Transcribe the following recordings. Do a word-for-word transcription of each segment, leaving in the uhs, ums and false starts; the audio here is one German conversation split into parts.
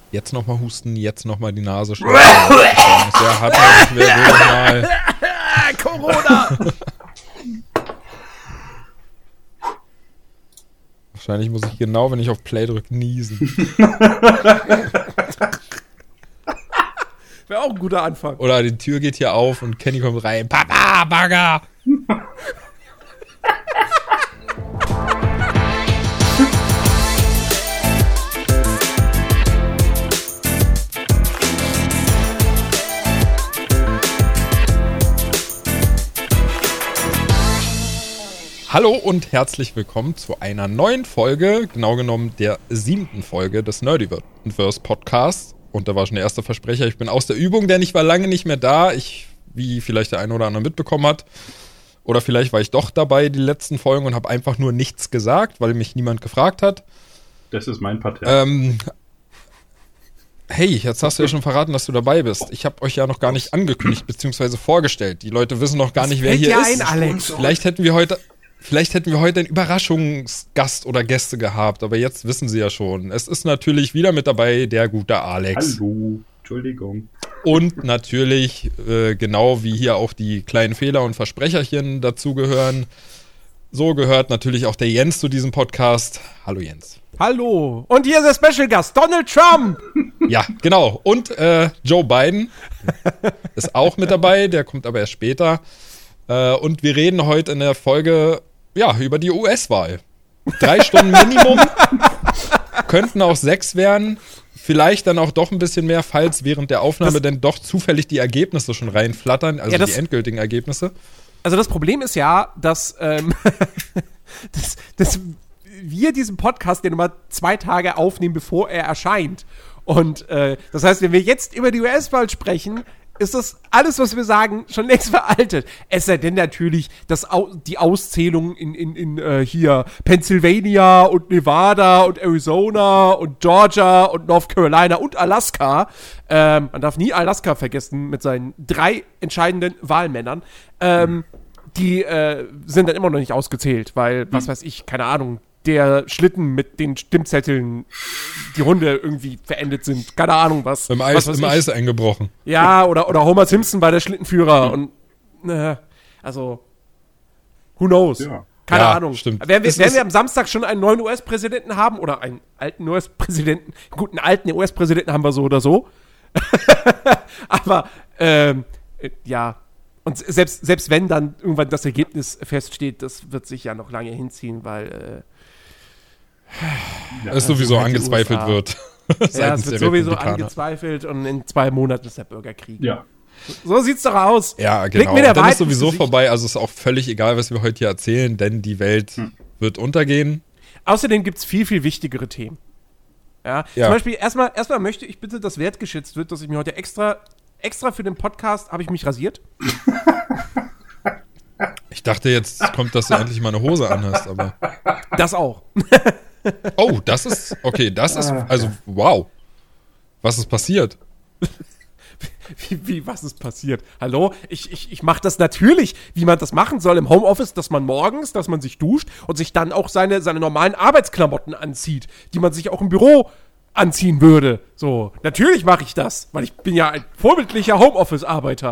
Jetzt nochmal husten, jetzt nochmal die Nase schnell. Der hat halt wer will mal. Corona! Wahrscheinlich muss ich genau, wenn ich auf Play drücke, niesen. Wäre auch ein guter Anfang. Oder die Tür geht hier auf und Kenny kommt rein. Papa, Bagger! Hallo und herzlich willkommen zu einer neuen Folge, genau genommen der siebten Folge des Nerdiverse Podcasts. Und da war schon der erste Versprecher, ich bin aus der Übung, denn ich war lange nicht mehr da. Ich, wie vielleicht der eine oder andere mitbekommen hat. Oder vielleicht war ich doch dabei, die letzten Folgen, und habe einfach nur nichts gesagt, weil mich niemand gefragt hat. Das ist mein Patent. Ähm, hey, jetzt hast du ja schon verraten, dass du dabei bist. Ich habe euch ja noch gar nicht angekündigt, beziehungsweise vorgestellt. Die Leute wissen noch gar nicht, wer hier ist. Ein, Alex. Vielleicht hätten wir heute... Vielleicht hätten wir heute einen Überraschungsgast oder Gäste gehabt, aber jetzt wissen sie ja schon. Es ist natürlich wieder mit dabei der gute Alex. Hallo, Entschuldigung. Und natürlich, äh, genau wie hier auch die kleinen Fehler und Versprecherchen dazugehören, so gehört natürlich auch der Jens zu diesem Podcast. Hallo Jens. Hallo. Und hier ist der Special Gast, Donald Trump. Ja, genau. Und äh, Joe Biden ist auch mit dabei, der kommt aber erst später. Äh, und wir reden heute in der Folge... Ja, über die U S-Wahl. Drei Stunden Minimum, könnten auch sechs werden, vielleicht dann auch doch ein bisschen mehr, falls während der Aufnahme das, denn doch zufällig die Ergebnisse schon reinflattern, also ja, das, die endgültigen Ergebnisse. Also das Problem ist ja, dass, ähm, dass, dass wir diesen Podcast ja nur zwei Tage aufnehmen, bevor er erscheint. Und äh, das heißt, wenn wir jetzt über die U S-Wahl sprechen, ist das alles, was wir sagen, schon längst veraltet. Es sei denn natürlich, dass au- die Auszählung in, in, in äh, hier Pennsylvania und Nevada und Arizona und Georgia und North Carolina und Alaska, ähm, man darf nie Alaska vergessen mit seinen drei entscheidenden Wahlmännern, ähm, die äh, sind dann immer noch nicht ausgezählt, weil, was weiß ich, keine Ahnung, der Schlitten mit den Stimmzetteln die Runde irgendwie verendet sind. Keine Ahnung, was. Im Eis, was im Eis eingebrochen. Ja, oder, oder Homer Simpson war der Schlittenführer. Und, äh, also, who knows? Ja. Keine ja, Ahnung. Stimmt. Werden wir, es werden wir am Samstag schon einen neuen U S-Präsidenten haben? Oder einen alten U S-Präsidenten? Gut, einen alten U S-Präsidenten haben wir so oder so. Aber, ähm, äh, ja. Und selbst, selbst wenn dann irgendwann das Ergebnis feststeht, das wird sich ja noch lange hinziehen, weil äh, ja, es sowieso halt angezweifelt wird. Ja, es wird sowieso angezweifelt und in zwei Monaten ist der Bürgerkrieg. Ja. So sieht's doch aus. Ja, genau. Mir der dann Wahrheit ist sowieso ins Gesicht. vorbei. Also ist auch völlig egal, was wir heute hier erzählen, denn die Welt hm. wird untergehen. Außerdem gibt's viel, viel wichtigere Themen. Ja, ja. Zum Beispiel, erstmal, erstmal möchte ich bitte, dass wertgeschätzt wird, dass ich mir heute extra, extra für den Podcast habe ich mich rasiert. Ich dachte, jetzt kommt, dass du endlich mal eine Hose anhast, aber... Das auch. Oh, das ist... Okay, das ist... Also, wow. Was ist passiert? Wie, wie, was ist passiert? Hallo? Ich, ich, ich mache das natürlich, wie man das machen soll im Homeoffice, dass man morgens, dass man sich duscht und sich dann auch seine, seine normalen Arbeitsklamotten anzieht, die man sich auch im Büro anziehen würde. So, natürlich mache ich das, weil ich bin ja ein vorbildlicher Homeoffice-Arbeiter.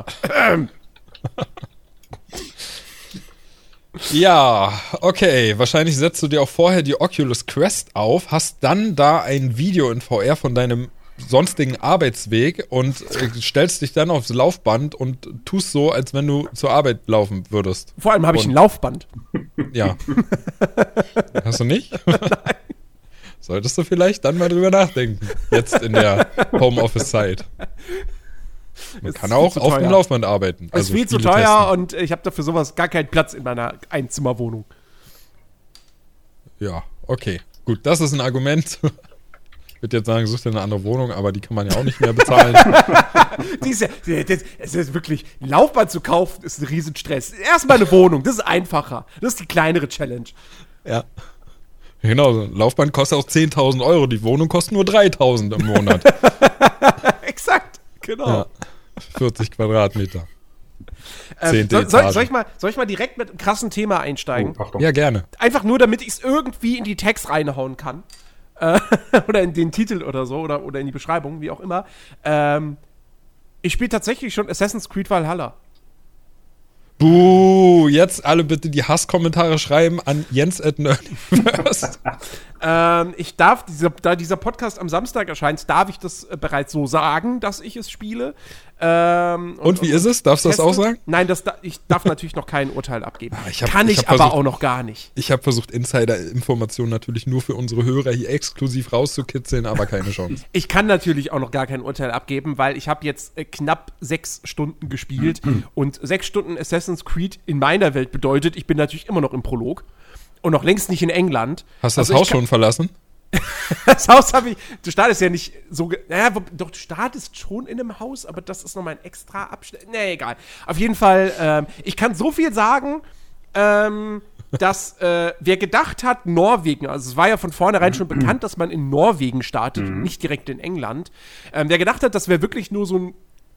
Ja, okay. Wahrscheinlich setzt du dir auch vorher die Oculus Quest auf, hast dann da ein Video in V R von deinem sonstigen Arbeitsweg und äh, stellst dich dann aufs Laufband und tust so, als wenn du zur Arbeit laufen würdest. Vor allem habe ich ein Laufband. Ja. Hast du nicht? Nein. Solltest du vielleicht dann mal drüber nachdenken. Jetzt in der Homeoffice-Zeit. Man kann auch auf dem Laufband arbeiten. Es ist viel zu teuer und ich habe dafür sowas gar keinen Platz in meiner Einzimmerwohnung. Ja, okay. Gut, das ist ein Argument. Ich würde jetzt sagen, such dir eine andere Wohnung, aber die kann man ja auch nicht mehr bezahlen. die ist ja, das, es ist wirklich, ein Laufband zu kaufen, ist ein Riesenstress. Erstmal eine Wohnung, das ist einfacher. Das ist die kleinere Challenge. Ja. Genau, so ein Laufband kostet auch zehntausend Euro, die Wohnung kostet nur dreitausend im Monat. Exakt, genau. Ja. vierzig Quadratmeter. Ähm, soll, soll, soll, ich mal, soll ich mal direkt mit einem krassen Thema einsteigen? Oh, ja, gerne. Einfach nur, damit ich es irgendwie in die Text reinhauen kann. äh, oder in den Titel oder so, oder, oder in die Beschreibung, wie auch immer. Ähm, ich spiele tatsächlich schon Assassin's Creed Valhalla. Buh, jetzt alle bitte die Hasskommentare schreiben an Jens at Nerdiverse. ähm, ich darf, dieser, da dieser Podcast am Samstag erscheint, darf ich das äh, bereits so sagen, dass ich es spiele. Ähm, und, und wie und, ist es? Darfst du das auch sagen? Nein, das da, ich darf natürlich noch kein Urteil abgeben. Ah, ich hab, Kann ich, ich aber versucht, auch noch gar nicht. Ich habe versucht, Insider-Informationen natürlich nur für unsere Hörer hier exklusiv rauszukitzeln, aber keine Chance. Ich kann natürlich auch noch gar kein Urteil abgeben, weil ich habe jetzt äh, knapp sechs Stunden gespielt und sechs Stunden Assassin's Creed in meiner Welt bedeutet, ich bin natürlich immer noch im Prolog und noch längst nicht in England. Hast du das also Haus kann, schon verlassen? Das Haus habe ich, du startest ja nicht so, naja, doch, du startest schon in einem Haus, aber das ist nochmal ein extra Abschnitt, nee, egal. Auf jeden Fall, ähm, ich kann so viel sagen, ähm, dass, äh, wer gedacht hat, Norwegen, also es war ja von vornherein schon bekannt, dass man in Norwegen startet und nicht direkt in England, ähm, wer gedacht hat, das wäre wirklich nur so ein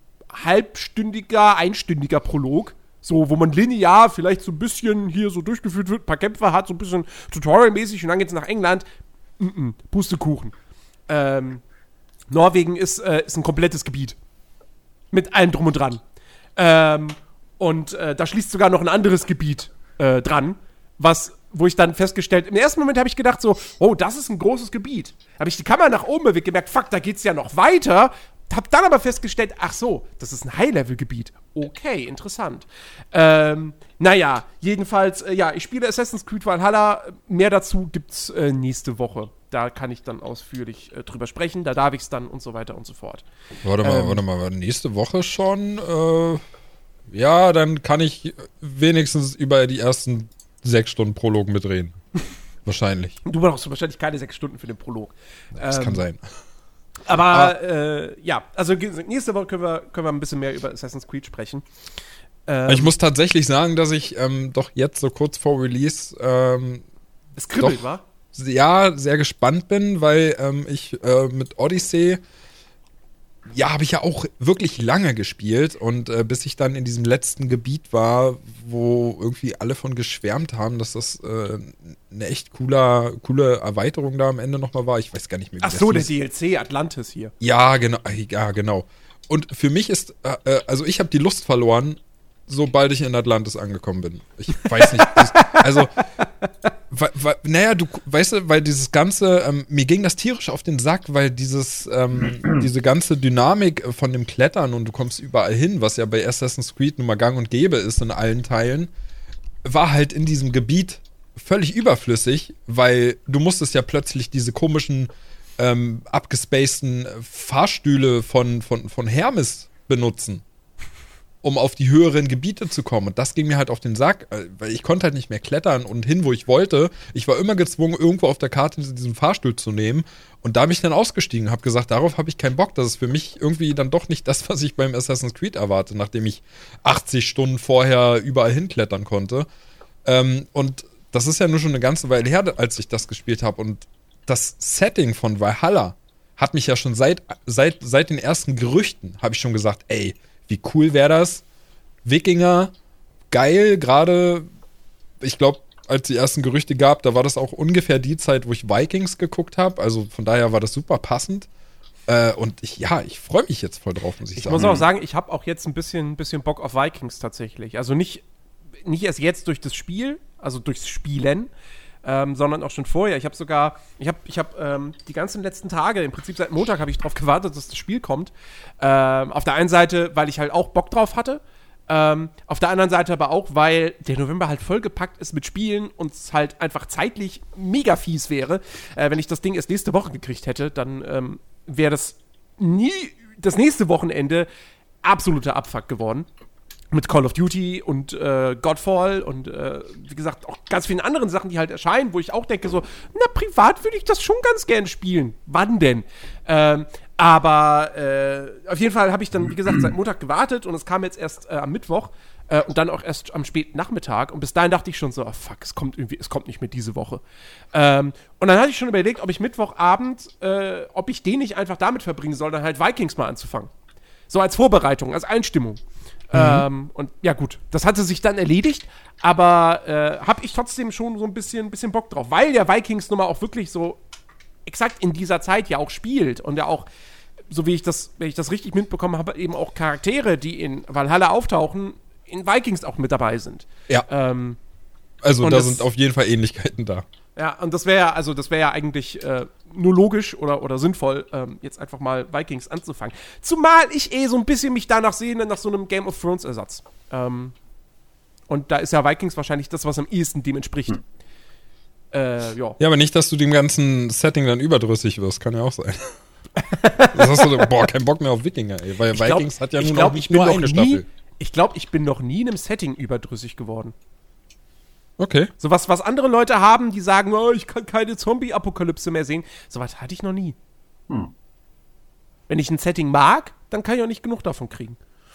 halbstündiger, einstündiger Prolog, so, wo man linear vielleicht so ein bisschen hier so durchgeführt wird, ein paar Kämpfer hat, so ein bisschen Tutorial-mäßig und dann geht's nach England. Mm-mm, Pustekuchen. Ähm, Norwegen ist, äh, ist ein komplettes Gebiet. Mit allem drum und dran. Ähm, und äh, da schließt sogar noch ein anderes Gebiet äh, dran, was, wo ich dann festgestellt, im ersten Moment habe ich gedacht so, oh, das ist ein großes Gebiet. Habe ich die Kamera nach oben bewegt, gemerkt, fuck, da geht's ja noch weiter. Hab dann aber festgestellt, ach so, das ist ein High-Level-Gebiet. Okay, interessant. Ähm, naja, jedenfalls, äh, ja, ich spiele Assassin's Creed Valhalla. Mehr dazu gibt's äh, nächste Woche. Da kann ich dann ausführlich äh, drüber sprechen. Da darf ich's dann und so weiter und so fort. Warte mal, ähm, warte mal, nächste Woche schon? Äh, ja, dann kann ich wenigstens über die ersten sechs Stunden Prolog mitreden. Wahrscheinlich. Du brauchst wahrscheinlich keine sechs Stunden für den Prolog. Das ähm, kann sein. Aber, ah. äh, ja, also nächste Woche können wir, können wir ein bisschen mehr über Assassin's Creed sprechen. Ähm, ich muss tatsächlich sagen, dass ich ähm, doch jetzt so kurz vor Release ähm, es kribbelt, wa? Ja, sehr gespannt bin, weil ähm, ich äh, mit Odyssey, ja, habe ich ja auch wirklich lange gespielt und äh, bis ich dann in diesem letzten Gebiet war, wo irgendwie alle von geschwärmt haben, dass das äh, eine echt cooler, coole Erweiterung da am Ende nochmal war. Ich weiß gar nicht mehr, wie Ach so, der D L C Atlantis hier. Ja, genau, ja, genau. Und für mich ist, äh, also ich habe die Lust verloren, sobald ich in Atlantis angekommen bin. Ich weiß nicht, das, also Weil, weil, naja, du weißt du, weil dieses ganze, ähm, mir ging das tierisch auf den Sack, weil dieses, ähm, diese ganze Dynamik von dem Klettern und du kommst überall hin, was ja bei Assassin's Creed nun mal gang und gäbe ist in allen Teilen, war halt in diesem Gebiet völlig überflüssig, weil du musstest ja plötzlich diese komischen, ähm, abgespaceden Fahrstühle von, von, von Hermes benutzen, um auf die höheren Gebiete zu kommen. Und das ging mir halt auf den Sack, weil ich konnte halt nicht mehr klettern und hin, wo ich wollte. Ich war immer gezwungen, irgendwo auf der Karte diesen Fahrstuhl zu nehmen. Und da bin ich dann ausgestiegen, habe gesagt, darauf habe ich keinen Bock. Das ist für mich irgendwie dann doch nicht das, was ich beim Assassin's Creed erwarte, nachdem ich achtzig Stunden vorher überall hinklettern konnte. Ähm, und das ist ja nur schon eine ganze Weile her, als ich das gespielt habe. Und das Setting von Valhalla hat mich ja schon seit, seit, seit den ersten Gerüchten, habe ich schon gesagt, ey, wie cool wäre das? Wikinger, geil, gerade, ich glaube, als die ersten Gerüchte gab, da war das auch ungefähr die Zeit, wo ich Vikings geguckt habe, also von daher war das super passend. Äh, und ich, ja, ich freue mich jetzt voll drauf, muss ich, ich sagen. Ich muss auch sagen, ich habe auch jetzt ein bisschen, bisschen Bock auf Vikings tatsächlich. Also nicht, nicht erst jetzt durch das Spiel, also durchs Spielen, Ähm, sondern auch schon vorher. Ich habe sogar, ich habe ich hab, ähm, die ganzen letzten Tage, im Prinzip seit Montag, habe ich darauf gewartet, dass das Spiel kommt. Ähm, auf der einen Seite, weil ich halt auch Bock drauf hatte. Ähm, auf der anderen Seite aber auch, weil der November halt vollgepackt ist mit Spielen und es halt einfach zeitlich mega fies wäre. Äh, wenn ich das Ding erst nächste Woche gekriegt hätte, dann ähm, wäre das nie, das nächste Wochenende absoluter Abfuck geworden. Mit Call of Duty und äh, Godfall und äh, wie gesagt auch ganz vielen anderen Sachen, die halt erscheinen, wo ich auch denke so, na, privat würde ich das schon ganz gern spielen. Wann denn? Ähm, aber äh, auf jeden Fall habe ich dann, wie gesagt, seit Montag gewartet und es kam jetzt erst äh, am Mittwoch äh, und dann auch erst am späten Nachmittag und bis dahin dachte ich schon so, oh fuck, es kommt irgendwie, es kommt nicht mehr diese Woche. Ähm, und dann hatte ich schon überlegt, ob ich Mittwochabend, äh, ob ich den nicht einfach damit verbringen soll, dann halt Vikings mal anzufangen. So als Vorbereitung, als Einstimmung. Mhm. Ähm, und ja gut, das hatte sich dann erledigt, aber äh, habe ich trotzdem schon so ein bisschen, bisschen Bock drauf, weil ja Vikings nun mal auch wirklich so exakt in dieser Zeit ja auch spielt und ja auch, so wie ich das, wenn ich das richtig mitbekommen habe, eben auch Charaktere, die in Valhalla auftauchen, in Vikings auch mit dabei sind. Ja. Ähm, also und da das- sind auf jeden Fall Ähnlichkeiten da. Ja, und das wäre ja, also das wäre ja eigentlich äh, nur logisch oder, oder sinnvoll, ähm, jetzt einfach mal Vikings anzufangen. Zumal ich eh so ein bisschen mich danach sehne, nach so einem Game of Thrones Ersatz. Ähm, und da ist ja Vikings wahrscheinlich das, was am ehesten dem entspricht. Hm. Äh, ja. Ja, aber nicht, dass du dem ganzen Setting dann überdrüssig wirst. Kann ja auch sein. Das hast du, boah, kein Bock mehr auf Wikinger, ey. Weil Ich glaub- Vikings hat ja ich nur glaub, noch ich bin nur noch eine nie, Staffel. Ich glaube, ich bin noch nie in einem Setting überdrüssig geworden. Okay. So was, was andere Leute haben, die sagen, oh, ich kann keine Zombie-Apokalypse mehr sehen. So was hatte ich noch nie. Hm. Wenn ich ein Setting mag, dann kann ich auch nicht genug davon kriegen.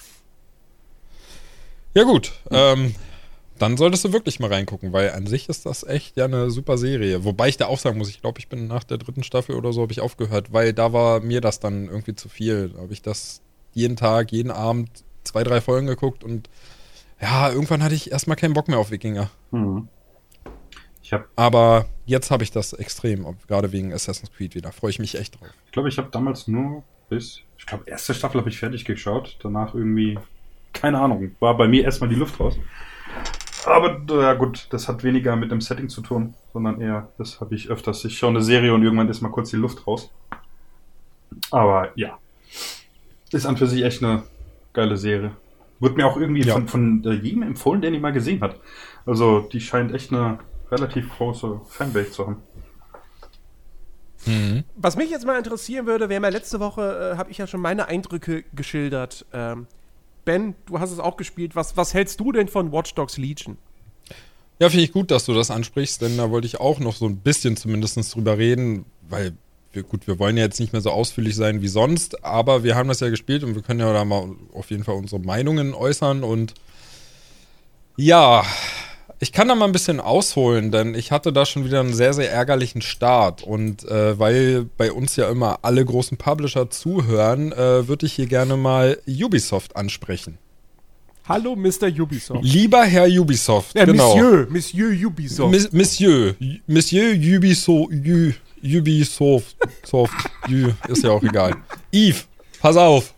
Ja gut, ähm, dann solltest du wirklich mal reingucken, weil an sich ist das echt ja eine super Serie. Wobei ich da auch sagen muss, ich glaube, ich bin nach der dritten Staffel oder so habe ich aufgehört, weil da war mir das dann irgendwie zu viel. Da habe ich das jeden Tag, jeden Abend zwei, drei Folgen geguckt und ja, irgendwann hatte ich erstmal keinen Bock mehr auf Wikinger. Hm. Ich habe, Aber jetzt habe ich das extrem, ob- gerade wegen Assassin's Creed wieder. Freue ich mich echt drauf. ich glaube, ich habe damals nur bis, ich glaube, erste Staffel habe ich fertig geschaut. Danach irgendwie, keine Ahnung, war bei mir erstmal die Luft raus. Aber ja gut, das hat weniger mit dem Setting zu tun, sondern eher, das habe ich öfters. Ich schaue eine Serie und irgendwann ist mal kurz die Luft raus. Aber ja, ist an für sich echt eine geile Serie. Wird mir auch irgendwie Ja. von, von äh, jedem empfohlen, der die mal gesehen hat. Also die scheint echt eine relativ große Fanbase zu haben. Mhm. Was mich jetzt mal interessieren würde, wir haben ja letzte Woche, äh, habe ich ja schon meine Eindrücke geschildert. Ähm, Ben, du hast es auch gespielt. Was, was hältst du denn von Watch Dogs Legion? Ja, finde ich gut, dass du das ansprichst, denn da wollte ich auch noch so ein bisschen zumindest drüber reden, weil wir, gut, wir wollen ja jetzt nicht mehr so ausführlich sein wie sonst, aber wir haben das ja gespielt und wir können ja da mal auf jeden Fall unsere Meinungen äußern und ja, ich kann da mal ein bisschen ausholen, denn ich hatte da schon wieder einen sehr, sehr ärgerlichen Start und äh, weil bei uns ja immer alle großen Publisher zuhören, äh, würde ich hier gerne mal Ubisoft ansprechen. Hallo, Mister Ubisoft. Lieber Herr Ubisoft, Ja, genau. Monsieur, Monsieur Ubisoft. Miss, Monsieur, Monsieur Ubisoft, U, Ubisoft, Soft, U, ist ja auch egal. Yves, pass auf.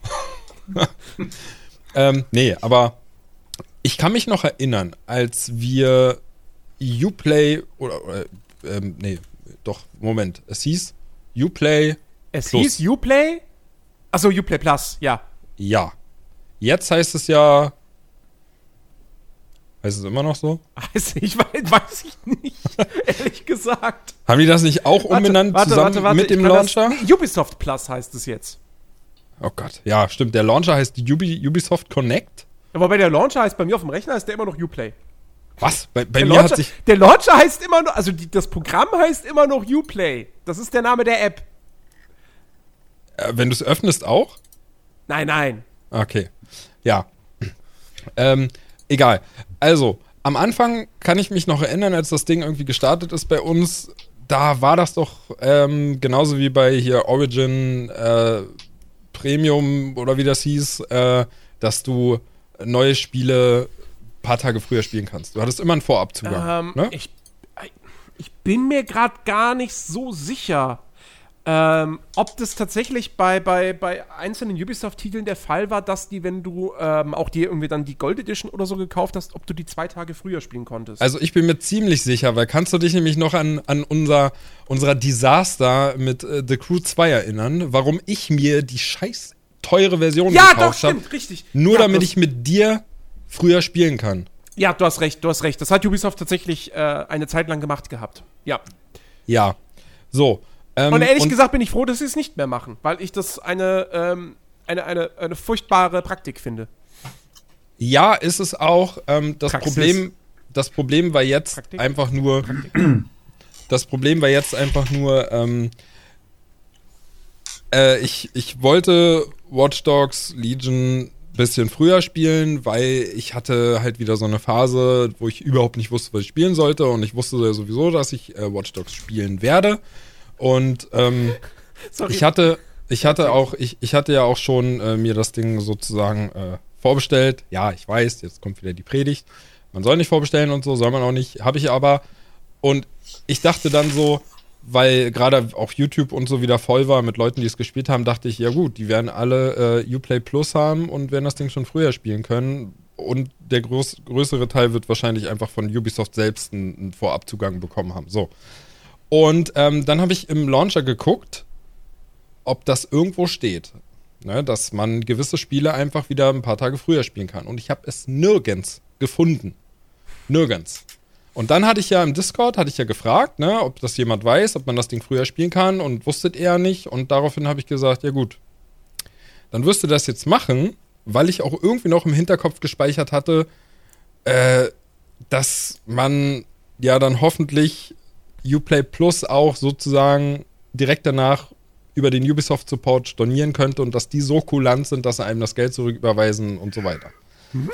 ähm, nee, aber ich kann mich noch erinnern, als wir Uplay oder, oder ähm, nee, doch, Moment, es hieß Uplay, Es Plus. hieß Uplay? Achso, Uplay Plus, ja. ja. Jetzt heißt es ja, heißt es immer noch so? Weiß ich, weiß, weiß ich nicht, ehrlich gesagt. Haben die das nicht auch umbenannt Warte, zusammen warte, warte, mit ich dem kann Launcher? Das, nee, Ubisoft Plus heißt es jetzt. Oh Gott, ja, stimmt. Der Launcher heißt Ubi, Ubisoft Connect. Aber bei der Launcher heißt bei mir auf dem Rechner ist der immer noch Uplay. Was? Bei, bei Der mir Launcher, hat sich. der Launcher heißt immer noch, also die, das Programm heißt immer noch Uplay. Das ist der Name der App. Äh, wenn du es öffnest auch? Nein, nein. Okay. Ja. Ähm, egal. Also, am Anfang kann ich mich noch erinnern, als das Ding irgendwie gestartet ist bei uns. Da war das doch ähm, genauso wie bei hier Origin äh, Premium oder wie das hieß, äh, dass du neue Spiele ein paar Tage früher spielen kannst. Du hattest immer einen Vorabzugang. Ähm, ne? ich, ich bin mir gerade gar nicht so sicher, ähm, ob das tatsächlich bei, bei, bei einzelnen Ubisoft-Titeln der Fall war, dass die, wenn du ähm, auch dir irgendwie dann die Gold Edition oder so gekauft hast, ob du die zwei Tage früher spielen konntest. Also ich bin mir ziemlich sicher, weil kannst du dich nämlich noch an, an unser unserer Desaster mit äh, The Crew zwei erinnern, warum ich mir die scheiß teure Version ja, doch, gekauft habe, stimmt, richtig. nur ja, damit das, ich mit dir früher spielen kann. Ja, du hast recht, du hast recht. Das hat Ubisoft tatsächlich äh, eine Zeit lang gemacht gehabt. Ja. Ja, so. Ähm, Und ehrlich gesagt bin ich froh, dass sie es nicht mehr machen, weil ich das eine, ähm, eine, eine, eine furchtbare Praktik finde. Ja, ist es auch. Ähm, das, Praxis. Problem, das Problem war jetzt Praktik? einfach nur. Das Problem war jetzt einfach nur, ähm, äh, ich, ich wollte Watch Dogs Legion ein bisschen früher spielen, weil ich hatte halt wieder so eine Phase, wo ich überhaupt nicht wusste, was ich spielen sollte. Und ich wusste ja sowieso, dass ich äh, Watch Dogs spielen werde. Und ähm, Sorry. ich hatte, ich hatte auch, ich, ich hatte ja auch schon äh, mir das Ding sozusagen äh, vorbestellt. Ja, ich weiß, jetzt kommt wieder die Predigt. Man soll nicht vorbestellen und so, soll man auch nicht. Habe ich aber. Und ich dachte dann so, weil gerade auch YouTube und so wieder voll war mit Leuten, die es gespielt haben, dachte ich, ja gut, die werden alle äh, Uplay Plus haben und werden das Ding schon früher spielen können. Und der groß, größere Teil wird wahrscheinlich einfach von Ubisoft selbst einen, einen Vorabzugang bekommen haben. So. Und ähm, dann habe ich im Launcher geguckt, ob das irgendwo steht. Ne, dass man gewisse Spiele einfach wieder ein paar Tage früher spielen kann. Und ich habe es nirgends gefunden. Nirgends. Und dann hatte ich ja im Discord, hatte ich ja gefragt, ne, ob das jemand weiß, ob man das Ding früher spielen kann und wusstet er nicht. Und daraufhin habe ich gesagt, ja gut, dann wirst du das jetzt machen, weil ich auch irgendwie noch im Hinterkopf gespeichert hatte, äh, dass man ja dann hoffentlich Uplay Plus auch sozusagen direkt danach über den Ubisoft-Support stornieren könnte und dass die so kulant sind, dass sie einem das Geld zurücküberweisen und so weiter. Mhm.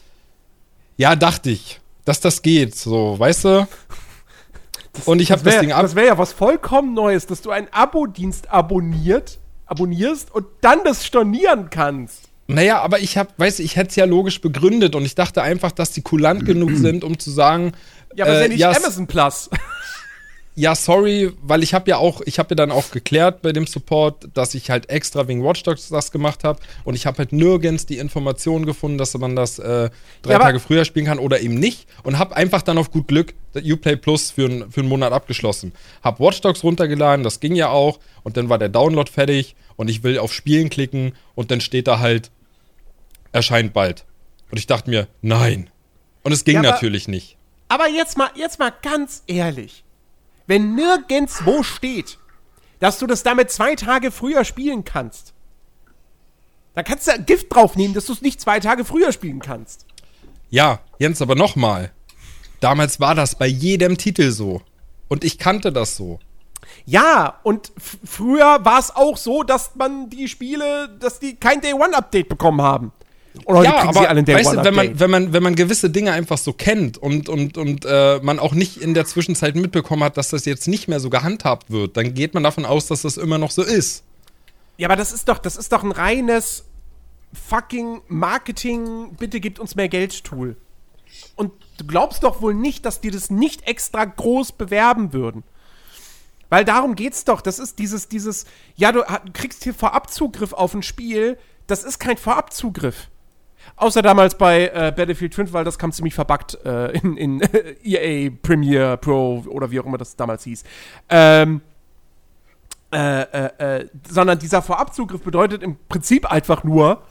Ja, dachte ich, dass das geht, so, weißt du? Das, und ich habe das, das Ding ab... Das wäre ja was vollkommen Neues, dass du einen Abo-Dienst abonniert, abonnierst und dann das stornieren kannst. Naja, aber ich hab, weißt du, ich hätte es ja logisch begründet und ich dachte einfach, dass die kulant genug sind, um zu sagen... Ja, aber äh, ist ja nicht ja, Amazon Plus. Ja, sorry, weil ich habe ja auch, ich habe ja dann auch geklärt bei dem Support, dass ich halt extra wegen Watch Dogs das gemacht habe und ich habe halt nirgends die Information gefunden, dass man das äh, drei ja, Tage früher spielen kann oder eben nicht und habe einfach dann auf gut Glück Uplay Plus für, ein, für einen Monat abgeschlossen. Hab Watch Dogs runtergeladen, das ging ja auch und dann war der Download fertig und ich will auf Spielen klicken und dann steht da halt, erscheint bald. Und ich dachte mir, nein. Und es ging ja, aber, natürlich nicht. Aber jetzt mal, jetzt mal ganz ehrlich. Wenn nirgendwo steht, dass du das damit zwei Tage früher spielen kannst, dann kannst du Gift draufnehmen, dass du es nicht zwei Tage früher spielen kannst. Ja, Jens, aber nochmal. Damals war das bei jedem Titel so. Und ich kannte das so. Ja, und f- früher war es auch so, dass man die Spiele, dass die kein Day-One-Update bekommen haben. Oder ja, aber weißt du, wenn man, wenn, man, wenn man gewisse Dinge einfach so kennt und, und, und äh, man auch nicht in der Zwischenzeit mitbekommen hat, dass das jetzt nicht mehr so gehandhabt wird, dann geht man davon aus, dass das immer noch so ist. Ja, aber das ist doch, das ist doch ein reines fucking Marketing, bitte gebt uns mehr Geld-Tool. Und du glaubst doch wohl nicht, dass die das nicht extra groß bewerben würden. Weil darum geht's doch, das ist dieses, dieses, ja, du kriegst hier Vorabzugriff auf ein Spiel, das ist kein Vorabzugriff. Außer damals bei äh, Battlefield fünf, weil das kam ziemlich verbuggt äh, in, in E A Premiere Pro oder wie auch immer das damals hieß. Ähm, äh, äh, äh, sondern dieser Vorabzugriff bedeutet im Prinzip einfach nur,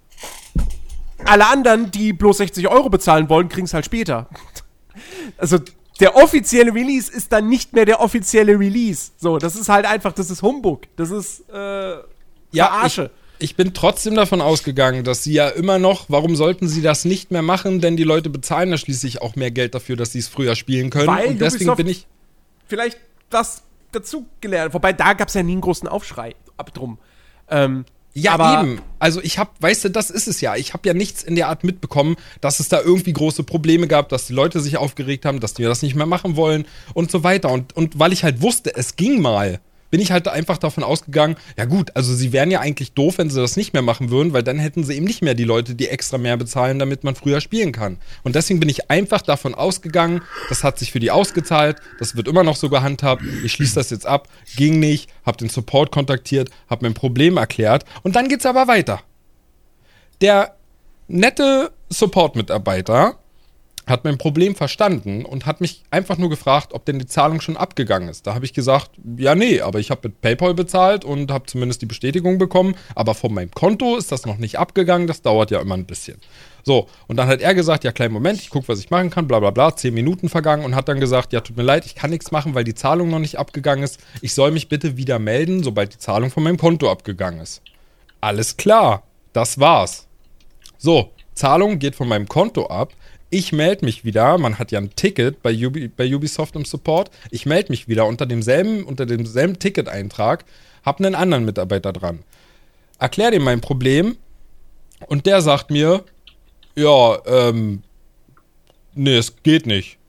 alle anderen, die bloß sechzig Euro bezahlen wollen, kriegen es halt später. Also der offizielle Release ist dann nicht mehr der offizielle Release. So, das ist halt einfach, das ist Humbug. Das ist äh, Verarsche. Ja, ich bin trotzdem davon ausgegangen, dass sie ja immer noch, warum sollten sie das nicht mehr machen, denn die Leute bezahlen ja schließlich auch mehr Geld dafür, dass sie es früher spielen können. Weil und deswegen Ubisoft bin ich vielleicht das dazu gelernt. Wobei, da gab es ja nie einen großen Aufschrei ab drum. Ähm, ja, aber eben. Also ich hab, weißt du, das ist es ja. Ich habe ja nichts in der Art mitbekommen, dass es da irgendwie große Probleme gab, dass die Leute sich aufgeregt haben, dass die das nicht mehr machen wollen und so weiter. Und, und weil ich halt wusste, es ging mal, bin ich halt einfach davon ausgegangen, ja gut, also sie wären ja eigentlich doof, wenn sie das nicht mehr machen würden, weil dann hätten sie eben nicht mehr die Leute, die extra mehr bezahlen, damit man früher spielen kann. Und deswegen bin ich einfach davon ausgegangen, das hat sich für die ausgezahlt, das wird immer noch so gehandhabt, ich schließe das jetzt ab, ging nicht, hab den Support kontaktiert, hab mir ein Problem erklärt und dann geht's aber weiter. Der nette Support-Mitarbeiter hat mein Problem verstanden und hat mich einfach nur gefragt, ob denn die Zahlung schon abgegangen ist. Da habe ich gesagt, ja nee, aber ich habe mit PayPal bezahlt und habe zumindest die Bestätigung bekommen, aber von meinem Konto ist das noch nicht abgegangen, das dauert ja immer ein bisschen. So, und dann hat er gesagt, ja kleinen Moment, ich gucke, was ich machen kann, bla bla bla, zehn Minuten vergangen und hat dann gesagt, ja tut mir leid, ich kann nichts machen, weil die Zahlung noch nicht abgegangen ist, ich soll mich bitte wieder melden, sobald die Zahlung von meinem Konto abgegangen ist. Alles klar, das war's. So, Zahlung geht von meinem Konto ab, ich melde mich wieder, man hat ja ein Ticket bei, Ubi, bei Ubisoft im Support, ich melde mich wieder unter demselben, unter demselben Ticket-Eintrag, hab einen anderen Mitarbeiter dran. Erklär dem mein Problem und der sagt mir, ja, ähm, nee, es geht nicht.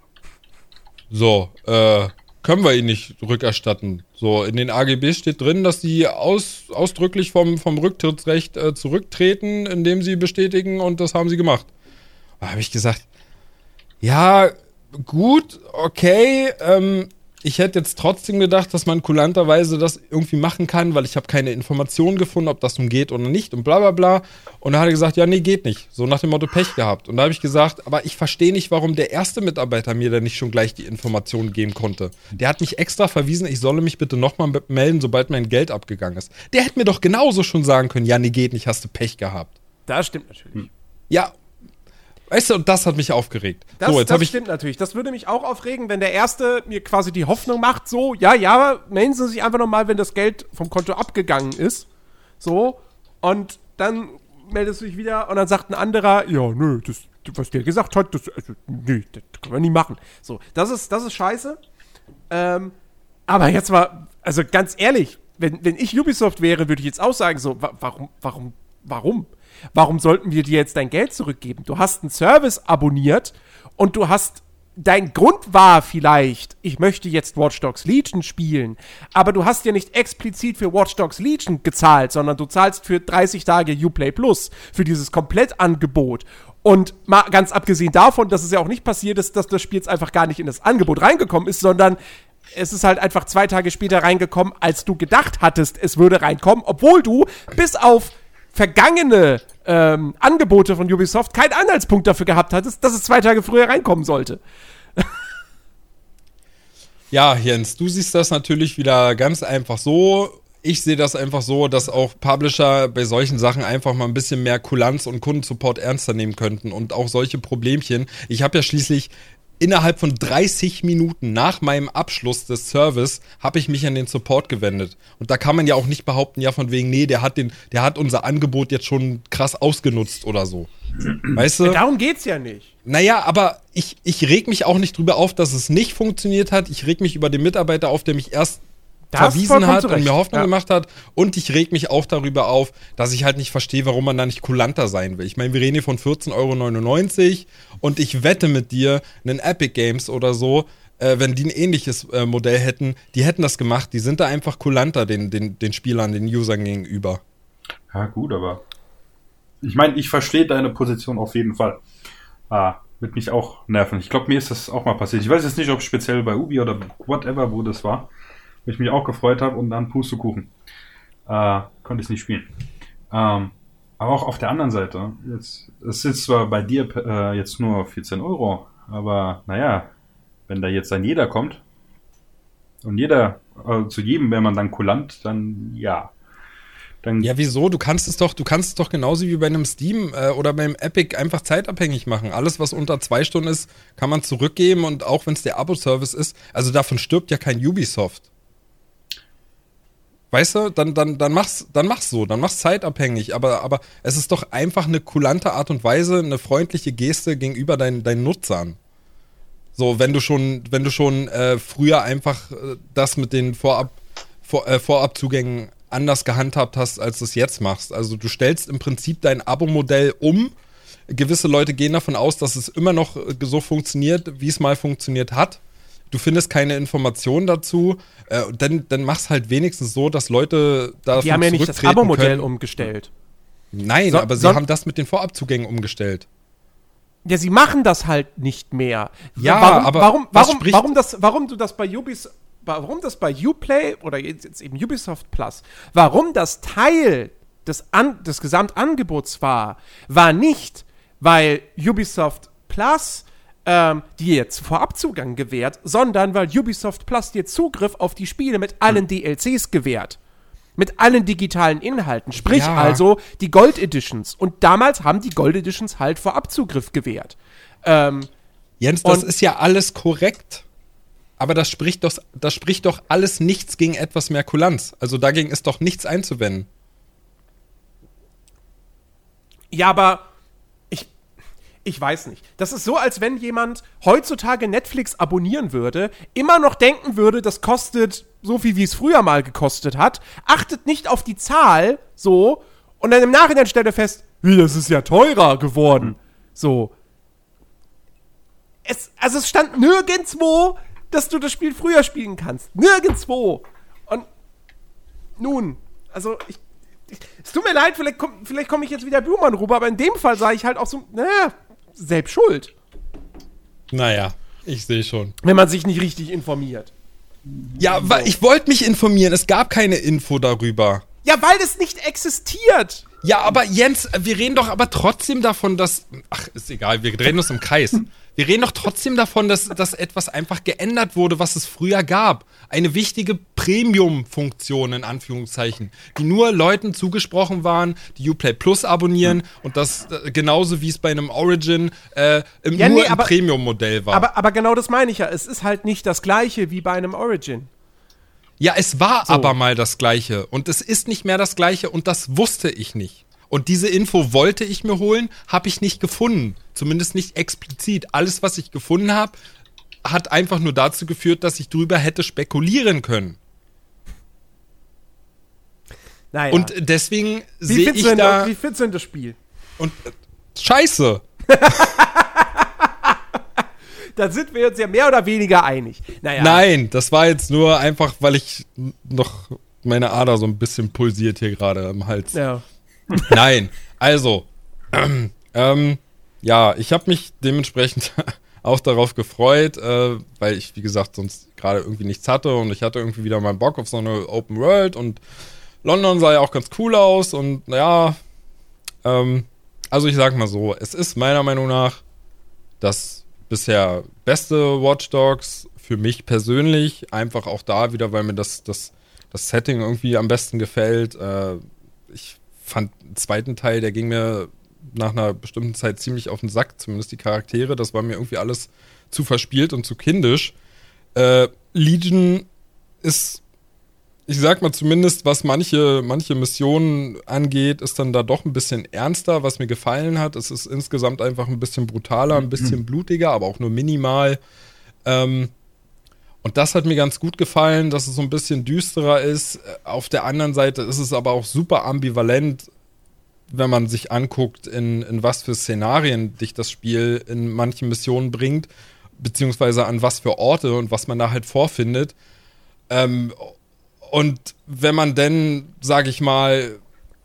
So, äh, können wir ihn nicht rückerstatten. So, in den A G B steht drin, dass sie aus, ausdrücklich vom, vom Rücktrittsrecht äh, zurücktreten, indem sie bestätigen und das haben sie gemacht. Da habe ich gesagt, ja, gut, okay, ähm, ich hätte jetzt trotzdem gedacht, dass man kulanterweise das irgendwie machen kann, weil ich habe keine Informationen gefunden, ob das nun geht oder nicht und bla bla bla. Und dann hat er gesagt, ja, nee, geht nicht. So nach dem Motto Pech gehabt. Und da habe ich gesagt, aber ich verstehe nicht, warum der erste Mitarbeiter mir da nicht schon gleich die Informationen geben konnte. Der hat mich extra verwiesen, ich solle mich bitte nochmal melden, sobald mein Geld abgegangen ist. Der hätte mir doch genauso schon sagen können, ja, nee, geht nicht, hast du Pech gehabt. Das stimmt natürlich. Hm. Ja, weißt du, und das hat mich aufgeregt. Das, so, jetzt das ich stimmt natürlich. Das würde mich auch aufregen, wenn der Erste mir quasi die Hoffnung macht, so, ja, ja, melden Sie sich einfach nochmal, wenn das Geld vom Konto abgegangen ist. So, und dann meldest du dich wieder und dann sagt ein anderer, ja, nö, das, was der gesagt hat, das, also, nö, das können wir nicht machen. So, das ist, das ist scheiße. Ähm, aber jetzt mal, also ganz ehrlich, wenn, wenn ich Ubisoft wäre, würde ich jetzt auch sagen, so, wa- warum, warum, warum? Warum sollten wir dir jetzt dein Geld zurückgeben? Du hast einen Service abonniert und du hast, dein Grund war vielleicht, ich möchte jetzt Watch Dogs Legion spielen, aber du hast ja nicht explizit für Watch Dogs Legion gezahlt, sondern du zahlst für dreißig Tage Uplay Plus, für dieses Komplettangebot. Und mal ganz abgesehen davon, dass es ja auch nicht passiert ist, dass das Spiel jetzt einfach gar nicht in das Angebot reingekommen ist, sondern es ist halt einfach zwei Tage später reingekommen, als du gedacht hattest, es würde reinkommen, obwohl du bis auf vergangene ähm, Angebote von Ubisoft keinen Anhaltspunkt dafür gehabt hattest, dass es zwei Tage früher reinkommen sollte. Ja, Jens, du siehst das natürlich wieder ganz einfach so. Ich sehe das einfach so, dass auch Publisher bei solchen Sachen einfach mal ein bisschen mehr Kulanz und Kundensupport ernster nehmen könnten und auch solche Problemchen. Ich habe ja schließlich innerhalb von dreißig Minuten nach meinem Abschluss des Service habe ich mich an den Support gewendet. Und da kann man ja auch nicht behaupten, ja von wegen, nee, der hat den, der hat unser Angebot jetzt schon krass ausgenutzt oder so. Weißt du? Ja, darum geht's ja nicht. Naja, aber ich, ich reg mich auch nicht drüber auf, dass es nicht funktioniert hat. Ich reg mich über den Mitarbeiter auf, der mich erst Das verwiesen hat und zurecht. mir Hoffnung Ja. gemacht hat. Und ich reg mich auch darüber auf, dass ich halt nicht verstehe, warum man da nicht kulanter sein will. Ich meine, wir reden hier von vierzehn Euro neunundneunzig und ich wette mit dir, einen Epic Games oder so, äh, wenn die ein ähnliches äh, Modell hätten, die hätten das gemacht. Die sind da einfach kulanter den, den, den Spielern, den Usern gegenüber. Ja, gut, aber ich meine, ich verstehe deine Position auf jeden Fall. Ah, wird mich auch nerven. Ich glaube, mir ist das auch mal passiert. Ich weiß jetzt nicht, ob speziell bei Ubi oder whatever, wo das war, wo ich mich auch gefreut habe und dann Pustekuchen. Äh, konnte ich nicht spielen. Ähm, aber auch auf der anderen Seite, jetzt, es ist zwar bei dir äh, jetzt nur vierzehn Euro, aber naja, wenn da jetzt dann jeder kommt und jeder, äh, zu jedem wäre man dann kulant, dann ja. Dann Ja, wieso? Du kannst es doch, du kannst es doch genauso wie bei einem Steam äh, oder beim Epic einfach zeitabhängig machen. Alles, was unter zwei Stunden ist, kann man zurückgeben und auch wenn es der Abo-Service ist, also davon stirbt ja kein Ubisoft. Weißt du, dann, dann, dann mach's, dann mach's so, dann mach's zeitabhängig, aber, aber es ist doch einfach eine kulante Art und Weise, eine freundliche Geste gegenüber deinen, deinen Nutzern. So, wenn du schon, wenn du schon äh, früher einfach äh, das mit den Vorab, vor, äh, Vorabzugängen anders gehandhabt hast, als du es jetzt machst. Also du stellst im Prinzip dein Abo-Modell um. Gewisse Leute gehen davon aus, dass es immer noch so funktioniert, wie es mal funktioniert hat. Du findest keine Informationen dazu. Äh, dann, dann mach's halt wenigstens so, dass Leute da Die haben ja nicht das Abo-Modell umgestellt. Nein, So- aber sie son- haben das mit den Vorabzugängen umgestellt. Ja, sie machen das halt nicht mehr. Ja, warum, aber warum, was warum, spricht- warum, das, warum du das bei Ubis, warum das bei Uplay oder jetzt, jetzt eben Ubisoft Plus, warum das Teil des, An, des Gesamtangebots war, war nicht, weil Ubisoft Plus ähm, dir jetzt Vorabzugang gewährt, sondern weil Ubisoft Plus dir Zugriff auf die Spiele mit allen D L Cs gewährt. Mit allen digitalen Inhalten. Sprich Ja. also die Gold Editions. Und damals haben die Gold Editions halt Vorabzugriff gewährt. Ähm, Jens, das Und- ist ja alles korrekt. Aber das spricht doch, das spricht doch alles nichts gegen etwas mehr Kulanz. Also dagegen ist doch nichts einzuwenden. ja, aber ich, ich weiß nicht. Das ist so, als wenn jemand heutzutage Netflix abonnieren würde, immer noch denken würde, das kostet so viel, wie es früher mal gekostet hat, achtet nicht auf die Zahl, so, und dann im Nachhinein stellt er fest, wie, das ist ja teurer geworden. So. Es, also es stand nirgendwo, dass du das Spiel früher spielen kannst. Nirgendwo. Und nun, also ich, ich es tut mir leid, vielleicht komme vielleicht komm ich jetzt wieder Blumen rüber, aber in dem Fall sage ich halt auch so, naja, selbst schuld, Naja, ich sehe schon. wenn man sich nicht richtig informiert. Ja, weil ich wollte mich informieren. Es gab keine Info darüber. Ja, weil es nicht existiert. Ja, aber Jens, wir reden doch aber trotzdem davon, dass... Ach, ist egal, wir drehen uns im Kreis. Wir reden doch trotzdem davon, dass, dass etwas einfach geändert wurde, was es früher gab. Eine wichtige Premium-Funktion, in Anführungszeichen, die nur Leuten zugesprochen waren, die Uplay Plus abonnieren und das äh, genauso wie es bei einem Origin äh, im, Ja, nur nee, im aber- Premium-Modell war. Aber, aber genau das meine ich ja. Es ist halt nicht das Gleiche wie bei einem Origin. Ja, es war So. aber mal das Gleiche und es ist nicht mehr das Gleiche und das wusste ich nicht. Und diese Info wollte ich mir holen, habe ich nicht gefunden. Zumindest nicht explizit. Alles, was ich gefunden habe, hat einfach nur dazu geführt, dass ich drüber hätte spekulieren können. Naja. Und deswegen wie sehe findest ich du denn, da... wie findest du denn das Spiel? Und äh, Scheiße. Da sind wir uns ja mehr oder weniger einig. Naja. Nein, das war jetzt nur einfach, weil ich noch meine Ader so ein bisschen pulsiert hier gerade im Hals. Ja. Nein, also, ähm, ähm, ja, ich habe mich dementsprechend auch darauf gefreut, äh, weil ich, wie gesagt, sonst gerade irgendwie nichts hatte und ich hatte irgendwie wieder mal Bock auf so eine Open World und London sah ja auch ganz cool aus und naja, ähm, also ich sag mal so, es ist meiner Meinung nach das bisher beste Watch Dogs für mich persönlich, einfach auch da wieder, weil mir das, das, das Setting irgendwie am besten gefällt. Äh, ich fand den zweiten Teil, der ging mir nach einer bestimmten Zeit ziemlich auf den Sack, zumindest die Charaktere. Das war mir irgendwie alles zu verspielt und zu kindisch. Äh, Legion ist, ich sag mal zumindest, was manche, manche Missionen angeht, ist dann da doch ein bisschen ernster, was mir gefallen hat. Es ist insgesamt einfach ein bisschen brutaler, ein bisschen blutiger, aber auch nur minimal. Ähm, Und das hat mir ganz gut gefallen, dass es so ein bisschen düsterer ist. Auf der anderen Seite ist es aber auch super ambivalent, wenn man sich anguckt, in, in was für Szenarien dich das Spiel in manchen Missionen bringt, beziehungsweise an was für Orte und was man da halt vorfindet. Ähm, und wenn man denn, sag ich mal,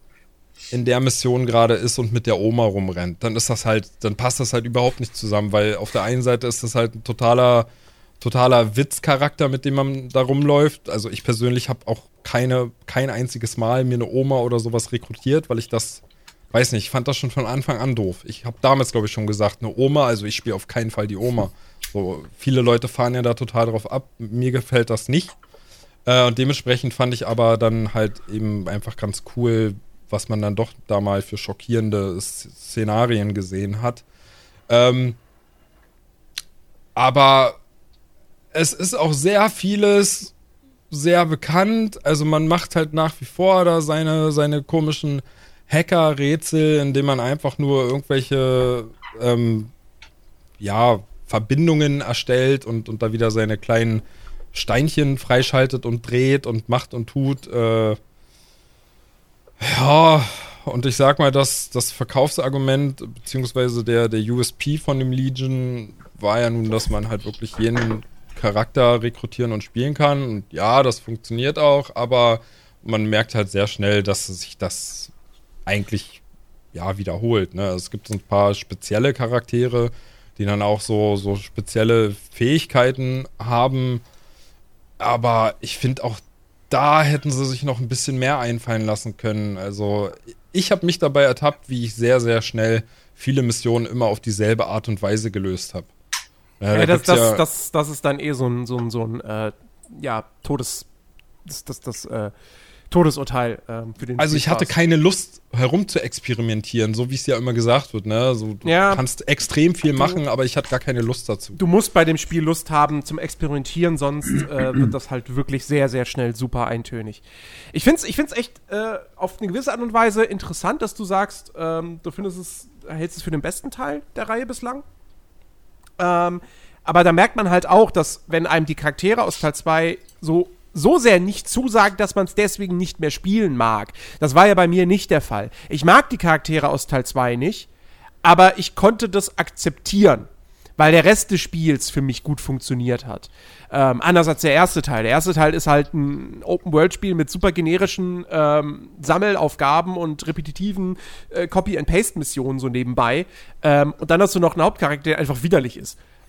in der Mission gerade ist und mit der Oma rumrennt, dann ist das halt, dann passt das halt überhaupt nicht zusammen, weil auf der einen Seite ist das halt ein totaler totaler Witzcharakter, mit dem man da rumläuft. Also ich persönlich habe auch keine, kein einziges Mal mir eine Oma oder sowas rekrutiert, weil ich das, weiß nicht, ich fand das schon von Anfang an doof. Ich habe damals, glaube ich, schon gesagt, eine Oma, also ich spiele auf keinen Fall die Oma. So, viele Leute fahren ja da total drauf ab. Mir gefällt das nicht. Äh, und dementsprechend fand ich aber dann halt eben einfach ganz cool, was man dann doch da mal für schockierende Szenarien gesehen hat. Ähm, aber es ist auch sehr vieles sehr bekannt. Also man macht halt nach wie vor da seine, seine komischen Hacker-Rätsel, indem man einfach nur irgendwelche ähm, ja, Verbindungen erstellt und, und da wieder seine kleinen Steinchen freischaltet und dreht und macht und tut. Äh, ja, und ich sag mal, dass das Verkaufsargument beziehungsweise der, der U S P von dem Legion war ja nun, dass man halt wirklich jeden Charakter rekrutieren und spielen kann. Und ja, das funktioniert auch, aber man merkt halt sehr schnell, dass sich das eigentlich ja wiederholt. Ne? Es gibt so ein paar spezielle Charaktere, die dann auch so, so spezielle Fähigkeiten haben. Aber ich finde auch, da hätten sie sich noch ein bisschen mehr einfallen lassen können. Also ich habe mich dabei ertappt, wie ich sehr, sehr schnell viele Missionen immer auf dieselbe Art und Weise gelöst habe. Ja, Ja, da das, gibt's das, ja, das, das ist dann eh so ein, so ein, so ein äh, ja, Todes, das, das, das äh, Todesurteil ähm, für den also ich hatte Spaß. keine Lust, herum zu experimentieren, so wie es ja immer gesagt wird. Ne? So, du Ja. kannst extrem viel machen, aber ich hatte gar keine Lust dazu. Du musst bei dem Spiel Lust haben zum Experimentieren, sonst äh, wird das halt wirklich sehr, sehr schnell super eintönig. Ich find's, ich find's echt äh, auf eine gewisse Art und Weise interessant, dass du sagst, ähm, du findest es, hältst es für den besten Teil der Reihe bislang. Ähm, aber da merkt man halt auch, dass wenn einem die Charaktere aus Teil zwei so, so sehr nicht zusagen, dass man es deswegen nicht mehr spielen mag. Das war ja bei mir nicht der Fall. Ich mag die Charaktere aus Teil zwei nicht, aber ich konnte das akzeptieren, weil der Rest des Spiels für mich gut funktioniert hat. Ähm, anders als der erste Teil. Der erste Teil ist halt ein Open-World-Spiel mit super generischen ähm, Sammelaufgaben und repetitiven äh, Copy-and-Paste-Missionen so nebenbei. Ähm, und dann hast du noch einen Hauptcharakter, der einfach widerlich ist.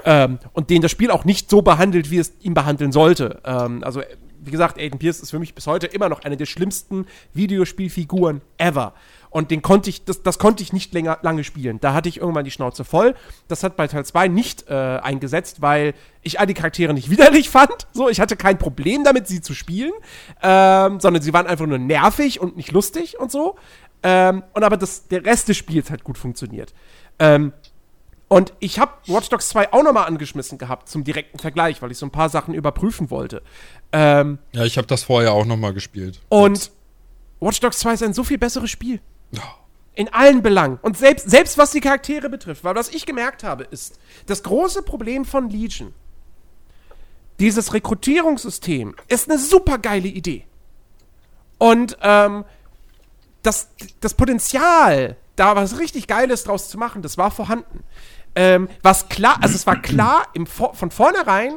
Ähm, und den das Spiel auch nicht so behandelt, wie es ihn behandeln sollte. Ähm, also, wie gesagt, Aiden Pierce ist für mich bis heute immer noch eine der schlimmsten Videospielfiguren ever. Und den konnte ich, das, das konnte ich nicht länger, lange spielen. Da hatte ich irgendwann die Schnauze voll. Das hat bei Teil zwei nicht äh, eingesetzt, weil ich all die Charaktere nicht widerlich fand. So, ich hatte kein Problem damit, sie zu spielen. Ähm, sondern sie waren einfach nur nervig und nicht lustig und so. Ähm, und aber das, der Rest des Spiels hat gut funktioniert. Ähm, Und ich habe Watch Dogs zwei auch nochmal angeschmissen gehabt zum direkten Vergleich, weil ich so ein paar Sachen überprüfen wollte. Ähm, ja, ich habe das vorher auch nochmal gespielt. Und Watch Dogs zwei ist ein so viel besseres Spiel. In allen Belangen. Und selbst, selbst was die Charaktere betrifft. Weil was ich gemerkt habe, ist, das große Problem von Legion, dieses Rekrutierungssystem, ist eine super geile Idee. Und ähm, das, das Potenzial, da was richtig Geiles draus zu machen, das war vorhanden. Ähm, was klar, also es war klar im, von vornherein,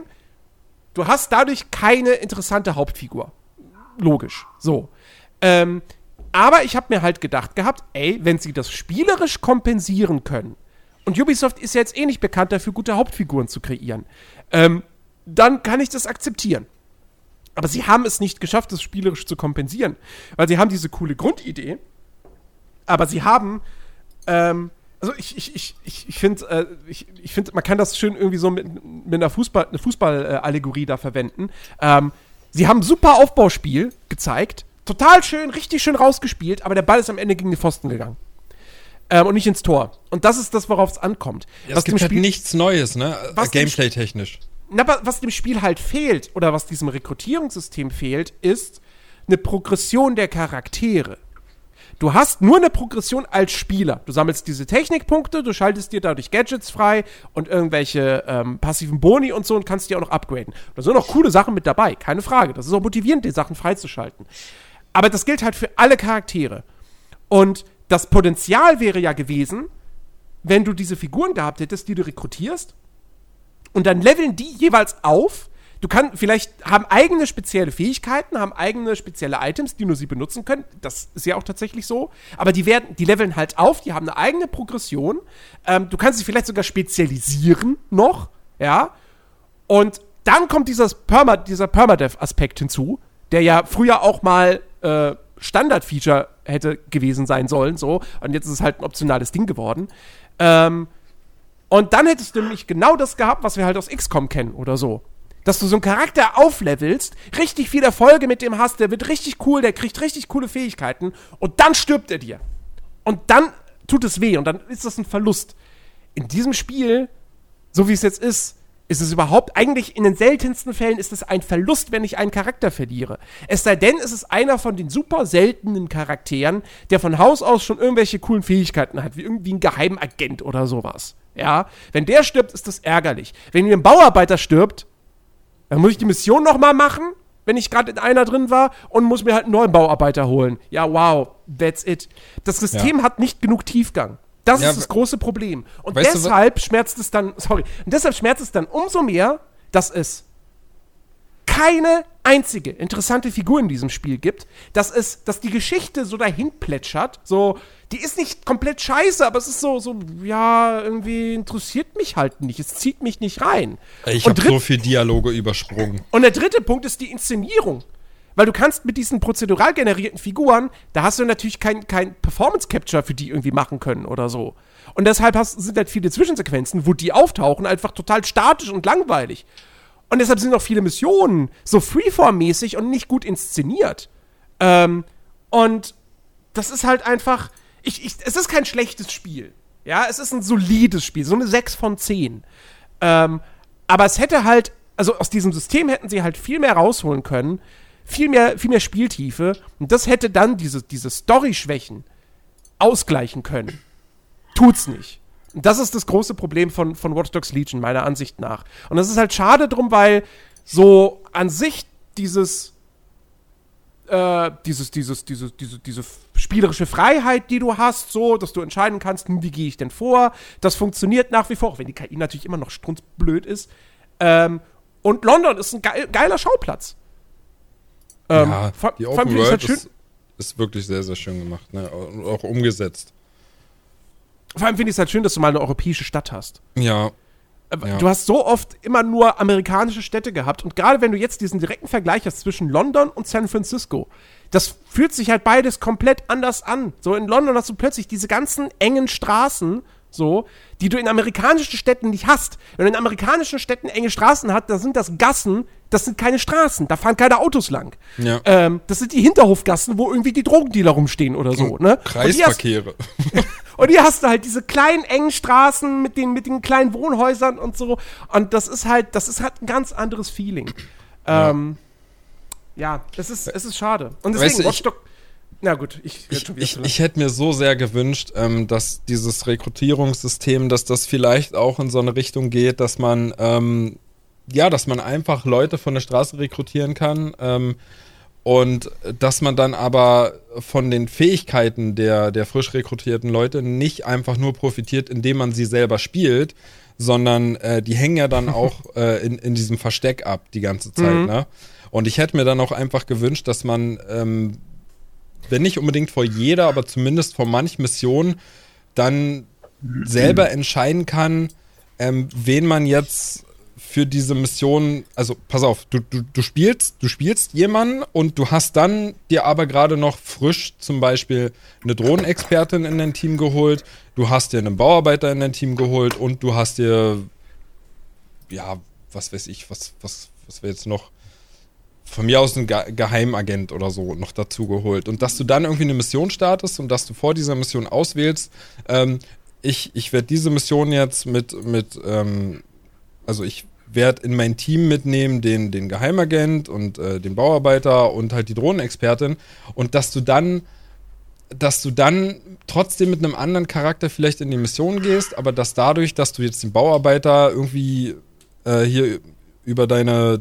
du hast dadurch keine interessante Hauptfigur. Logisch. So. Ähm, aber ich habe mir halt gedacht gehabt, ey, wenn sie das spielerisch kompensieren können, und Ubisoft ist ja jetzt eh nicht bekannt dafür, gute Hauptfiguren zu kreieren, ähm, dann kann ich das akzeptieren. Aber sie haben es nicht geschafft, das spielerisch zu kompensieren. Weil sie haben diese coole Grundidee, aber sie haben, ähm, also ich, ich, ich, ich, ich finde, äh, ich, ich find, man kann das schön irgendwie so mit, mit einer Fußball, eine Fußball-Allegorie da verwenden. Ähm, sie haben ein super Aufbauspiel gezeigt, total schön, richtig schön rausgespielt, aber der Ball ist am Ende gegen den Pfosten gegangen. Ähm, und nicht ins Tor. Und das ist das, worauf es ankommt. Ja, was es gibt dem Spiel, halt nichts Neues, ne? Gameplay-technisch. Na, aber was dem Spiel halt fehlt, oder was diesem Rekrutierungssystem fehlt, ist eine Progression der Charaktere. Du hast nur eine Progression als Spieler. Du sammelst diese Technikpunkte, du schaltest dir dadurch Gadgets frei und irgendwelche ähm, passiven Boni und so und kannst die auch noch upgraden. Da sind noch coole Sachen mit dabei, keine Frage. Das ist auch motivierend, die Sachen freizuschalten. Aber das gilt halt für alle Charaktere. Und das Potenzial wäre ja gewesen, wenn du diese Figuren gehabt hättest, die du rekrutierst, und dann leveln die jeweils auf. Du kannst, vielleicht haben eigene spezielle Fähigkeiten, haben eigene spezielle Items, die nur sie benutzen können. Das ist ja auch tatsächlich so. Aber die werden, die leveln halt auf, die haben eine eigene Progression. Ähm, du kannst sie vielleicht sogar spezialisieren noch, ja. Und dann kommt dieses Perma, dieser Permadeath-Aspekt hinzu, der ja früher auch mal äh, Standard-Feature hätte gewesen sein sollen, so. Und jetzt ist es halt ein optionales Ding geworden. Ähm, und dann hättest du nämlich genau das gehabt, was wir halt aus X COM kennen oder so. Dass du so einen Charakter auflevelst, richtig viel Erfolge mit dem hast, der wird richtig cool, der kriegt richtig coole Fähigkeiten und dann stirbt er dir. Und dann tut es weh und dann ist das ein Verlust. In diesem Spiel, so wie es jetzt ist, ist es überhaupt, eigentlich in den seltensten Fällen ist es ein Verlust, wenn ich einen Charakter verliere. Es sei denn, es ist einer von den super seltenen Charakteren, der von Haus aus schon irgendwelche coolen Fähigkeiten hat, wie irgendwie ein Geheimagent oder sowas. Ja, wenn der stirbt, ist das ärgerlich. Wenn mir ein Bauarbeiter stirbt, dann muss ich die Mission nochmal machen, wenn ich gerade in einer drin war, und muss mir halt einen neuen Bauarbeiter holen. Ja, wow, that's it. Das System ja. hat nicht genug Tiefgang. Das ja, ist das große Problem. Und deshalb schmerzt es dann, sorry, und deshalb schmerzt es dann umso mehr, dass es keine einzige interessante Figur in diesem Spiel gibt, dass es, dass die Geschichte so dahin plätschert, so, die ist nicht komplett scheiße, aber es ist so, so, ja, irgendwie interessiert mich halt nicht, es zieht mich nicht rein. Ich habe so viel Dialoge übersprungen. Und der dritte Punkt ist die Inszenierung. Weil du kannst mit diesen prozedural generierten Figuren, da hast du natürlich kein, kein Performance-Capture für die irgendwie machen können oder so. Und deshalb hast, sind halt viele Zwischensequenzen, wo die auftauchen, einfach total statisch und langweilig. Und deshalb sind auch viele Missionen so Freeform-mäßig und nicht gut inszeniert. Ähm, und das ist halt einfach, ich, ich, es ist kein schlechtes Spiel. Ja, es ist ein solides Spiel, so eine sechs von zehn. Ähm, aber es hätte halt, also aus diesem System hätten sie halt viel mehr rausholen können, viel mehr, viel mehr Spieltiefe, und das hätte dann diese, diese Story-Schwächen ausgleichen können. Tut's nicht. Und das ist das große Problem von, von Watch Dogs Legion, meiner Ansicht nach. Und das ist halt schade drum, weil so an sich dieses, äh, dieses, dieses, dieses, diese, diese spielerische Freiheit, die du hast, so, dass du entscheiden kannst, wie gehe ich denn vor, das funktioniert nach wie vor, auch wenn die K I natürlich immer noch strunzblöd ist. Ähm, und London ist ein geil, geiler Schauplatz. Ähm, ja, die Open World halt ist, ist wirklich sehr, sehr schön gemacht, ne? Und auch umgesetzt. Vor allem finde ich es halt schön, dass du mal eine europäische Stadt hast. Ja. Ja. Du hast so oft immer nur amerikanische Städte gehabt. Und gerade wenn du jetzt diesen direkten Vergleich hast zwischen London und San Francisco, das fühlt sich halt beides komplett anders an. So in London hast du plötzlich diese ganzen engen Straßen, so, die du in amerikanischen Städten nicht hast. Wenn du in amerikanischen Städten enge Straßen hast, dann sind das Gassen, das sind keine Straßen, da fahren keine Autos lang. Ja. Ähm, das sind die Hinterhofgassen, wo irgendwie die Drogendealer rumstehen oder so. Ne? Kreisverkehre. Und hier hast du halt diese kleinen, engen Straßen mit den, mit den kleinen Wohnhäusern und so. Und das ist halt, das ist halt ein ganz anderes Feeling. Ja, ähm, ja es, ist, es ist schade. Und deswegen, weißt du, Watch Dogs. Na gut, ich Ich, ich, ich hätte mir so sehr gewünscht, ähm, dass dieses Rekrutierungssystem, dass das vielleicht auch in so eine Richtung geht, dass man, ähm, ja, dass man einfach Leute von der Straße rekrutieren kann, ähm, und dass man dann aber von den Fähigkeiten der, der frisch rekrutierten Leute nicht einfach nur profitiert, indem man sie selber spielt, sondern äh, die hängen ja dann auch äh, in, in diesem Versteck ab die ganze Zeit, Mhm. ne? Und ich hätte mir dann auch einfach gewünscht, dass man, ähm, wenn nicht unbedingt vor jeder, aber zumindest vor manchen Missionen dann selber entscheiden kann, ähm, wen man jetzt für diese Mission, also pass auf, du, du, du spielst, du spielst jemanden und du hast dann dir aber gerade noch frisch zum Beispiel eine Drohnenexpertin in dein Team geholt, du hast dir einen Bauarbeiter in dein Team geholt und du hast dir, ja, was weiß ich, was, was, was wäre jetzt noch, von mir aus ein Ge- Geheimagent oder so noch dazu geholt. Und dass du dann irgendwie eine Mission startest und dass du vor dieser Mission auswählst, ähm, ich, ich werde diese Mission jetzt mit, mit ähm, also ich werde in mein Team mitnehmen den, den Geheimagent und äh, den Bauarbeiter und halt die Drohnenexpertin und dass du dann dass du dann trotzdem mit einem anderen Charakter vielleicht in die Mission gehst, aber dass dadurch, dass du jetzt den Bauarbeiter irgendwie äh, hier über deine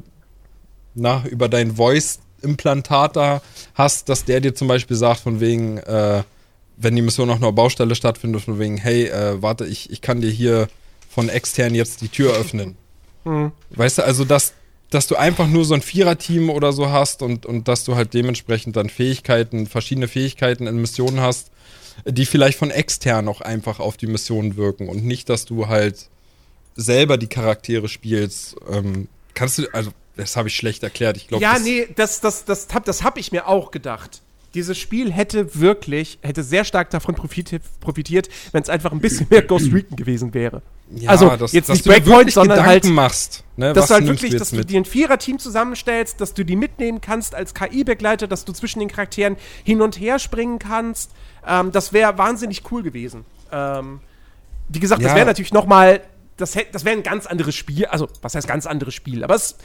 na, über dein Voice-Implantat da hast, dass der dir zum Beispiel sagt, von wegen, äh, wenn die Mission auf einer Baustelle stattfindet, von wegen, hey, äh, warte, ich, ich kann dir hier von extern jetzt die Tür öffnen. Mhm. Weißt du, also, dass, dass du einfach nur so ein Vierer-Team oder so hast und, und dass du halt dementsprechend dann Fähigkeiten, verschiedene Fähigkeiten in Missionen hast, die vielleicht von extern auch einfach auf die Mission wirken und nicht, dass du halt selber die Charaktere spielst. Ähm, kannst du, also, das habe ich schlecht erklärt. Ich glaube, ja, das nee, das, das, das, hab, das hab ich mir auch gedacht. Dieses Spiel hätte wirklich, hätte sehr stark davon profitiert, profitiert wenn es einfach ein bisschen mehr Ghost Recon gewesen wäre. ja, also, dass, jetzt dass nicht du dir Breakpoint, wirklich sondern Gedanken halt, machst. Ne, dass was du halt nimmst wirklich, du dass jetzt du mit? dir ein Vierer-Team zusammenstellst, dass du die mitnehmen kannst als K I-Begleiter, dass du zwischen den Charakteren hin und her springen kannst. Ähm, das wäre wahnsinnig cool gewesen. Ähm, wie gesagt, das Ja. wäre natürlich noch mal, das, hätt- das wäre ein ganz anderes Spiel. Also, was heißt ganz anderes Spiel? Aber es,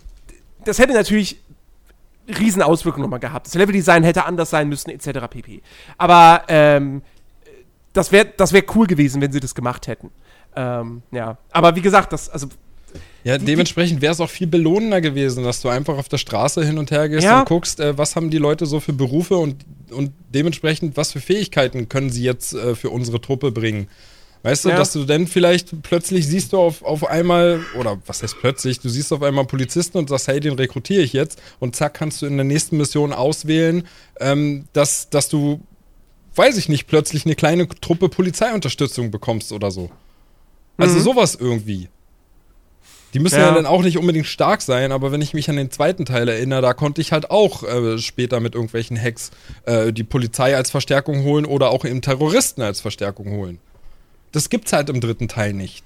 das hätte natürlich riesen Auswirkungen nochmal gehabt. Das Leveldesign hätte anders sein müssen, et cetera pp. Aber ähm, das wäre das wär cool gewesen, wenn sie das gemacht hätten. Ähm, ja, aber wie gesagt, das, also Ja, dementsprechend wäre es auch viel belohnender gewesen, dass du einfach auf der Straße hin und her gehst Ja. und guckst, äh, was haben die Leute so für Berufe und, und dementsprechend, was für Fähigkeiten können sie jetzt äh, für unsere Truppe bringen. Weißt du, Ja. dass du dann vielleicht plötzlich siehst du auf, auf einmal, oder was heißt plötzlich, du siehst auf einmal Polizisten und sagst, hey, den rekrutiere ich jetzt und zack, kannst du in der nächsten Mission auswählen, ähm, dass, dass du, weiß ich nicht, plötzlich eine kleine Truppe Polizeiunterstützung bekommst oder so. Also Mhm. sowas irgendwie. Die müssen ja. Ja. ja dann auch nicht unbedingt stark sein, aber wenn ich mich an den zweiten Teil erinnere, da konnte ich halt auch äh, später mit irgendwelchen Hacks äh, die Polizei als Verstärkung holen oder auch eben Terroristen als Verstärkung holen. Das gibt's halt im dritten Teil nicht.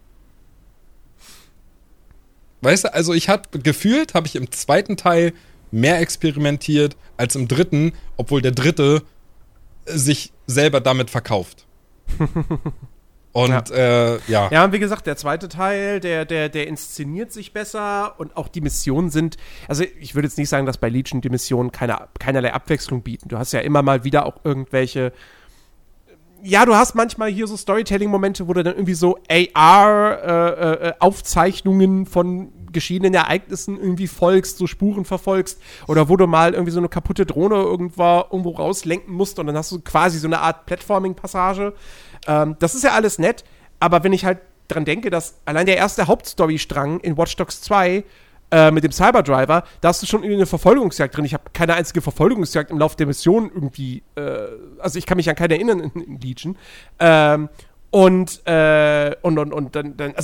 Weißt du, also ich hab gefühlt, habe ich im zweiten Teil mehr experimentiert als im dritten, obwohl der dritte sich selber damit verkauft. Und ja. Äh, ja. Ja, und wie gesagt, der zweite Teil, der, der, der inszeniert sich besser und auch die Missionen sind, also ich würde jetzt nicht sagen, dass bei Legion die Missionen keine, keinerlei Abwechslung bieten. Du hast ja immer mal wieder auch irgendwelche, ja, du hast manchmal hier so Storytelling-Momente, wo du dann irgendwie so A R-Aufzeichnungen äh, äh, von geschiedenen Ereignissen irgendwie folgst, so Spuren verfolgst, oder wo du mal irgendwie so eine kaputte Drohne irgendwo, irgendwo rauslenken musst und dann hast du quasi so eine Art Platforming-Passage. Ähm, das ist ja alles nett, aber wenn ich halt dran denke, dass allein der erste Hauptstory-Strang in Watch Dogs zwei äh, mit dem Cyberdriver, da hast du schon irgendwie eine Verfolgungsjagd drin. Ich habe keine einzige Verfolgungsjagd im Laufe der Mission irgendwie, äh, also ich kann mich an keine erinnern in, in Legion. Ähm, und, äh, und, und, und dann, dann, also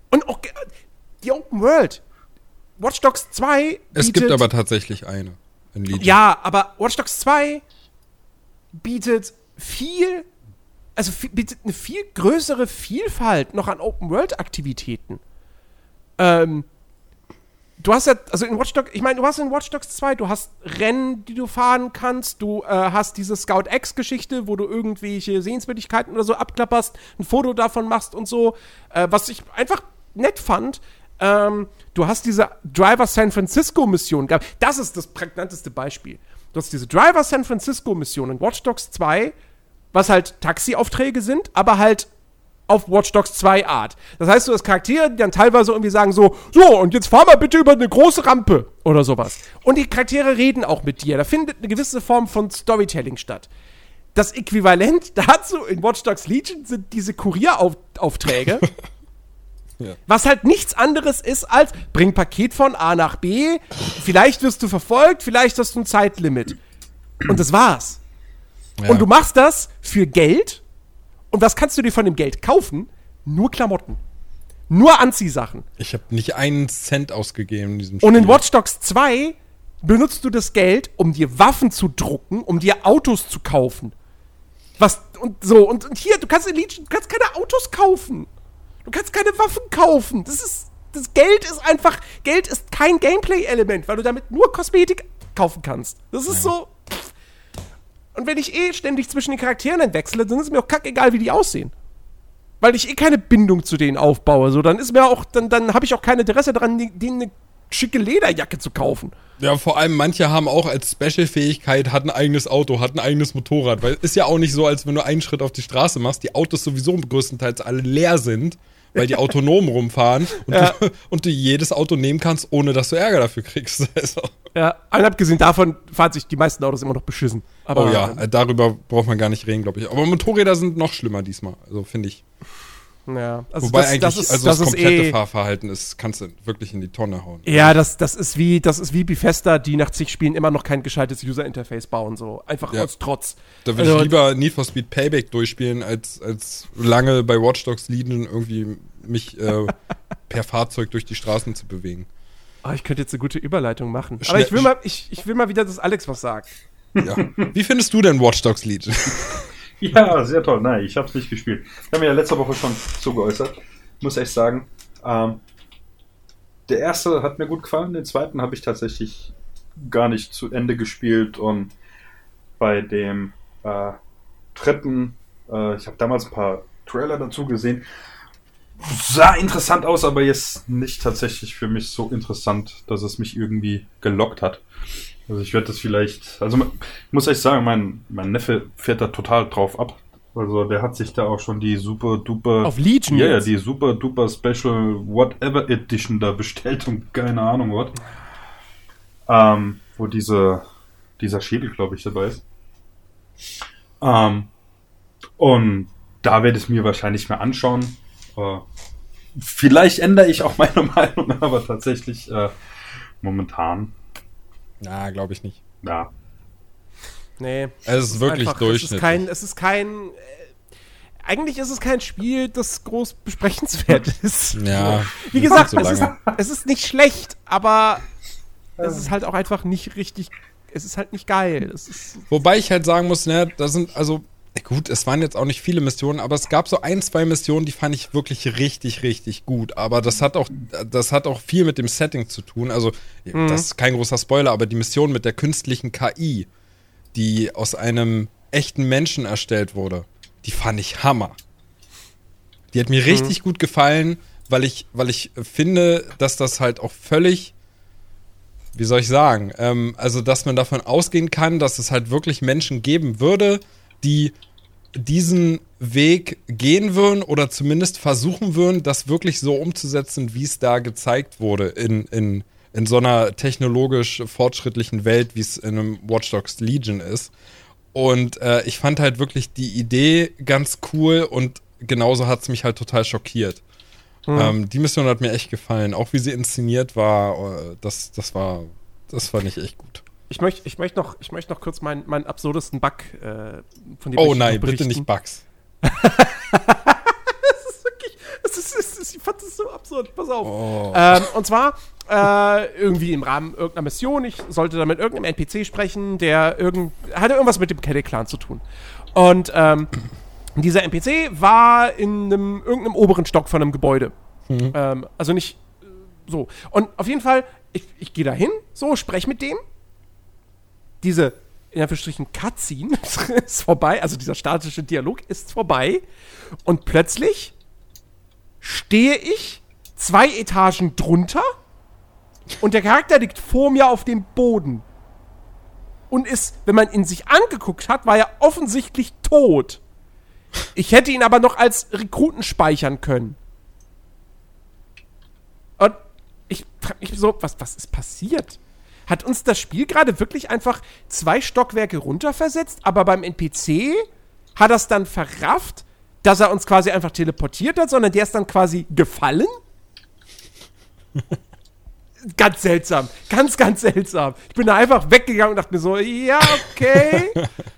Und auch ge- die Open World. Watch Dogs zwei Es bietet, gibt aber tatsächlich eine in Legion. ja, aber Watch Dogs zwei bietet viel, also viel, bietet eine viel größere Vielfalt noch an Open-World-Aktivitäten. Ähm, du hast ja, also in Watch Dogs, ich meine, du hast in Watch Dogs zwei, du hast Rennen, die du fahren kannst, du äh, hast diese Scout-X-Geschichte, wo du irgendwelche Sehenswürdigkeiten oder so abklapperst, ein Foto davon machst und so, äh, was ich einfach nett fand. Ähm, du hast diese Driver San Francisco-Mission gehabt. Das ist das prägnanteste Beispiel. Du hast diese Driver San Francisco-Mission in Watch Dogs zwei, was halt Taxi-Aufträge sind, aber halt auf Watch Dogs zwei Art. Das heißt, du hast Charaktere, die dann teilweise irgendwie sagen so, so, und jetzt fahr mal bitte über eine große Rampe oder sowas. Und die Charaktere reden auch mit dir. Da findet eine gewisse Form von Storytelling statt. Das Äquivalent dazu in Watch Dogs Legion sind diese Kurieraufträge, ja. Was halt nichts anderes ist als, bring Paket von A nach B, vielleicht wirst du verfolgt, vielleicht hast du ein Zeitlimit. Und das war's. Ja. Und du machst das für Geld. Und was kannst du dir von dem Geld kaufen? Nur Klamotten. Nur Anziehsachen. Ich habe nicht einen Cent ausgegeben in diesem Spiel. Und in Watch Dogs zwei benutzt du das Geld, um dir Waffen zu drucken, um dir Autos zu kaufen. Was, und so, und, und hier, du kannst in Legion, du kannst keine Autos kaufen. Du kannst keine Waffen kaufen. Das ist, das Geld ist einfach, Geld ist kein Gameplay-Element, weil du damit nur Kosmetik kaufen kannst. Das ist ja. so. Und wenn ich eh ständig zwischen den Charakteren entwechsle, dann ist es mir auch kackegal, wie die aussehen. Weil ich eh keine Bindung zu denen aufbaue. So, dann ist mir auch, dann, dann habe ich auch kein Interesse daran, denen eine schicke Lederjacke zu kaufen. Ja, vor allem manche haben auch als Special-Fähigkeit, hat ein eigenes Auto, hat ein eigenes Motorrad. Weil ist ja auch nicht so, als wenn du einen Schritt auf die Straße machst, die Autos sowieso größtenteils alle leer sind, weil die autonom rumfahren und, ja. du, und du jedes Auto nehmen kannst, ohne dass du Ärger dafür kriegst. Also. Ja, und abgesehen davon fahren sich die meisten Autos immer noch beschissen. Aber, oh ja, darüber braucht man gar nicht reden, glaube ich. Aber Motorräder sind noch schlimmer diesmal, also finde ich. Ja, also Wobei das, eigentlich, das ist, also das das ist komplette eh, Fahrverhalten ist, kannst du wirklich in die Tonne hauen. Ja, das, das ist wie, das ist wie Bethesda, die nach zig Spielen immer noch kein gescheites User-Interface bauen, so. Einfach ja. aus Trotz. Da würde also, ich lieber Need for Speed Payback durchspielen, als, als lange bei Watch Dogs Legion irgendwie mich äh, per Fahrzeug durch die Straßen zu bewegen. Oh, ich könnte jetzt eine gute Überleitung machen. Schnell, Aber ich will mal, ich, ich will mal wieder, dass Alex was sagt. Ja. Wie findest du denn Watch Dogs Legion? Ja, sehr toll. Nein, ich habe es nicht gespielt. Ich habe mir ja letzte Woche schon zugeäußert. Muss echt sagen, ähm, der erste hat mir gut gefallen, den zweiten habe ich tatsächlich gar nicht zu Ende gespielt und bei dem äh, dritten, äh, ich habe damals ein paar Trailer dazu gesehen, sah interessant aus, aber jetzt nicht tatsächlich für mich so interessant, dass es mich irgendwie gelockt hat. Also ich werde das vielleicht, also ich muss echt sagen, mein, mein Neffe fährt da total drauf ab. Also der hat sich da auch schon die super duper auf Legion ja, jetzt? ja, die super duper Special Whatever Edition da bestellt und keine Ahnung was. Ähm, wo diese dieser Schädel, glaube ich, dabei ist. Ähm, und da werde ich es mir wahrscheinlich mehr anschauen. Äh, vielleicht ändere ich auch meine Meinung, aber tatsächlich äh, momentan. Na, glaube ich nicht. Ja. Nee. Es ist wirklich einfach, durchschnittlich. Es ist kein, es ist kein äh, eigentlich ist es kein Spiel, das groß besprechenswert ist. Ja. Wie gesagt, so es, ist, es ist nicht schlecht, aber es ist halt auch einfach nicht richtig, es ist halt nicht geil. Es ist, Wobei ich halt sagen muss, ne, da sind, also, gut, es waren jetzt auch nicht viele Missionen, aber es gab so ein, zwei Missionen, die fand ich wirklich richtig, richtig gut. Aber das hat auch, das hat auch viel mit dem Setting zu tun. Also, mhm. das ist kein großer Spoiler, aber die Mission mit der künstlichen K I, die aus einem echten Menschen erstellt wurde, die fand ich Hammer. Die hat mir mhm. richtig gut gefallen, weil ich, weil ich finde, dass das halt auch völlig, wie soll ich sagen, ähm, also dass man davon ausgehen kann, dass es halt wirklich Menschen geben würde, die diesen Weg gehen würden oder zumindest versuchen würden, das wirklich so umzusetzen, wie es da gezeigt wurde in, in, in so einer technologisch fortschrittlichen Welt, wie es in einem Watch Dogs Legion ist. Und äh, ich fand halt wirklich die Idee ganz cool und genauso hat es mich halt total schockiert. Mhm. Ähm, die Mission hat mir echt gefallen. Auch wie sie inszeniert war, das, das war, das fand ich echt gut. Ich möchte ich möcht noch, ich möcht noch kurz meinen mein absurdesten Bug äh, von dem Oh nein, bitte nicht Bugs. Es ist wirklich, es ist, es das, ich fand das so absurd. Pass auf. Oh. Ähm, und zwar äh, irgendwie im Rahmen irgendeiner Mission. Ich sollte da mit irgendeinem N P C sprechen, der irgend, hatte irgendwas mit dem Kelly-Clan zu tun. Und ähm, dieser N P C war in einem, irgendeinem oberen Stock von einem Gebäude. Mhm. Ähm, also nicht äh, so. Und auf jeden Fall, ich, ich gehe da hin, so, spreche mit dem. Diese, in Anführungsstrichen, Cutscene ist vorbei, also dieser statische Dialog ist vorbei. Und plötzlich stehe ich zwei Etagen drunter und der Charakter liegt vor mir auf dem Boden. Und ist, wenn man ihn sich angeguckt hat, war er offensichtlich tot. Ich hätte ihn aber noch als Rekruten speichern können. Und ich frage mich so, was, was ist passiert? Hat uns das Spiel gerade wirklich einfach zwei Stockwerke runterversetzt, aber beim N P C hat er es dann verrafft, dass er uns quasi einfach teleportiert hat, sondern der ist dann quasi gefallen? Ganz seltsam. Ganz, ganz seltsam. Ich bin da einfach weggegangen und dachte mir so, ja, okay.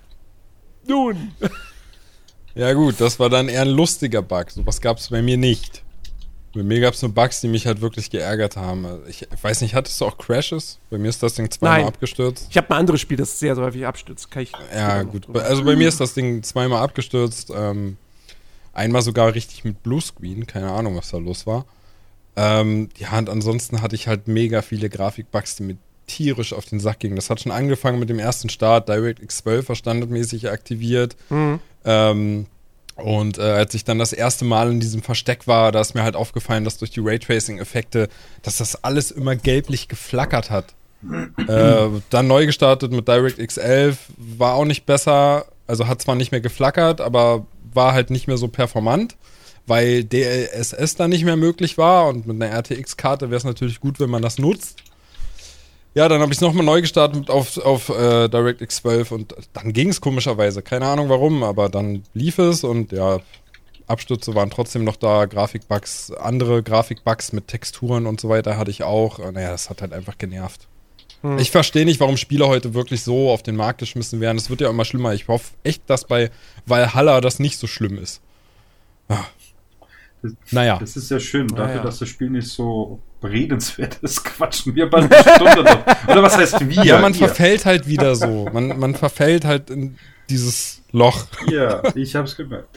Nun. Ja gut, das war dann eher ein lustiger Bug. Sowas gab es bei mir nicht. Bei mir gab es nur Bugs, die mich halt wirklich geärgert haben. Ich weiß nicht, hattest du auch Crashes? Bei mir ist das Ding zweimal Nein. abgestürzt. Ich habe ein anderes Spiel, das sehr, sehr häufig abstürzt. Kann ich ja gut, also bei mir ist das Ding zweimal abgestürzt. Ähm, einmal sogar richtig mit Bluescreen. Keine Ahnung, was da los war. Ähm, ja, und ansonsten hatte ich halt mega viele Grafikbugs, die mir tierisch auf den Sack gingen. Das hat schon angefangen mit dem ersten Start. DirectX zwölf war standardmäßig aktiviert. Mhm. Ähm, und äh, als ich dann das erste Mal in diesem Versteck war, da ist mir halt aufgefallen, dass durch die Raytracing-Effekte, dass das alles immer gelblich geflackert hat. äh, dann neu gestartet mit DirectX elf, war auch nicht besser. Also hat zwar nicht mehr geflackert, aber war halt nicht mehr so performant, weil D L S S dann nicht mehr möglich war und mit einer R T X-Karte wäre es natürlich gut, wenn man das nutzt. Ja, dann habe ich es nochmal neu gestartet auf, auf äh, DirectX zwölf und dann ging es komischerweise. Keine Ahnung warum, aber dann lief es und ja, Abstürze waren trotzdem noch da, Grafikbugs, andere Grafikbugs mit Texturen und so weiter hatte ich auch. Naja, das hat halt einfach genervt. Hm. Ich verstehe nicht, warum Spiele heute wirklich so auf den Markt geschmissen werden. Es wird ja immer schlimmer. Ich hoffe echt, dass bei Valhalla das nicht so schlimm ist. Ah. Das, naja. Das ist ja schön. Dafür, naja. dass das Spiel nicht so redenswert ist, quatschen wir bald eine Stunde noch. Oder was heißt wir? Ja, man Ihr. verfällt halt wieder so. Man, man verfällt halt in dieses Loch. Ja, ich hab's gemerkt.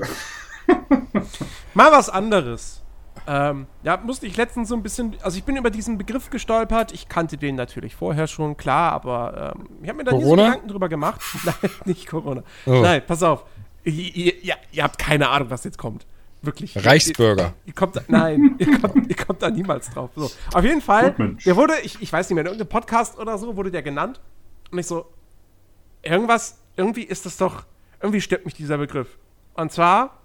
Mal was anderes. Ähm, ja, musste ich letztens so ein bisschen, also ich bin über diesen Begriff gestolpert. Ich kannte den natürlich vorher schon, klar, aber ähm, ich habe mir da nie so Corona? Gedanken drüber gemacht. Nein, nicht Corona. Oh. Nein, pass auf. Ihr, ihr, ihr, ihr habt keine Ahnung, was jetzt kommt. Wirklich. Reichsbürger. Ihr, ihr kommt da, nein, ihr kommt, ihr kommt da niemals drauf. So. Auf jeden Fall, Gut, der wurde, ich, ich weiß nicht mehr, in irgendeinem Podcast oder so wurde der genannt. Und ich so, irgendwas, irgendwie ist das doch, irgendwie stört mich dieser Begriff. Und zwar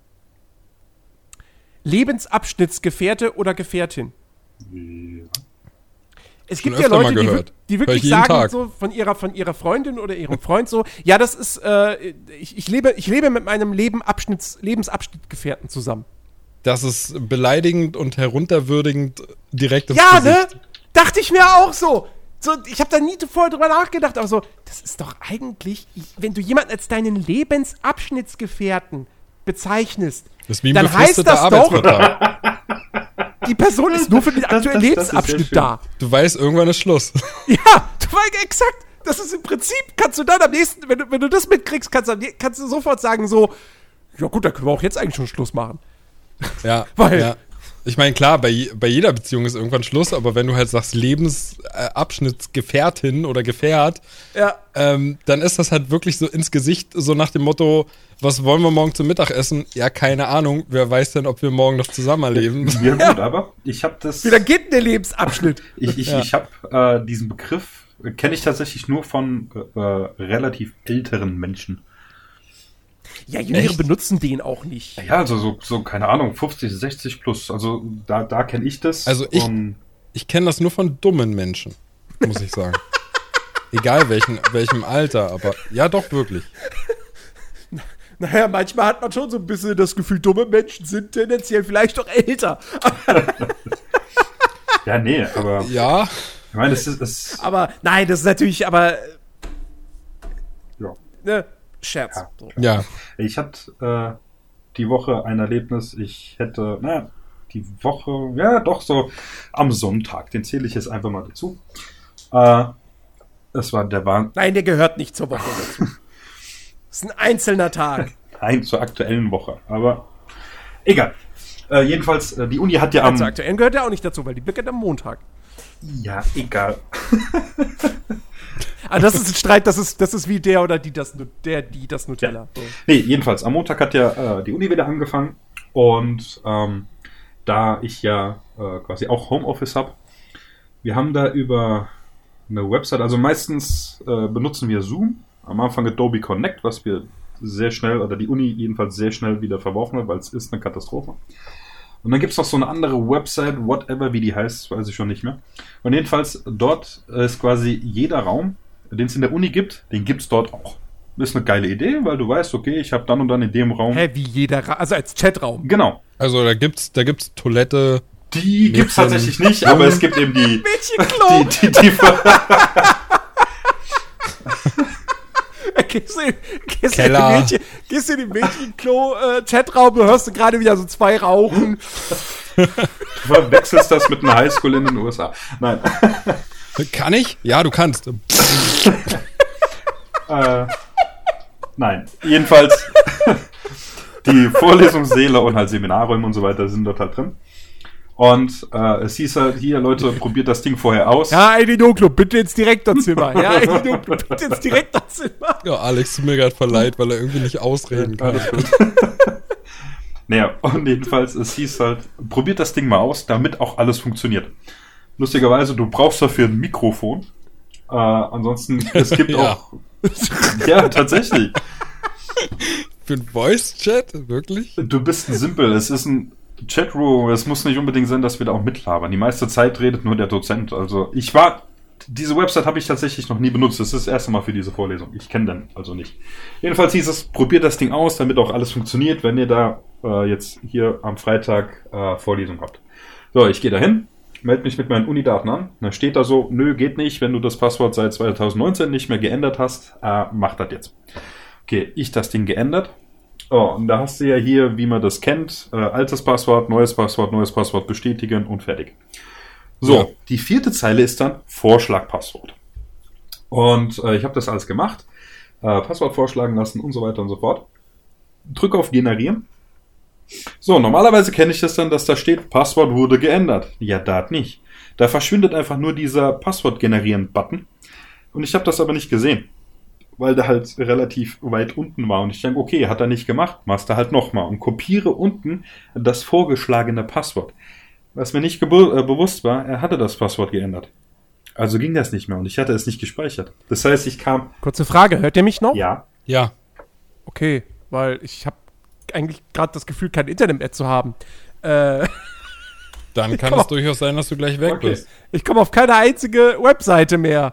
Lebensabschnittsgefährte oder Gefährtin. Ja. Es Schon gibt ja öfter Leute, mal die, gehört. wir- die Hör ich wirklich jeden sagen Tag. so von ihrer, von ihrer Freundin oder ihrem Freund so, ja, das ist, äh, ich, ich, lebe, ich lebe mit meinem Leben Abschnitts, Lebensabschnittgefährten zusammen. Das ist beleidigend und herunterwürdigend direkt ins Ja, Gesicht. ne? Dachte ich mir auch so. So, ich habe da nie vorher drüber nachgedacht, aber so, das ist doch eigentlich, wenn du jemanden als deinen Lebensabschnittsgefährten bezeichnest, Das ist wie ein dann heißt befristeter das doch, Arbeitsvertrag. die Person ist nur für den Das- aktuellen das- das ist sehr Lebensabschnitt schön. da. Du weißt, irgendwann ist Schluss. Ja, du weißt exakt. Das ist im Prinzip, kannst du dann am nächsten, wenn du, wenn du das mitkriegst, kannst du, am nä- kannst du sofort sagen so, ja gut, dann können wir auch jetzt eigentlich schon Schluss machen. Ja, Weil- ja. Ich meine, klar, bei, je- bei jeder Beziehung ist irgendwann Schluss, aber wenn du halt sagst Lebensabschnittsgefährtin oder Gefährt, Ja. ähm, dann ist das halt wirklich so ins Gesicht, so nach dem Motto, was wollen wir morgen zum Mittagessen? Ja, keine Ahnung, wer weiß denn, ob wir morgen noch zusammenleben. Ja gut, aber ich habe das... Wie lange geht denn der Lebensabschnitt? Ich, ich, Ja. ich habe äh, diesen Begriff, äh, kenne ich tatsächlich nur von äh, relativ älteren Menschen. Ja, Jüngere Echt? benutzen den auch nicht. Ja, also so, so keine Ahnung, fünfzig, sechzig plus. Also da, da kenne ich das. Also ich- Und Ich kenne das nur von dummen Menschen, muss ich sagen. Egal welchen, welchem Alter, aber ja doch wirklich. Naja, manchmal hat man schon so ein bisschen das Gefühl, dumme Menschen sind tendenziell vielleicht doch älter. ja, nee, aber Ja, ich meine, es ist, es, Aber nein, das ist natürlich, aber, ja. ne, Scherz. Ja. So. ja. Ich hatte äh, die Woche ein Erlebnis, ich hätte, naja, die Woche, ja doch so am Sonntag, den zähle ich jetzt einfach mal dazu. Äh, das war, der war... Nein, der gehört nicht zur Woche dazu. Das ist ein einzelner Tag. Nein, zur aktuellen Woche, aber egal. Äh, jedenfalls, äh, die Uni hat ja am... Zur aktuellen gehört der auch nicht dazu, weil die beginnt am Montag. Ja, egal. Ah, das ist ein Streit, das ist, das ist wie der oder die das, der, die das Nutella. Ja. So. Nee, jedenfalls, am Montag hat ja äh, die Uni wieder angefangen und ähm, da ich ja äh, quasi auch Homeoffice habe, wir haben da über eine Website, also meistens äh, benutzen wir Zoom, am Anfang Adobe Connect, was wir sehr schnell, oder die Uni jedenfalls sehr schnell wieder verworfen hat, weil es ist eine Katastrophe. Und dann gibt es noch so eine andere Website, whatever, wie die heißt, weiß ich schon nicht mehr. Und jedenfalls, dort ist quasi jeder Raum, den es in der Uni gibt, den gibt es dort auch. Das ist eine geile Idee, weil du weißt, okay, ich habe dann und dann in dem Raum... Hä, wie jeder Ra- also als Chatraum. Genau. Also da gibt's, da gibt's Toilette. Die gibt es tatsächlich nicht, aber es gibt eben die... Mädchenklo! die, die, die Gehst du, gehst du Keller. in die Mädchen, gehst du in den Mädchenklo-Chatraum, du hörst gerade wieder so zwei rauchen. Du verwechselst das mit einer Highschool in den U S A. Nein. Kann ich? Ja, du kannst. äh, nein. Jedenfalls, die Vorlesungssäle und halt Seminarräume und so weiter sind dort halt drin. Und äh, es hieß halt, hier, Leute, probiert das Ding vorher aus. Ja, Eidino-Club, bitte ins Direktorzimmer. Ja, Eidino-Club, bitte ins Direktorzimmer. Ja, Alex tut mir gerade voll leid, weil er irgendwie nicht ausreden kann. Alles gut. Naja, und jedenfalls, es hieß halt, probiert das Ding mal aus, damit auch alles funktioniert. Lustigerweise, du brauchst dafür ein Mikrofon. Äh, ansonsten, es gibt Ja. auch... Ja, tatsächlich. Für ein Voice-Chat? Wirklich? Du bist ein Simpel. Es ist ein Chatroom. Es muss nicht unbedingt sein, dass wir da auch mitlabern. Die meiste Zeit redet nur der Dozent. Also ich war... Diese Website habe ich tatsächlich noch nie benutzt. Das ist das erste Mal für diese Vorlesung. Ich kenne den also nicht. Jedenfalls hieß es, probiert das Ding aus, damit auch alles funktioniert, wenn ihr da äh, jetzt hier am Freitag äh, Vorlesung habt. So, ich gehe da hin, melde mich mit meinen Unidaten an. Dann steht da so, nö, geht nicht, wenn du das Passwort seit zwanzig neunzehn nicht mehr geändert hast, äh, mach das jetzt. Okay, ich das Ding geändert. Oh, und da hast du ja hier, wie man das kennt, äh, altes Passwort, neues Passwort, neues Passwort bestätigen und fertig. So, Ja. Die vierte Zeile ist dann Vorschlagpasswort. Und äh, ich habe das alles gemacht, äh, Passwort vorschlagen lassen und so weiter und so fort. Drücke auf Generieren. So, normalerweise kenne ich das dann, dass da steht, Passwort wurde geändert. Ja, da nicht. Da verschwindet einfach nur dieser Passwort-Generieren-Button. Und ich habe das aber nicht gesehen, weil der halt relativ weit unten war. Und ich denke, okay, hat er nicht gemacht, machst du halt nochmal und kopiere unten das vorgeschlagene Passwort. Was mir nicht gebu- äh, bewusst war, er hatte das Passwort geändert. Also ging das nicht mehr und ich hatte es nicht gespeichert. Das heißt, ich kam... Kurze Frage, hört ihr mich noch? Ja. Ja. Okay, weil ich habe eigentlich gerade das Gefühl, kein Internet mehr zu haben. Äh, Dann kann Komm. es durchaus sein, dass du gleich weg Okay. bist. ich komme auf keine einzige Webseite mehr.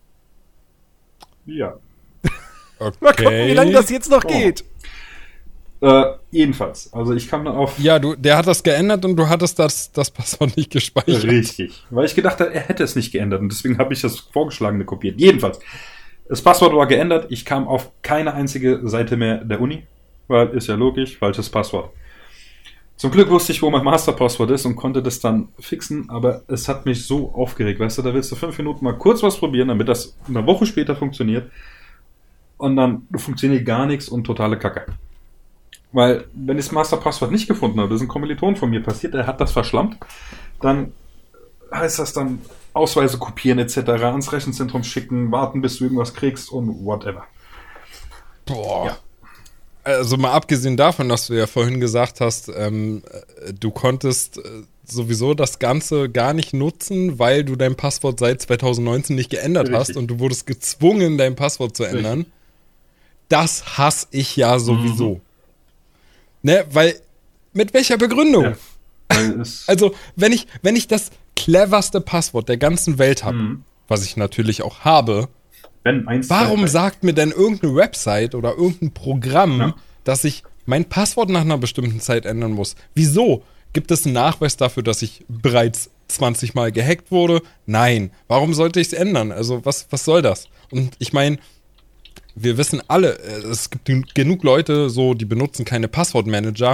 Ja. Okay. Mal gucken, wie lange das jetzt noch Oh. geht. Äh, jedenfalls. Also ich kam dann auf... Ja, du, der hat das geändert und du hattest das, das Passwort nicht gespeichert. Richtig. Weil ich gedacht habe, er hätte es nicht geändert und deswegen habe ich das Vorgeschlagene kopiert. Jedenfalls. Das Passwort war geändert. Ich kam auf keine einzige Seite mehr der Uni. Weil, ist ja logisch, falsches Passwort. Zum Glück wusste ich, wo mein Masterpasswort ist und konnte das dann fixen, aber es hat mich so aufgeregt. Weißt du, da willst du fünf Minuten mal kurz was probieren, damit das eine Woche später funktioniert. Und dann funktioniert gar nichts und totale Kacke. Weil, wenn ich das Masterpasswort nicht gefunden habe, das ist ein Kommiliton von mir passiert, er hat das verschlammt, dann heißt das dann Ausweise kopieren et cetera, ans Rechenzentrum schicken, warten, bis du irgendwas kriegst und whatever. Boah. Ja. Also mal abgesehen davon, dass du ja vorhin gesagt hast, ähm, äh, du konntest äh, sowieso das Ganze gar nicht nutzen, weil du dein Passwort seit zwanzig neunzehn nicht geändert Richtig. hast und du wurdest gezwungen, dein Passwort zu ändern. Das hasse ich ja sowieso. Mhm. Ne, weil, mit welcher Begründung? Ja. Weil es, Also, wenn ich, wenn ich das cleverste Passwort der ganzen Welt habe, Mhm. was ich natürlich auch habe, wenn eins, warum zwei, drei- sagt mir denn irgendeine Website oder irgendein Programm, Ja. dass ich mein Passwort nach einer bestimmten Zeit ändern muss? Wieso? Gibt es einen Nachweis dafür, dass ich bereits zwanzig Mal gehackt wurde? Nein. Warum sollte ich es ändern? Also, was, was soll das? Und ich meine, wir wissen alle, äh, es gibt gen- genug Leute, so, die benutzen keine Passwortmanager.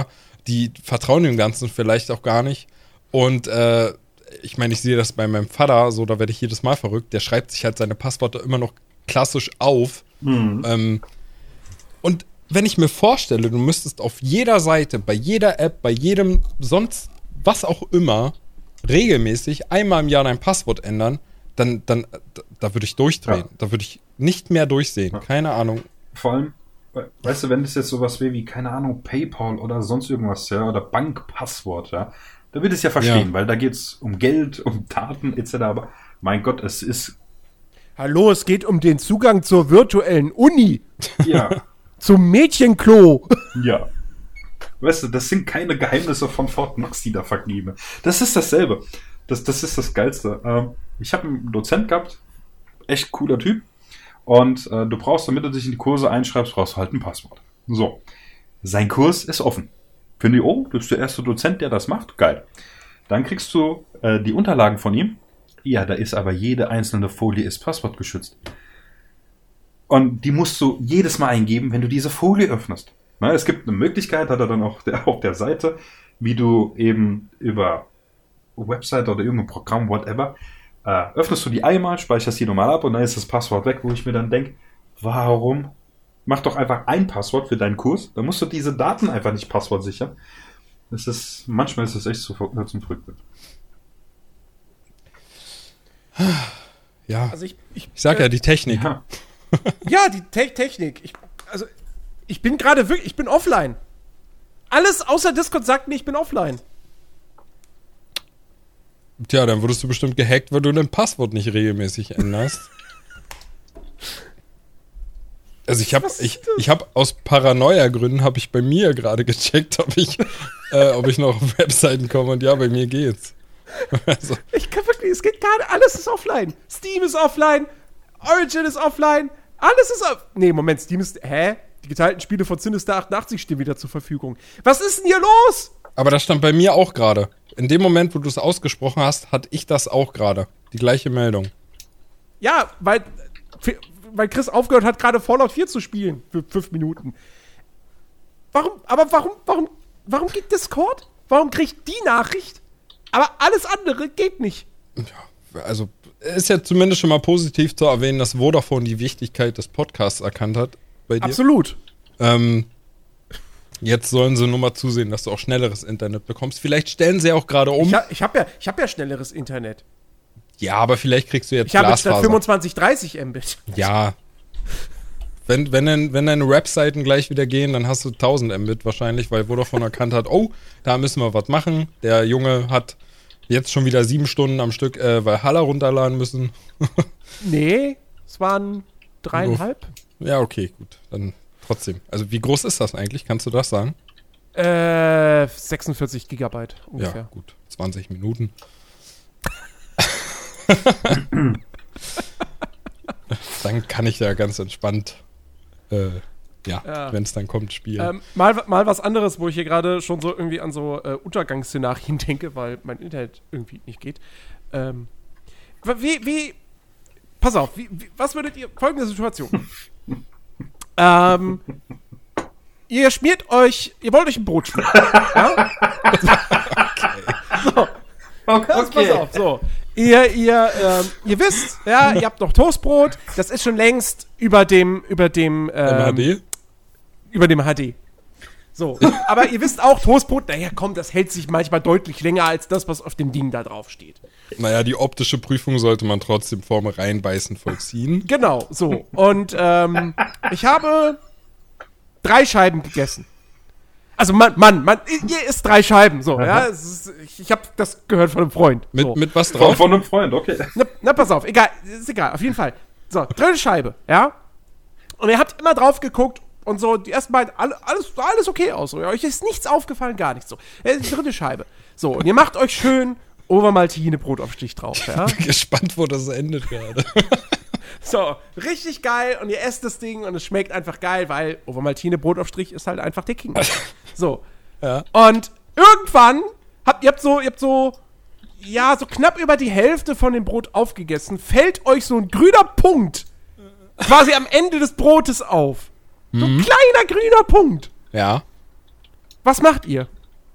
die vertrauen dem Ganzen vielleicht auch gar nicht. Und äh, ich meine, ich sehe das bei meinem Vater, so, da werde ich jedes Mal verrückt. Der schreibt sich halt seine Passwörter immer noch klassisch auf. Mhm. Ähm, und wenn ich mir vorstelle, du müsstest auf jeder Seite, bei jeder App, bei jedem sonst was auch immer regelmäßig einmal im Jahr dein Passwort ändern, dann, dann da, da würde ich durchdrehen. Ja. Da würde ich nicht mehr durchsehen. Ja. Keine Ahnung. Vor allem, weißt du, wenn das jetzt sowas wäre wie, keine Ahnung, PayPal oder sonst irgendwas, ja, oder Bankpasswort, ja, da wird es ja verstehen, ja. weil da geht es um Geld, um Daten et cetera. Aber mein Gott, es ist... Hallo, es geht um den Zugang zur virtuellen Uni. Ja. Zum Mädchenklo. Ja. Weißt du, das sind keine Geheimnisse von Fort Knox, die da vergeben. Das ist dasselbe. Das, das ist das Geilste. Ähm, ich habe einen Dozent gehabt, echt cooler Typ. Und äh, du brauchst, damit du dich in die Kurse einschreibst, brauchst du halt ein Passwort. So. Sein Kurs ist offen. Finde ich, oh, du bist der erste Dozent, der das macht. Geil. Dann kriegst du äh, die Unterlagen von ihm. Ja, da ist aber jede einzelne Folie ist passwortgeschützt. Und die musst du jedes Mal eingeben, wenn du diese Folie öffnest. Na, es gibt eine Möglichkeit, hat er dann auch der, auf der Seite, wie du eben über Website oder irgendein Programm, whatever, äh, öffnest du die einmal, speicherst die nochmal ab und dann ist das Passwort weg, wo ich mir dann denke, warum? Mach doch einfach ein Passwort für deinen Kurs, dann musst du diese Daten einfach nicht passwortsichern. Das ist, manchmal ist es echt zu, zum Verrückten. Ja, also ich, ich, ich sag äh, ja, die Technik. Ja, ja die Te- Technik. Ich, also, ich bin gerade wirklich, ich bin offline. Alles außer Discord sagt mir, ich bin offline. Tja, dann wurdest du bestimmt gehackt, weil du dein Passwort nicht regelmäßig änderst. Also ich habe ich, ich hab aus Paranoia-Gründen habe ich bei mir gerade gecheckt, ob ich, äh, ob ich noch auf Webseiten komme und ja, bei mir geht's. Also. Ich kann wirklich, es geht gerade, alles ist offline. Steam ist offline, Origin ist offline, alles ist auf. Nee, Moment, Steam ist, hä? Die geteilten Spiele von Sinister achtundachtzig stehen wieder zur Verfügung. Was ist denn hier los? Aber das stand bei mir auch gerade. In dem Moment, wo du es ausgesprochen hast, hatte ich das auch gerade. Die gleiche Meldung. Ja, weil, weil Chris aufgehört hat, gerade Fallout vier zu spielen für fünf Minuten. Warum, aber warum, warum, warum geht Discord? Warum kriegt die Nachricht? Aber alles andere geht nicht. Ja, also ist ja zumindest schon mal positiv zu erwähnen, dass Vodafone die Wichtigkeit des Podcasts erkannt hat bei dir. Absolut. Ähm, jetzt sollen sie nur mal zusehen, dass du auch schnelleres Internet bekommst. Vielleicht stellen sie auch gerade um. Ich, ha- ich habe ja, ich hab ja schnelleres Internet. Ja, aber vielleicht kriegst du jetzt ich Glasfaser. Ich habe jetzt fünfundzwanzig, dreißig Mbit. Ja. Wenn, wenn, dein, wenn deine Webseiten gleich wieder gehen, dann hast du tausend Mbit wahrscheinlich, weil Vodafone erkannt hat, oh, da müssen wir was machen. Der Junge hat jetzt schon wieder sieben Stunden am Stück äh, Valhalla runterladen müssen. Nee, es waren dreieinhalb. Ja, okay, gut. Dann trotzdem. Also wie groß ist das eigentlich? Kannst du das sagen? Äh, sechsundvierzig Gigabyte ungefähr. Ja, gut. zwanzig Minuten. Dann kann ich da ganz entspannt, äh, ja, ja. wenn es dann kommt, spielen. Ähm, mal, mal was anderes, wo ich hier gerade schon so irgendwie an so äh, Untergangsszenarien denke, weil mein Internet irgendwie nicht geht. Ähm, wie, wie, pass auf, wie, wie, was würdet ihr, folgende Situation. ähm, ihr schmiert euch, ihr wollt euch ein Brot schmieren. Ja? Okay. So. Okay. Pass, pass auf, so. Ihr, ihr, ähm, ihr wisst, ja, ihr habt noch Toastbrot, das ist schon längst über dem, über dem, ähm, H D? Über dem H D. So, aber ihr wisst auch, Toastbrot, naja, komm, das hält sich manchmal deutlich länger als das, was auf dem Ding da drauf steht. Naja, die optische Prüfung sollte man trotzdem vorm Reinbeißen vollziehen. Genau, so. Und, ähm, ich habe drei Scheiben gegessen. Also Mann, Mann, Mann, ihr isst drei Scheiben, so, ja. Es ist, ich ich habe das gehört von einem Freund. Mit, so. mit was drauf? Von einem Freund, okay. Na, na, pass auf, egal, ist egal, auf jeden Fall. So, dritte Scheibe, ja. Und ihr habt immer drauf geguckt und so, die ersten beiden, alles, alles, alles okay aus. So. Euch ist nichts aufgefallen, gar nichts so. Ja, die dritte Scheibe. So, und ihr macht euch schön Obermaltine Brotaufstrich drauf, ja. Ich bin gespannt, wo das endet gerade. So, richtig geil und ihr esst das Ding und es schmeckt einfach geil, weil Obermaltine Brotaufstrich ist halt einfach der King. So. Ja. Und irgendwann habt ihr habt so, ihr habt so, ja, so knapp über die Hälfte von dem Brot aufgegessen, fällt euch so ein grüner Punkt quasi am Ende des Brotes auf. So ein Mhm. kleiner grüner Punkt. Ja. Was macht ihr?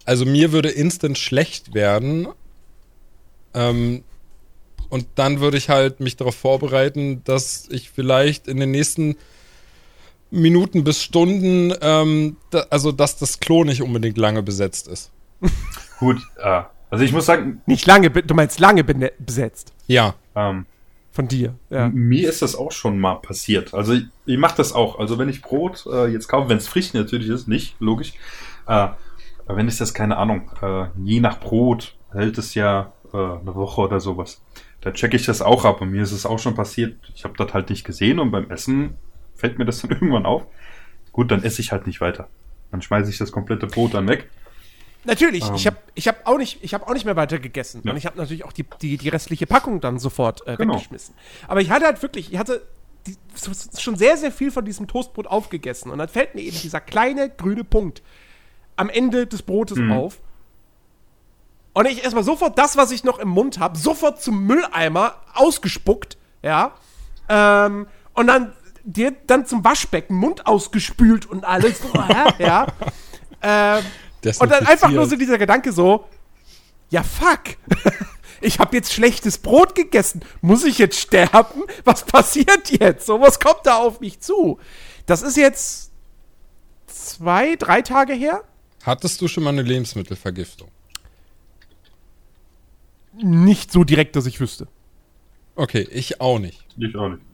also mir würde instant schlecht werden. Ähm, und dann würde ich halt mich darauf vorbereiten, dass ich vielleicht in den nächsten Minuten bis Stunden, ähm, da, also dass das Klo nicht unbedingt lange besetzt ist. Gut, äh, also ich muss sagen, Nicht lange, be- du meinst lange bene- besetzt. Ja. ähm, Von dir. Ja. M- Mir ist das auch schon mal passiert. Also ich, ich mache das auch. Also wenn ich Brot äh, jetzt kaufe, wenn es frisch natürlich ist, nicht, logisch. Äh, aber wenn es das, keine Ahnung, äh, je nach Brot hält es ja äh, eine Woche oder sowas. Da checke ich das auch ab. Und mir ist es auch schon passiert. Ich habe das halt nicht gesehen und beim Essen fällt mir das dann irgendwann auf. Gut, dann esse ich halt nicht weiter. Dann schmeiße ich das komplette Brot dann weg. Natürlich, Ähm. ich habe ich hab auch, nicht- ich hab auch nicht mehr weiter gegessen. Ja. Und ich habe natürlich auch die, die, die restliche Packung dann sofort äh, Genau. weggeschmissen. Aber ich hatte halt wirklich, ich hatte die, so- so- schon sehr, sehr viel von diesem Toastbrot aufgegessen. Und dann fällt mir eben dieser kleine grüne Punkt am Ende des Brotes Mhm. auf. Und ich erstmal sofort das, was ich noch im Mund habe, sofort zum Mülleimer ausgespuckt, ja. Ähm, und dann dir dann zum Waschbecken, Mund ausgespült und alles, ja. Ähm, und dann einfach nur so dieser Gedanke so, ja fuck, ich habe jetzt schlechtes Brot gegessen, muss ich jetzt sterben? Was passiert jetzt? So, was kommt da auf mich zu? Das ist jetzt zwei, drei Tage her? Hattest du schon mal eine Lebensmittelvergiftung? Nicht so direkt, dass ich wüsste. Okay, ich auch nicht. Ich auch nicht.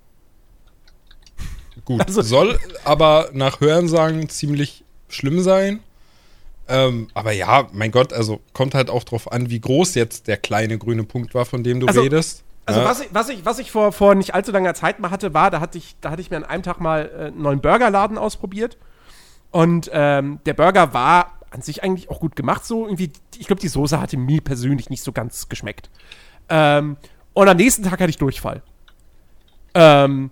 Gut, Also- soll aber nach Hörensagen ziemlich schlimm sein. Ähm, aber ja, mein Gott, also kommt halt auch drauf an, wie groß jetzt der kleine grüne Punkt war, von dem du Also- redest. Also ja. was ich, was ich, was ich vor, vor nicht allzu langer Zeit mal hatte, war, da hatte ich, da hatte ich mir an einem Tag mal äh, einen neuen Burgerladen ausprobiert. Und ähm, der Burger war an sich eigentlich auch gut gemacht. So irgendwie, ich glaube, die Soße hatte mir persönlich nicht so ganz geschmeckt. Ähm, und am nächsten Tag hatte ich Durchfall. Ähm,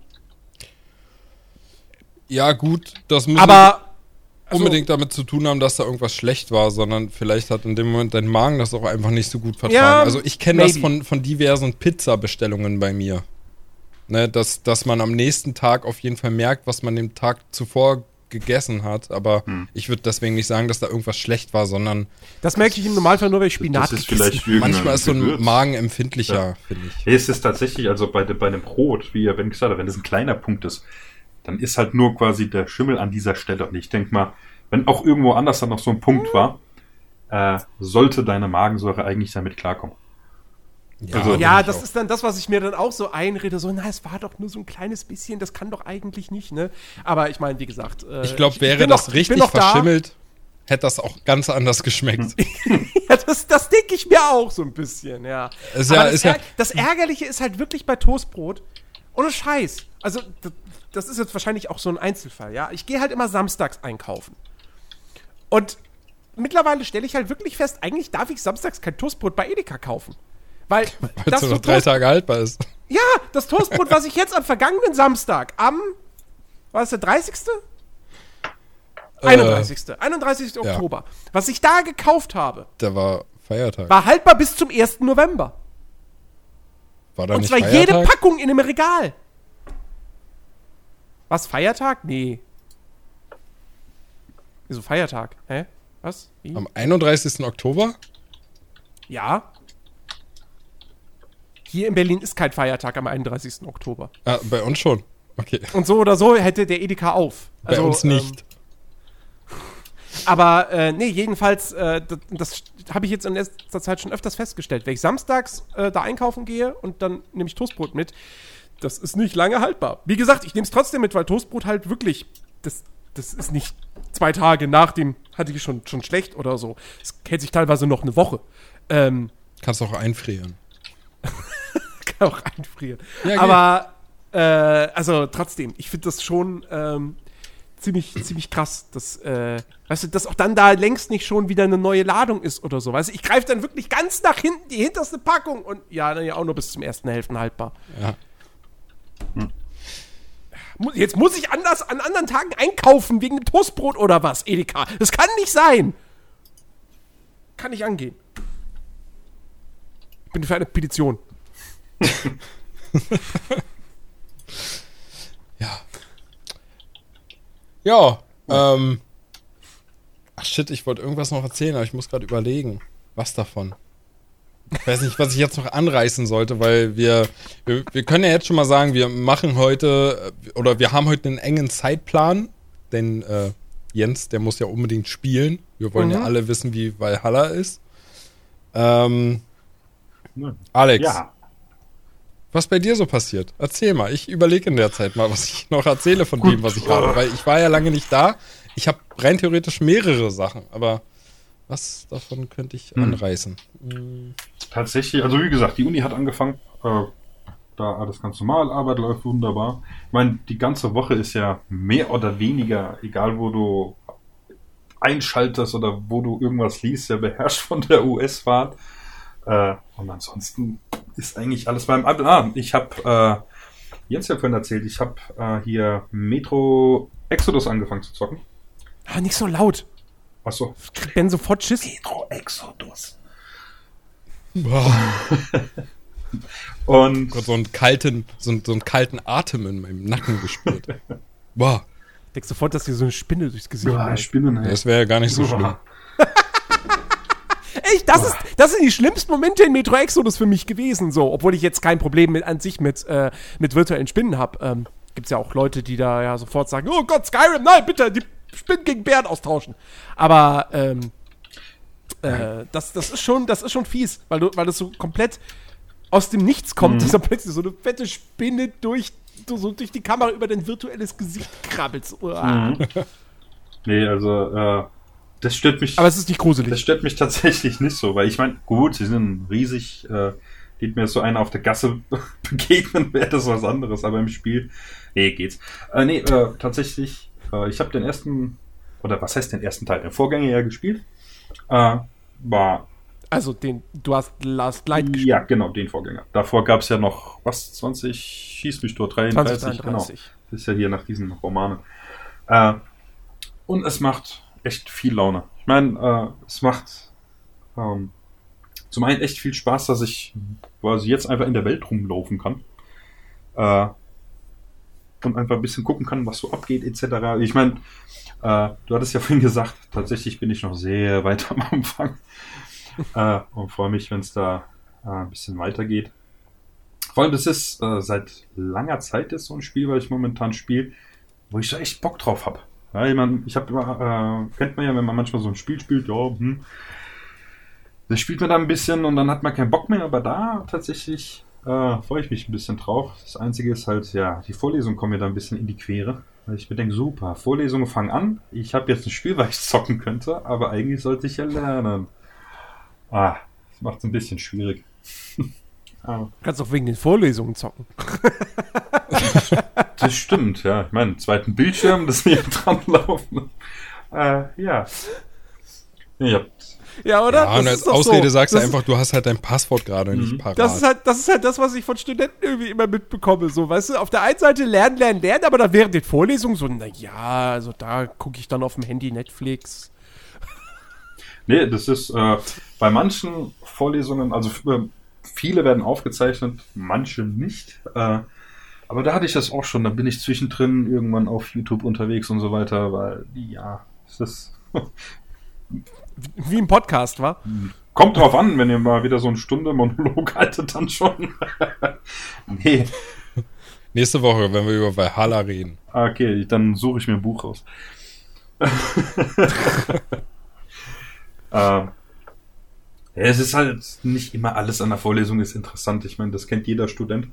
Ja, gut, das muss aber nicht unbedingt damit zu tun haben, dass da irgendwas schlecht war, sondern vielleicht hat in dem Moment dein Magen das auch einfach nicht so gut vertragen. Ja, also ich kenne das maybe. von, von diversen Pizza-Bestellungen bei mir. Ne, dass, dass man am nächsten Tag auf jeden Fall merkt, was man den Tag zuvor gegessen hat, aber Hm. ich würde deswegen nicht sagen, dass da irgendwas schlecht war, sondern das merke ich im Normalfall nur, weil ich Spinat Das ist gegessen vielleicht irgendein manchmal ist so ein Gewürz. Magen empfindlicher, Ja. finde ich. Nee, es ist tatsächlich, also bei, de- bei einem Brot, wie er Ben gesagt hat, wenn das ein kleiner Punkt ist, dann ist halt nur quasi der Schimmel an dieser Stelle. Und ich denke mal, wenn auch irgendwo anders dann noch so ein Punkt war, äh, sollte deine Magensäure eigentlich damit klarkommen. Ja, Also- bin Ja, ich das auch. ist dann das, was ich mir dann auch so einrede, so, na, es war doch nur so ein kleines bisschen, das kann doch eigentlich nicht, ne? Aber ich meine, wie gesagt, äh, Ich glaube, wäre bin das noch- ich bin richtig noch da. verschimmelt, hätte das auch ganz anders geschmeckt. Ja, das, das denke ich mir auch so ein bisschen, ja. Ist Aber ja- das, ist ja- Ärg- das Ärgerliche ist halt wirklich bei Toastbrot, ohne Scheiß. Also, das, das ist jetzt wahrscheinlich auch so ein Einzelfall, ja. Ich gehe halt immer samstags einkaufen. Und mittlerweile stelle ich halt wirklich fest, eigentlich darf ich samstags kein Toastbrot bei Edeka kaufen. Weil Weil das es so noch drei Toast- Tage haltbar ist. Ja, das Toastbrot, was ich jetzt am vergangenen Samstag, am, war es der dreißigste? einunddreißigste. einunddreißigste ja. Oktober. Was ich da gekauft habe, Da war Feiertag. war haltbar bis zum ersten November. War da Und nicht zwar Feiertag? jede Packung in einem Regal. Was, Feiertag? Nee. Wieso Feiertag? Hä? Was? Wie? Am einunddreißigsten Oktober? Ja. Hier in Berlin ist kein Feiertag am einunddreißigsten Oktober. Ah, bei uns schon. Okay. Und so oder so hätte der Edeka auf. Bei Also, uns nicht. Ähm, aber äh, nee, jedenfalls, äh, das, das habe ich jetzt in letzter Zeit schon öfters festgestellt. Wenn ich samstags äh, da einkaufen gehe und dann nehme ich Toastbrot mit, das ist nicht lange haltbar. Wie gesagt, ich nehme es trotzdem mit, weil Toastbrot halt wirklich, das, das ist nicht zwei Tage nach dem, hatte ich schon, schon schlecht oder so. Es hält sich teilweise noch eine Woche. Ähm, Kannst auch einfrieren. kann auch einfrieren. Ja, geht. Aber, äh, also trotzdem, ich finde das schon ähm, ziemlich, ziemlich krass, dass, äh, weißt du, dass auch dann da längst nicht schon wieder eine neue Ladung ist oder so. Weißt du, ich greife dann wirklich ganz nach hinten die hinterste Packung und ja, dann ja auch nur bis zum ersten Hälften haltbar. Ja. Mu- Jetzt muss ich anders an anderen Tagen einkaufen wegen dem Toastbrot oder was, Edeka. Das kann nicht sein. Kann nicht angehen. Bin für eine Petition. Ja. Ja, ähm. Ach shit, ich wollte irgendwas noch erzählen, aber ich muss gerade überlegen. Was davon? Ich weiß nicht, was ich jetzt noch anreißen sollte, weil wir, wir, wir können ja jetzt schon mal sagen, wir machen heute, oder wir haben heute einen engen Zeitplan, denn äh, Jens, der muss ja unbedingt spielen. Wir wollen mhm. ja alle wissen, wie Valhalla ist. Ähm, Alex, ja. Was bei dir so passiert? Erzähl mal, ich überlege in der Zeit mal, was ich noch erzähle von Gut. dem, was ich habe, weil ich war ja lange nicht da. Ich habe rein theoretisch mehrere Sachen, aber was davon könnte ich hm. anreißen? Hm. Tatsächlich, also wie gesagt, die Uni hat angefangen, äh, da alles ganz normal, Arbeit läuft wunderbar. Ich meine, die ganze Woche ist ja mehr oder weniger, egal wo du einschaltest oder wo du irgendwas liest, ja beherrscht von der U S-Fahrt. Äh, und ansonsten ist eigentlich alles beim... Ah, ich habe, äh, Jens ja vorhin erzählt, ich habe äh, hier Metro Exodus angefangen zu zocken. Ah, nicht so laut. Achso. Ich bin sofort Schiss. Metro Exodus. Und Gott, so einen kalten, so einen, so einen kalten Atem in meinem Nacken gespürt. Boah. Ich denke sofort, dass dir so eine Spinne durchs Gesicht ja, Spinnen, ey. Das wäre ja gar nicht so schlimm. Echt, das, ist, das sind die schlimmsten Momente in Metro Exodus für mich gewesen, so, obwohl ich jetzt kein Problem mit, an sich mit, äh, mit virtuellen Spinnen habe. Ähm, gibt's ja auch Leute, die da ja sofort sagen, oh Gott, Skyrim, nein, bitte, die Spinnen gegen Bären austauschen. Aber ähm, äh, das, das, ist schon, das ist schon fies, weil, du, weil das so komplett aus dem Nichts kommt, mhm. dass da plötzlich so eine fette Spinne durch, so durch die Kamera über dein virtuelles Gesicht krabbelt. So, mhm. Nee, also äh, das stört mich. Aber es ist nicht gruselig. Das stört mich tatsächlich nicht so, weil ich meine, gut, sie sind riesig, äh, geht mir so einer auf der Gasse begegnen, wäre das was anderes, aber im Spiel, nee, geht's. Äh, nee, äh, tatsächlich, äh, ich habe den ersten, oder was heißt den ersten Teil, den Vorgänger ja gespielt, äh, war... Also den, du hast Last Light gespielt? Ja, genau, den Vorgänger. Davor gab es ja noch, was, zwanzig, schieß mich durch, dreiunddreißig, zwanzig, dreiunddreißig. Genau. Das ist ja hier nach diesen Romanen. Äh, und es macht echt viel Laune. Ich meine, äh, es macht ähm, zum einen echt viel Spaß, dass ich quasi jetzt einfach in der Welt rumlaufen kann. Äh, und einfach ein bisschen gucken kann, was so abgeht, et cetera. Ich meine, äh, du hattest ja vorhin gesagt, tatsächlich bin ich noch sehr weit am Anfang. äh, und freue mich, wenn es da äh, ein bisschen weitergeht. Vor allem, das ist äh, seit langer Zeit ist so ein Spiel, weil ich momentan spiele, wo ich so echt Bock drauf habe. Ja, ich meine, ich habe immer, äh, kennt man ja, wenn man manchmal so ein Spiel spielt, ja, hm, das spielt man da ein bisschen und dann hat man keinen Bock mehr, aber da tatsächlich äh, freue ich mich ein bisschen drauf. Das Einzige ist halt, ja, die Vorlesungen kommen mir da ein bisschen in die Quere. Weil ich mir denke, super, Vorlesungen fangen an, ich habe jetzt ein Spiel, was ich zocken könnte, aber eigentlich sollte ich ja lernen. Ah, das macht es ein bisschen schwierig. ah. Du kannst auch wegen den Vorlesungen zocken. Das stimmt, ja. Ich meine, einen zweiten Bildschirm, das neben dran laufen. Äh, ja. Ich hab ja, oder? Ja, und als Ausrede so. sagst du einfach, du hast halt dein Passwort gerade mhm. nicht parat. Das ist, halt, das ist halt das, was ich von Studenten irgendwie immer mitbekomme. So, weißt du, auf der einen Seite lernen, lernen, lernen, aber dann während den Vorlesungen so, naja, also da gucke ich dann auf dem Handy Netflix. Nee, das ist äh, bei manchen Vorlesungen, also viele werden aufgezeichnet, manche nicht. Äh, aber da hatte ich das auch schon, da bin ich zwischendrin irgendwann auf YouTube unterwegs und so weiter, weil, ja, es ist... Wie im Podcast, wa? Kommt drauf an, wenn ihr mal wieder so eine Stunde Monolog haltet, dann schon. Nee. Nächste Woche, wenn wir über Valhalla reden. Okay, dann suche ich mir ein Buch raus. äh, es ist halt nicht immer alles an der Vorlesung ist interessant. Ich meine, das kennt jeder Student.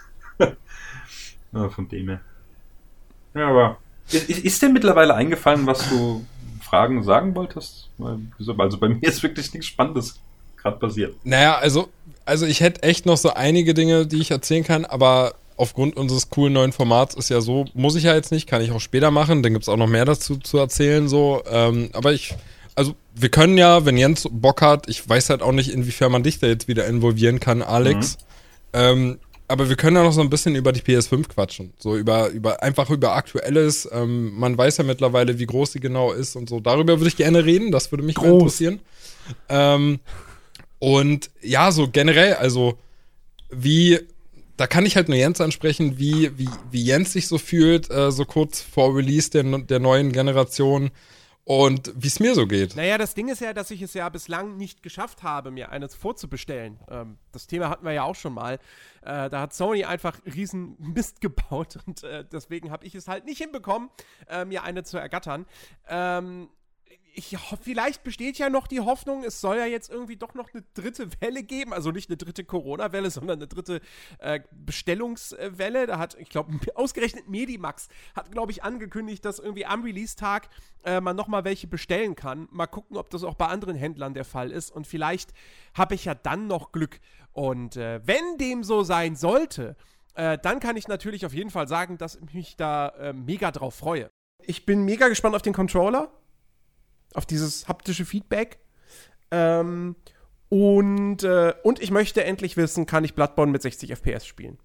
Ja, von dem her. Ja, aber ist, ist dir mittlerweile eingefallen, was du Fragen sagen wolltest? Also bei mir ist wirklich nichts Spannendes gerade passiert. Naja, also, also ich hätte echt noch so einige Dinge, die ich erzählen kann, aber aufgrund unseres coolen neuen Formats ist ja so, muss ich ja jetzt nicht, kann ich auch später machen, dann gibt es auch noch mehr dazu zu erzählen, so, ähm, aber ich, also wir können ja, wenn Jens Bock hat, ich weiß halt auch nicht, inwiefern man dich da jetzt wieder involvieren kann, Alex, mhm. ähm, aber wir können ja noch so ein bisschen über die P S fünf quatschen. So über, über, einfach über Aktuelles. Ähm, man weiß ja mittlerweile, wie groß sie genau ist und so. Darüber würde ich gerne reden. Das würde mich mal interessieren. Ähm, und ja, so generell, also, wie, da kann ich halt nur Jens ansprechen, wie, wie, wie Jens sich so fühlt, äh, so kurz vor Release der, der neuen Generation. und wie es mir so geht. Naja, das Ding ist ja, dass ich es ja bislang nicht geschafft habe, mir eines vorzubestellen. Ähm, das Thema hatten wir ja auch schon mal. Äh, da hat Sony einfach riesen Mist gebaut und äh, deswegen habe ich es halt nicht hinbekommen, äh, mir eine zu ergattern. Ähm, Ich, vielleicht besteht ja noch die Hoffnung, es soll ja jetzt irgendwie doch noch eine dritte Welle geben. Also nicht eine dritte Corona-Welle, sondern eine dritte äh, Bestellungswelle. Da hat, ich glaube, ausgerechnet Medimax hat, glaube ich, angekündigt, dass irgendwie am Release-Tag äh, man noch mal welche bestellen kann. Mal gucken, ob das auch bei anderen Händlern der Fall ist. Und vielleicht habe ich ja dann noch Glück. Und äh, wenn dem so sein sollte, äh, dann kann ich natürlich auf jeden Fall sagen, dass ich mich da äh, mega drauf freue. Ich bin mega gespannt auf den Controller. Auf dieses haptische Feedback. Ähm, und, äh, und ich möchte endlich wissen, kann ich Bloodborne mit sechzig F P S spielen?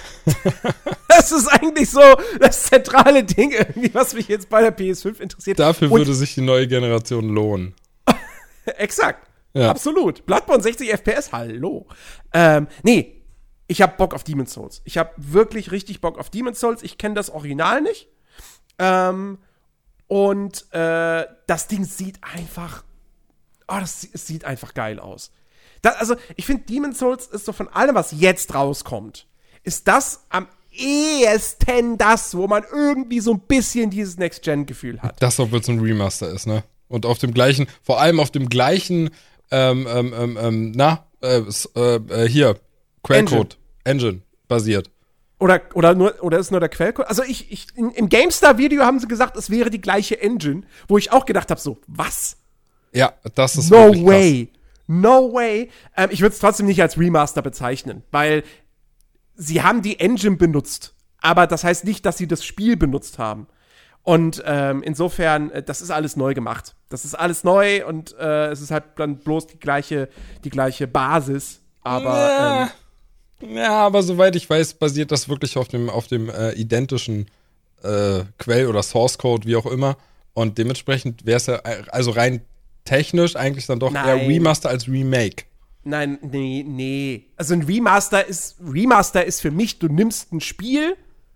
Das ist eigentlich so das zentrale Ding, irgendwie, was mich jetzt bei der P S fünf interessiert. Dafür und würde sich die neue Generation lohnen. Exakt. Ja. Absolut. Bloodborne sechzig F P S, hallo. Ähm, nee, ich hab Bock auf Demon's Souls. Ich hab wirklich richtig Bock auf Demon's Souls. Ich kenne das Original nicht. Ähm, Und äh, das Ding sieht einfach, oh, das es sieht einfach geil aus. Das, also, ich finde, Demon's Souls ist so von allem, was jetzt rauskommt, ist das am ehesten das, wo man irgendwie so ein bisschen dieses Next-Gen-Gefühl hat. Das, obwohl es ein Remaster ist, ne? Und auf dem gleichen, vor allem auf dem gleichen, ähm, ähm, ähm, na, äh, äh, hier, Quellcode, Engine. Engine basiert. Oder, oder, nur, oder ist nur der Quellcode? Also ich, ich in, im GameStar-Video haben sie gesagt, es wäre die gleiche Engine, wo ich auch gedacht habe, so, was? Ja, das ist No wirklich way. Krass. No way. Ähm, ich würde es trotzdem nicht als Remaster bezeichnen, weil sie haben die Engine benutzt, aber das heißt nicht, dass sie das Spiel benutzt haben. Und ähm, insofern, äh, das ist alles neu gemacht. Das ist alles neu und äh, es ist halt dann bloß die gleiche, die gleiche Basis. Aber ja. ähm, Ja, aber soweit ich weiß, basiert das wirklich auf dem, auf dem äh, identischen äh, Quell- oder Source-Code, wie auch immer. Und dementsprechend wäre es ja, also rein technisch eigentlich dann doch Nein. eher Remaster als Remake. Nein, nee, nee. Also ein Remaster ist, Remaster ist für mich, du nimmst ein Spiel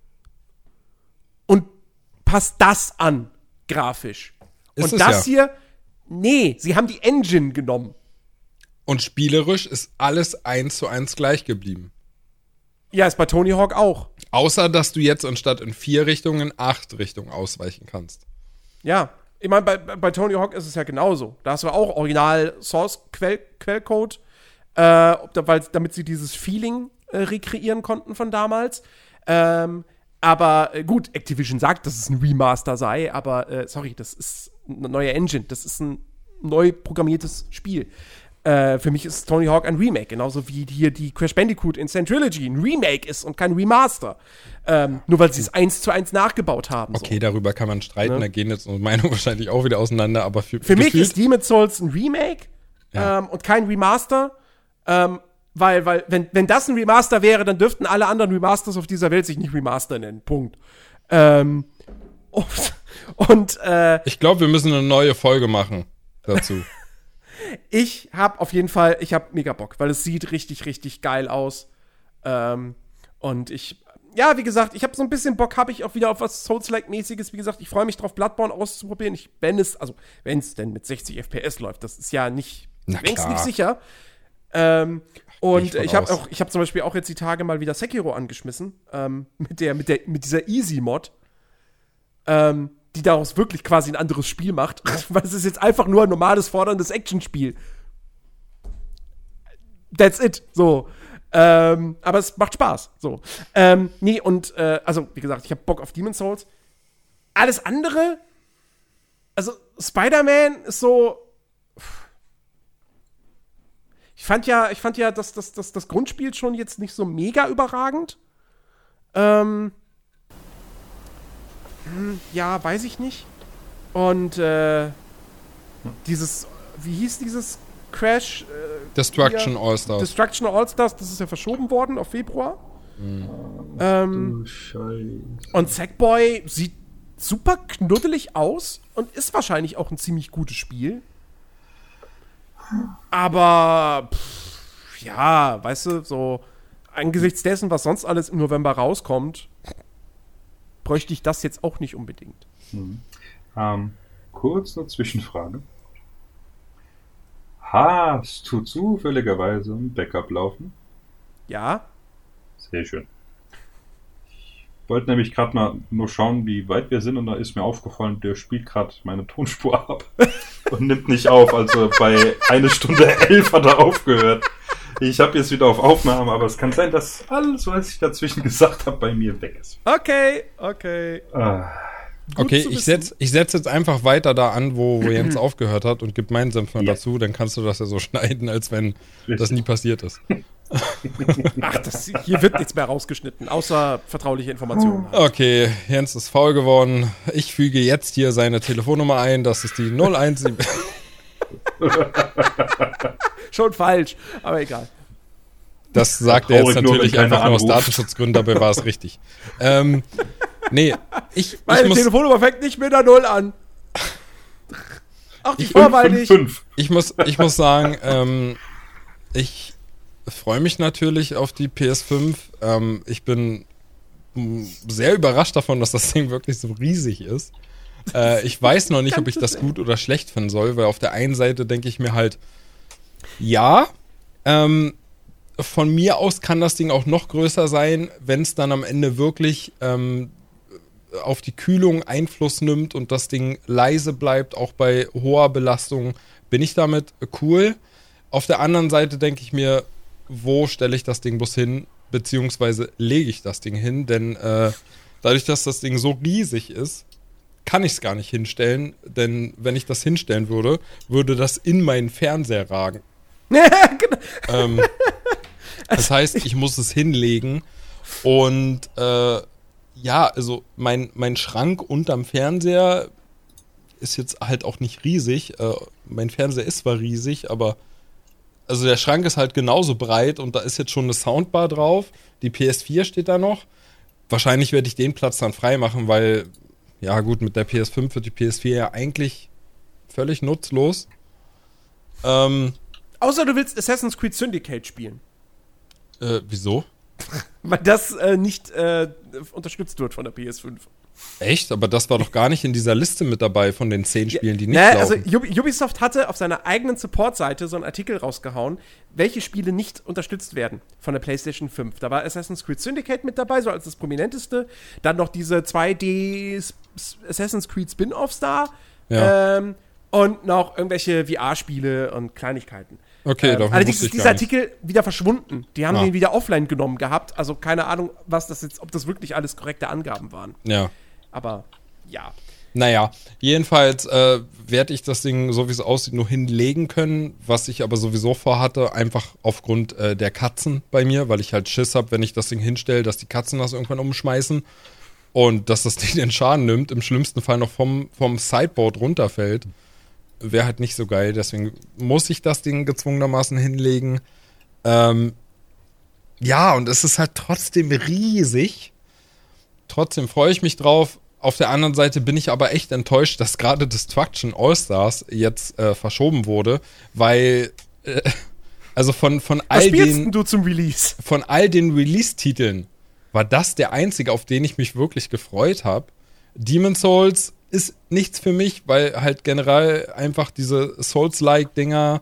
und passt das an, grafisch. Ist und es das ja. hier, nee, sie haben die Engine genommen. Und spielerisch ist alles eins zu eins gleich geblieben. Ja, ist bei Tony Hawk auch. Außer, dass du jetzt anstatt in vier Richtungen acht Richtungen ausweichen kannst. Ja, ich meine, bei, bei Tony Hawk ist es ja genauso. Da hast du auch Original-Source-Quellcode, äh, weil, damit sie dieses Feeling äh, rekreieren konnten von damals. Ähm, aber äh, gut, Activision sagt, dass es ein Remaster sei, aber äh, sorry, das ist eine neue Engine. Das ist ein neu programmiertes Spiel. Äh, für mich ist Tony Hawk ein Remake, genauso wie hier die Crash Bandicoot Insane Trilogy ein Remake ist und kein Remaster. Ähm, nur weil sie es eins zu eins nachgebaut haben. Okay, so. darüber kann man streiten, Ne? da gehen jetzt unsere Meinungen wahrscheinlich auch wieder auseinander, aber für, Für mich gefühlt- ist Demon's Souls ein Remake Ja. ähm, und kein Remaster. Ähm, weil, weil wenn, wenn das ein Remaster wäre, dann dürften alle anderen Remasters auf dieser Welt sich nicht Remaster nennen. Punkt. Ähm, und und äh, ich glaube, wir müssen eine neue Folge machen dazu. ich habe auf jeden Fall, ich habe mega Bock, weil es sieht richtig, richtig geil aus. Ähm, und ich, ja, wie gesagt, ich habe so ein bisschen Bock, habe ich auch wieder auf was Souls-like-mäßiges. Wie gesagt, ich freue mich drauf, Bloodborne auszuprobieren. Ich, wenn es, also, wenn es denn mit sechzig F P S läuft, das ist ja nicht, Na längst klar. nicht sicher. Ähm, und ich von ich habe aus. auch, ich habe zum Beispiel auch jetzt die Tage mal wieder Sekiro angeschmissen, ähm, mit der, mit der, mit dieser Easy-Mod, ähm, die daraus wirklich quasi ein anderes Spiel macht, weil es ist jetzt einfach nur ein normales, forderndes Actionspiel. That's it, so. Ähm, aber es macht Spaß, so. Ähm, nee, und, äh, also, wie gesagt, ich habe Bock auf Demon's Souls. Alles andere, also, Spider-Man ist so, ich fand ja, ich fand ja das, das, das, das Grundspiel schon jetzt nicht so mega überragend. Ähm, hm, ja, weiß ich nicht. Und, äh, dieses, wie hieß dieses Crash? Äh, Destruction hier? All-Stars. Destruction All-Stars, das ist ja verschoben worden auf Februar. Mhm. Ähm, Du Scheiße. und Sackboy sieht super knuddelig aus und ist wahrscheinlich auch ein ziemlich gutes Spiel. Aber, pff, ja, weißt du, so angesichts dessen, was sonst alles im November rauskommt, bräuchte ich das jetzt auch nicht unbedingt. Mhm. Ähm, kurz eine Zwischenfrage. Hast du zufälligerweise ein Backup laufen? Ja. Sehr schön. Ich wollte nämlich gerade mal nur schauen, wie weit wir sind, und da ist mir aufgefallen, der spielt gerade meine Tonspur ab und nimmt nicht auf. Also bei eine Stunde elf hat er aufgehört. Ich habe jetzt wieder auf Aufnahme, aber es kann sein, dass alles, was ich dazwischen gesagt habe, bei mir weg ist. Okay, okay. Ah. Okay, ich setze ich setz jetzt einfach weiter da an, wo, wo Jens aufgehört hat und gebe meinen Senf mal Ja. dazu. Dann kannst du das ja so schneiden, als wenn Richtig. das nie passiert ist. Ach, das, hier wird nichts mehr rausgeschnitten, außer vertrauliche Informationen. Okay, Jens ist faul geworden. Ich füge jetzt hier seine Telefonnummer ein. Das ist die null eins sieben. Schon falsch, aber egal. Das sagt er jetzt Traurig nur, natürlich wenn keiner einfach nur aus anruft. Datenschutzgründen, dabei war es richtig. Ähm, nee, ich, ich Meine muss, Telefonnummer fängt nicht mit der Null an. Ach, die Ich- Vorwahl nicht. fünf. ich muss, ich muss sagen, ähm, ich freue mich natürlich auf die P S fünf. Ähm, ich bin mh, sehr überrascht davon, dass das Ding wirklich so riesig ist. Äh, ich weiß noch nicht, ob ich das gut oder schlecht finden soll, weil auf der einen Seite denke ich mir halt, ja, ähm, von mir aus kann das Ding auch noch größer sein, wenn es dann am Ende wirklich ähm, auf die Kühlung Einfluss nimmt und das Ding leise bleibt, auch bei hoher Belastung, bin ich damit cool. Auf der anderen Seite denke ich mir, wo stelle ich das Ding bloß hin, beziehungsweise lege ich das Ding hin, denn äh, dadurch, dass das Ding so riesig ist, kann ich es gar nicht hinstellen, denn wenn ich das hinstellen würde, würde das in meinen Fernseher ragen. Genau. Ähm, das heißt, ich muss es hinlegen und äh, ja, also mein, mein Schrank unterm Fernseher ist jetzt halt auch nicht riesig. Äh, mein Fernseher ist zwar riesig, aber also der Schrank ist halt genauso breit und da ist jetzt schon eine Soundbar drauf. Die P S vier steht da noch. Wahrscheinlich werde ich den Platz dann frei machen, weil, ja gut, mit der P S fünf wird die P S vier ja eigentlich völlig nutzlos. Ähm, Außer du willst Assassin's Creed Syndicate spielen. äh, wieso? Weil das äh, nicht äh, unterstützt wird von der P S fünf. Echt? Aber das war doch gar nicht in dieser Liste mit dabei von den zehn Spielen, die nicht naja, also laufen. Ub- Ubisoft hatte auf seiner eigenen Support-Seite so einen Artikel rausgehauen, welche Spiele nicht unterstützt werden von der PlayStation fünf. Da war Assassin's Creed Syndicate mit dabei, so als das prominenteste. Dann noch diese zwei D S- S- Assassin's Creed Spin-Offs da. Ja. Ähm, und noch irgendwelche V R-Spiele und Kleinigkeiten. Okay, ähm, davon allerdings wusste ist ich dieser gar nicht. Artikel wieder verschwunden. Die haben Ah. den wieder offline genommen gehabt. Also keine Ahnung, was das jetzt, ob das wirklich alles korrekte Angaben waren. Ja. Aber ja. Naja, jedenfalls äh, werde ich das Ding, so wie es aussieht, nur hinlegen können, was ich aber sowieso vorhatte, einfach aufgrund äh, der Katzen bei mir, weil ich halt Schiss habe, wenn ich das Ding hinstelle, dass die Katzen das irgendwann umschmeißen und dass das Ding den Schaden nimmt, im schlimmsten Fall noch vom, vom Sideboard runterfällt. Wäre halt nicht so geil, deswegen muss ich das Ding gezwungenermaßen hinlegen. Ähm, ja, und es ist halt trotzdem riesig. Trotzdem freue ich mich drauf. Auf der anderen Seite bin ich aber echt enttäuscht, dass gerade Destruction All-Stars jetzt äh, verschoben wurde, weil äh, also von, von Was all spielst den denn du zum Release? von all den Release-Titeln war das der einzige, auf den ich mich wirklich gefreut habe. Demon's Souls ist nichts für mich, weil halt generell einfach diese Souls-like-Dinger,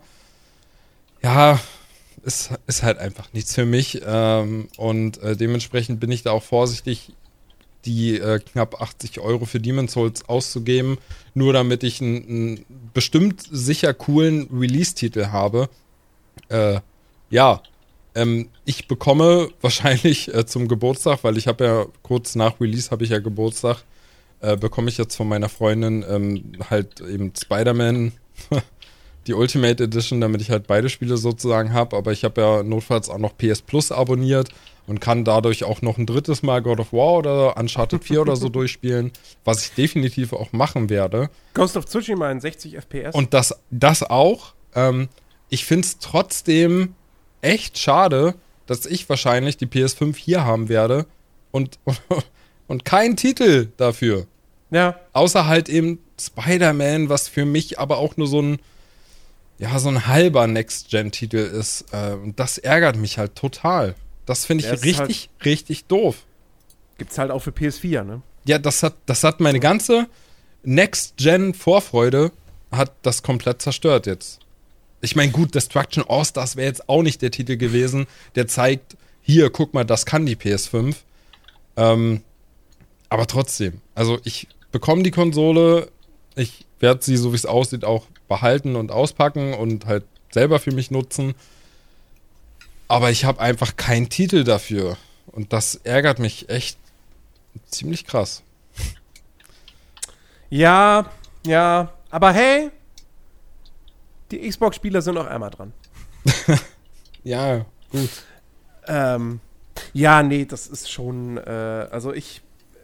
ja, ist, ist halt einfach nichts für mich. Ähm, und äh, dementsprechend bin ich da auch vorsichtig, die äh, knapp achtzig Euro für Demon's Souls auszugeben, nur damit ich einen, einen bestimmt sicher coolen Release-Titel habe. Äh, ja, ähm, ich bekomme wahrscheinlich äh, zum Geburtstag, weil ich habe ja kurz nach Release habe ich ja Geburtstag, äh, bekomme ich jetzt von meiner Freundin ähm, halt eben Spider-Man, die Ultimate Edition, damit ich halt beide Spiele sozusagen habe, aber ich habe ja notfalls auch noch P S Plus abonniert und kann dadurch auch noch ein drittes Mal God of War oder Uncharted vier oder so durchspielen, was ich definitiv auch machen werde. Ghost of Tsushima in sechzig F P S. Und das, das auch. Ähm, ich finde es trotzdem echt schade, dass ich wahrscheinlich die P S fünf hier haben werde und, und, und keinen Titel dafür. ja. Außer halt eben Spider-Man, was für mich aber auch nur so ein, ja, so ein halber Next-Gen-Titel ist. Äh, und das ärgert mich halt total. Das finde ich Ja, es ist richtig, richtig doof. Gibt's halt auch für P S vier, ne? Ja, das hat, das hat meine ganze, Next-Gen-Vorfreude hat das komplett zerstört jetzt. Ich meine, gut, Destruction All-Stars wäre jetzt auch nicht der Titel gewesen, der zeigt, hier, guck mal, das kann die P S fünf. Ähm, aber trotzdem, also ich bekomme die Konsole, ich werde sie, so wie es aussieht, auch behalten und auspacken und halt selber für mich nutzen. Aber ich habe einfach keinen Titel dafür. Und das ärgert mich echt ziemlich krass. Ja, ja, aber hey, die Xbox-Spieler sind noch einmal dran. Ja, gut. Ähm, ja, nee, das ist schon, äh, also ich,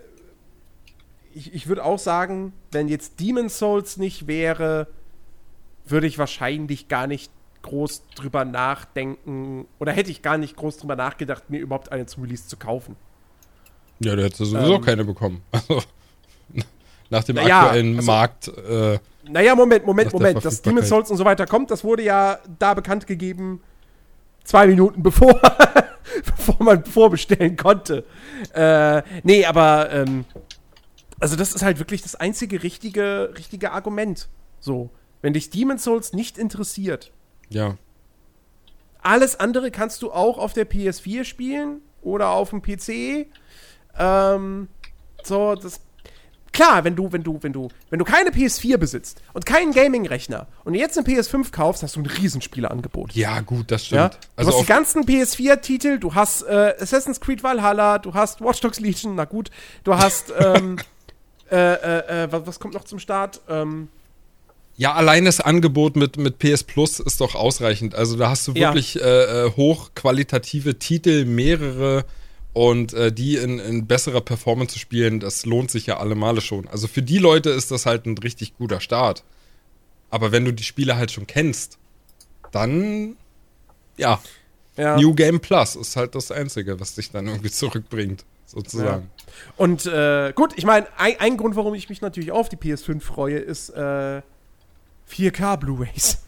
ich, ich würde auch sagen, wenn jetzt Demon's Souls nicht wäre, würde ich wahrscheinlich gar nicht groß drüber nachdenken, oder hätte ich gar nicht groß drüber nachgedacht, mir überhaupt eine zum Release zu kaufen. Ja, du hättest sowieso Ähm, keine bekommen. Also, nach dem Naja, aktuellen also- Markt. Äh, Naja, Moment, Moment, Nach der Moment. Dass Verfügbarkeit. Demon's Souls und so weiter kommt, das wurde ja da bekannt gegeben, zwei Minuten bevor, bevor man vorbestellen konnte. Äh, nee, aber, ähm, also das ist halt wirklich das einzige richtige, richtige Argument. So, wenn dich Demon's Souls nicht interessiert, ja. alles andere kannst du auch auf der P S vier spielen oder auf dem P C. Ähm, so, das. Klar, wenn du, wenn du, wenn du, wenn du keine P S vier besitzt und keinen Gaming-Rechner und dir jetzt eine P S fünf kaufst, hast du ein Riesenspieleangebot. Ja, gut, das Ja? stimmt. Du Also hast die auf, ganzen P S vier Titel, du hast äh, Assassin's Creed Valhalla, du hast Watch Dogs Legion, na gut, du hast ähm, äh, äh, äh, was, was kommt noch zum Start? Ähm, ja, allein das Angebot mit, mit P S Plus ist doch ausreichend. Also da hast du Ja. wirklich äh, äh, hochqualitative Titel, mehrere und äh, die in, in besserer Performance zu spielen, das lohnt sich ja alle Male schon. Also für die Leute ist das halt ein richtig guter Start. Aber wenn du die Spiele halt schon kennst, dann, ja, ja. New Game Plus ist halt das Einzige, was dich dann irgendwie zurückbringt, sozusagen. Und äh, gut, ich meine, ein, ein Grund, warum ich mich natürlich auf die P S fünf freue, ist äh, vier K Blu-rays.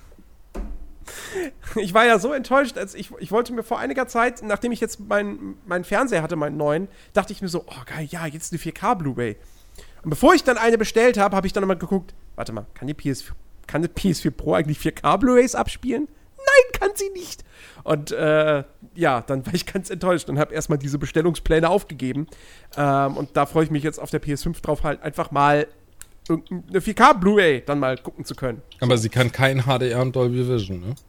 Ich war ja so enttäuscht, als ich, ich wollte mir vor einiger Zeit, nachdem ich jetzt meinen mein Fernseher hatte, meinen neuen, dachte ich mir so, oh geil, ja, jetzt eine vier K Blu-ray. Und bevor ich dann eine bestellt habe, habe ich dann mal geguckt, warte mal, kann die P S vier, kann die P S vier Pro eigentlich vier K Blu-rays abspielen? Nein, kann sie nicht. Und äh, ja, dann war ich ganz enttäuscht und habe erstmal diese Bestellungspläne aufgegeben. Ähm, und da freue ich mich jetzt auf der P S fünf drauf, halt einfach mal irgendeine vier K Blu-ray dann mal gucken zu können. Aber sie kann kein H D R und Dolby Vision, ne?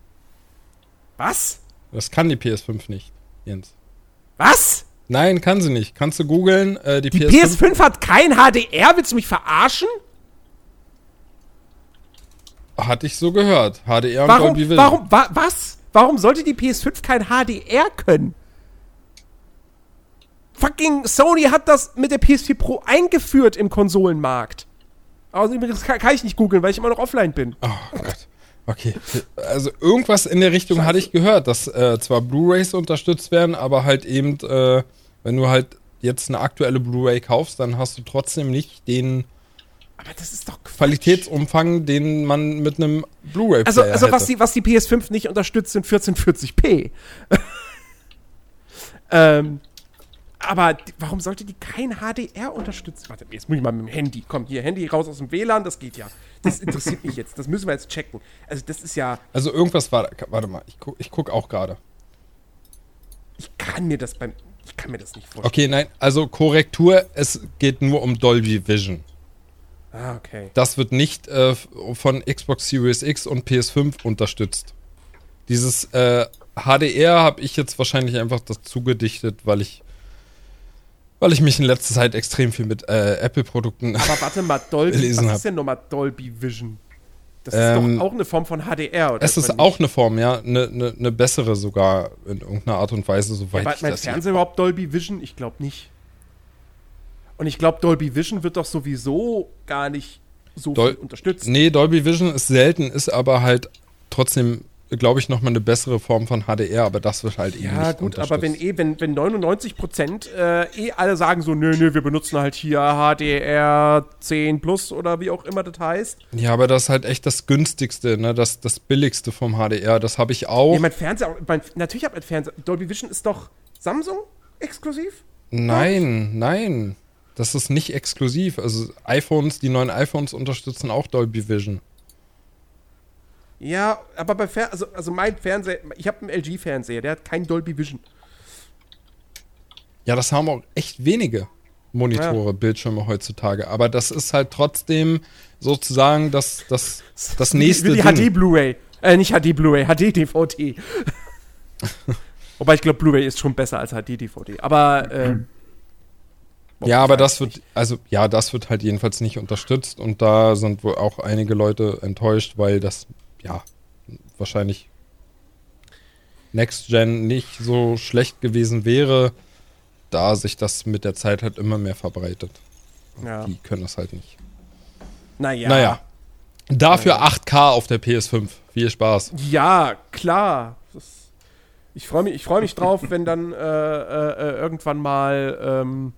Was? Das kann die P S fünf nicht, Jens. Was? Nein, kann sie nicht. Kannst du googeln? Äh, die Die P S fünf, P S fünf hat kein H D R? Willst du mich verarschen? hatte ich so gehört. H D R und Warum, Dolby Vision. warum, wa, was? Warum sollte die P S fünf kein H D R können? Fucking Sony hat das mit der P S vier Pro eingeführt im Konsolenmarkt. Aber das kann, kann ich nicht googeln, weil ich immer noch offline bin. Oh Gott. Okay. Also irgendwas in der Richtung Scheiße. hatte ich gehört, dass äh, zwar Blu-rays unterstützt werden, aber halt eben, äh, wenn du halt jetzt eine aktuelle Blu-ray kaufst, dann hast du trotzdem nicht den Aber das ist doch Quatsch. Qualitätsumfang, den man mit einem Blu-ray-Player Also, also hätte. was, die, was die P S fünf nicht unterstützt, sind vierzehn vierzig p. ähm, aber die, warum sollte die kein H D R unterstützen? Warte, jetzt muss ich mal mit dem Handy. Komm, hier, Handy raus aus dem W L A N, das geht ja. Das interessiert mich jetzt. Das müssen wir jetzt checken. Also, das ist ja. Also irgendwas war da. Warte mal, ich guck, ich guck auch gerade. Ich kann mir das beim. Ich kann mir das nicht vorstellen. Okay, nein, also Korrektur, es geht nur um Dolby Vision. Ah, okay. Das wird nicht äh, von Xbox Series X und P S fünf unterstützt. Dieses äh, H D R habe ich jetzt wahrscheinlich einfach dazu gedichtet, weil ich weil ich mich in letzter Zeit extrem viel mit äh, Apple-Produkten Aber warte mal, Dolby. Gelesen Was hab. ist denn nochmal Dolby Vision? Das Ähm, ist doch auch eine Form von H D R, oder? Es ist nicht? auch eine Form, ja, eine ne, ne bessere sogar in irgendeiner Art und Weise, soweit Aber ich mein das Fernseher überhaupt Dolby Vision? Ich glaube nicht. Und ich glaube, Dolby Vision wird doch sowieso gar nicht so Dol- viel unterstützt. Nee, Dolby Vision ist selten, ist aber halt trotzdem, glaube ich, nochmal eine bessere Form von H D R, aber das wird halt eben Ja, nicht gut, aber wenn unterstützt. eh, wenn, wenn neunundneunzig Prozent äh, eh alle sagen so, nö, nö, wir benutzen halt hier H D R zehn Plus oder wie auch immer das heißt. Ja, aber das ist halt echt das günstigste, ne, das, das billigste vom H D R, das habe ich auch. Ja, mein Fernseher, mein, natürlich hat mein Fernseher, Dolby Vision ist doch Samsung exklusiv? Nein, nein. das ist nicht exklusiv. Also iPhones, die neuen iPhones unterstützen auch Dolby Vision. Ja, aber bei Fer- also, also mein Fernseher, ich habe einen L G-Fernseher, der hat kein Dolby Vision. Ja, das haben auch echt wenige Monitore, ja. Bildschirme heutzutage. Aber das ist halt trotzdem sozusagen das, das, das nächste wie, wie die Ding. H D Blu-ray. Äh, nicht H D Blu-ray, H D D V D. Wobei ich glaube, Blu-ray ist schon besser als H D D V D. Aber, äh, ja, aber das wird, also, ja, das wird halt jedenfalls nicht unterstützt. Und da sind wohl auch einige Leute enttäuscht, weil das, ja, wahrscheinlich Next Gen nicht so schlecht gewesen wäre, da sich das mit der Zeit halt immer mehr verbreitet. Ja. Die können das halt nicht. Naja. Naja. Dafür acht K auf der P S fünf. Viel Spaß. Ja, klar. Das, ich freue mich, ich freu mich drauf, wenn dann äh, äh, irgendwann mal ähm,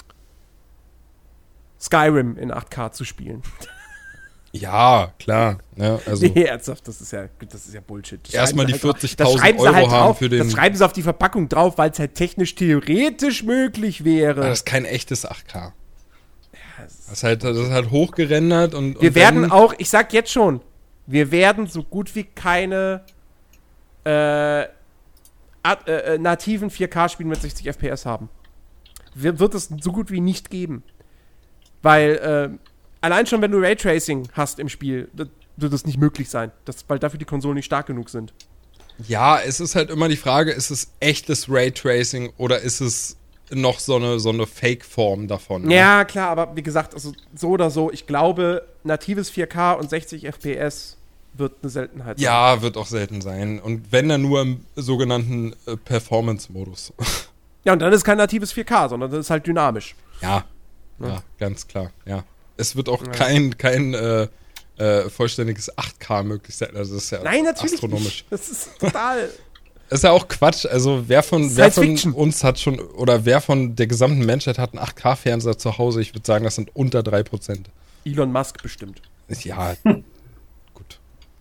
Skyrim in acht K zu spielen. Ja, klar. Ja, also nee, ernsthaft, das ist ja, das ist ja Bullshit. Erstmal die halt vierzigtausend Euro halt haben drauf, für den... Das schreiben sie auf die Verpackung drauf, weil es halt technisch theoretisch möglich wäre. Das ist kein echtes acht K. Das ist halt, das ist halt hochgerendert und... Wir und werden auch, ich sag jetzt schon, wir werden so gut wie keine äh, ad, äh, nativen vier K-Spiele mit sechzig F P S haben. Wir, wird es so gut wie nicht geben. Weil, äh, allein schon, wenn du Raytracing hast im Spiel, das, wird das nicht möglich sein. Das, weil dafür die Konsolen nicht stark genug sind. Ja, es ist halt immer die Frage, ist es echtes Raytracing oder ist es noch so eine, so eine Fake-Form davon? Ne? Ja, klar, aber wie gesagt, also so oder so, ich glaube, natives vier K und sechzig F P S wird eine Seltenheit sein. Ja, wird auch selten sein. Und wenn dann nur im sogenannten äh, Performance-Modus. Ja, und dann ist kein natives vier K, sondern das ist halt dynamisch. Ja, ja, ja, ganz klar, ja. Es wird auch ja. kein, kein äh, äh, vollständiges acht K möglich sein. Also das ist ja Nein, natürlich astronomisch. Nicht. Das ist total... Das ist ja auch Quatsch. Also wer von, wer von uns hat schon, oder wer von der gesamten Menschheit hat einen acht K-Fernseher zu Hause? Ich würde sagen, das sind unter drei Prozent. Elon Musk bestimmt. Ja, gut.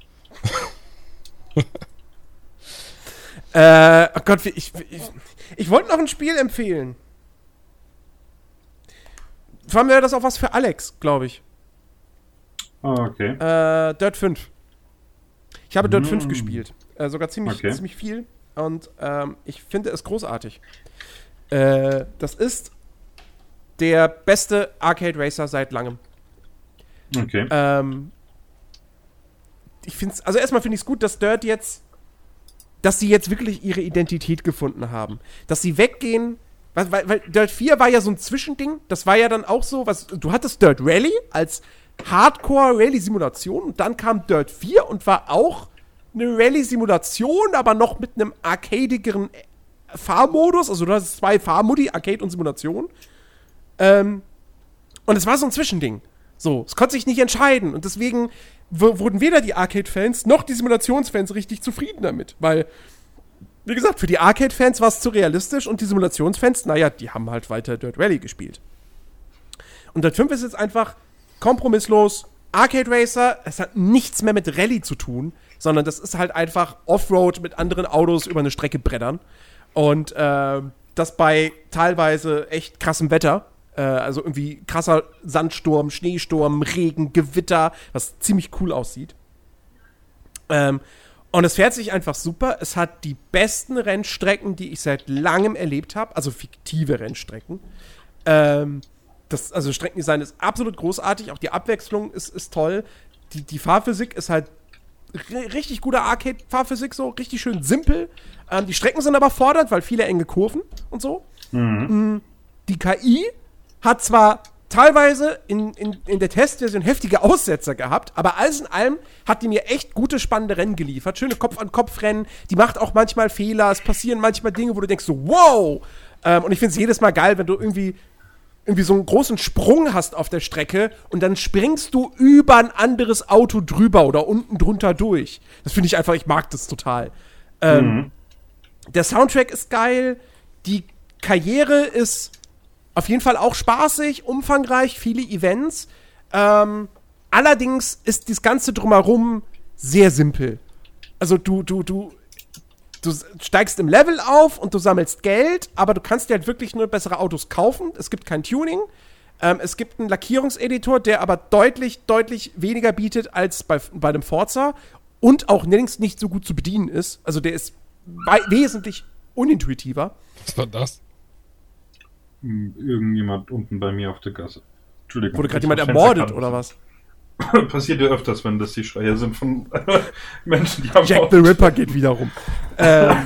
äh, oh Gott, ich, ich, ich wollte noch ein Spiel empfehlen. Vor allem wäre das auch was für Alex, glaube ich. Oh, okay. Äh, Dirt fünf. Ich habe Dirt mm. fünf gespielt. Äh, sogar ziemlich, okay. ziemlich viel. Und ähm, ich finde es großartig. Äh, das ist der beste Arcade Racer seit langem. Okay. Ähm, ich finde es, also erstmal finde ich es gut, dass Dirt jetzt, dass sie jetzt wirklich ihre Identität gefunden haben. Dass sie weggehen, weil, weil, weil Dirt vier war ja so ein Zwischending. Das war ja dann auch so, was, du hattest Dirt Rally als Hardcore-Rally-Simulation und dann kam Dirt vier und war auch eine Rally-Simulation, aber noch mit einem arcadigeren Fahrmodus. Also du hast zwei Fahrmodi, Arcade und Simulation. Ähm, und es war so ein Zwischending. So, es konnte sich nicht entscheiden. Und deswegen w- wurden weder die Arcade-Fans noch die Simulationsfans richtig zufrieden damit. Weil, wie gesagt, für die Arcade-Fans war es zu realistisch und die Simulationsfans, naja, die haben halt weiter Dirt Rally gespielt. Und Dirt fünf ist jetzt einfach kompromisslos Arcade Racer. Es hat nichts mehr mit Rallye zu tun, sondern das ist halt einfach Offroad mit anderen Autos über eine Strecke brettern. Und äh, das bei teilweise echt krassem Wetter. Äh, also irgendwie krasser Sandsturm, Schneesturm, Regen, Gewitter, was ziemlich cool aussieht. Ähm, und es fährt sich einfach super. Es hat die besten Rennstrecken, die ich seit langem erlebt habe. Also fiktive Rennstrecken. Ähm, das, also Streckendesign ist absolut großartig. Auch die Abwechslung ist, ist toll. Die, die Fahrphysik ist halt r- richtig gute Arcade-Fahrphysik, so richtig schön simpel. Ähm, die Strecken sind aber fordernd, weil viele enge Kurven und so. Mhm. Die K I hat zwar teilweise in, in, in der Testversion heftige Aussetzer gehabt, aber alles in allem hat die mir echt gute, spannende Rennen geliefert. Schöne Kopf-an-Kopf-Rennen. Die macht auch manchmal Fehler. Es passieren manchmal Dinge, wo du denkst so, wow! Ähm, und ich finde es jedes Mal geil, wenn du irgendwie irgendwie so einen großen Sprung hast auf der Strecke und dann springst du über ein anderes Auto drüber oder unten drunter durch. Das finde ich einfach, ich mag das total. Ähm, mhm. Der Soundtrack ist geil, die Karriere ist auf jeden Fall auch spaßig, umfangreich, viele Events. Ähm, allerdings ist das Ganze drumherum sehr simpel. Also du, du, du Du steigst im Level auf und du sammelst Geld, aber du kannst dir halt wirklich nur bessere Autos kaufen. Es gibt kein Tuning. Ähm, es gibt einen Lackierungseditor, der aber deutlich, deutlich weniger bietet als bei, bei einem Forza und auch längst nicht so gut zu bedienen ist. Also der ist wei- wesentlich unintuitiver. Was war das? Irgendjemand unten bei mir auf der Gasse. Entschuldigung. Wurde gerade jemand ermordet oder was? Passiert ja öfters, wenn das die Schreie sind von Menschen, die am Jack the Ripper geht wieder rum. ähm,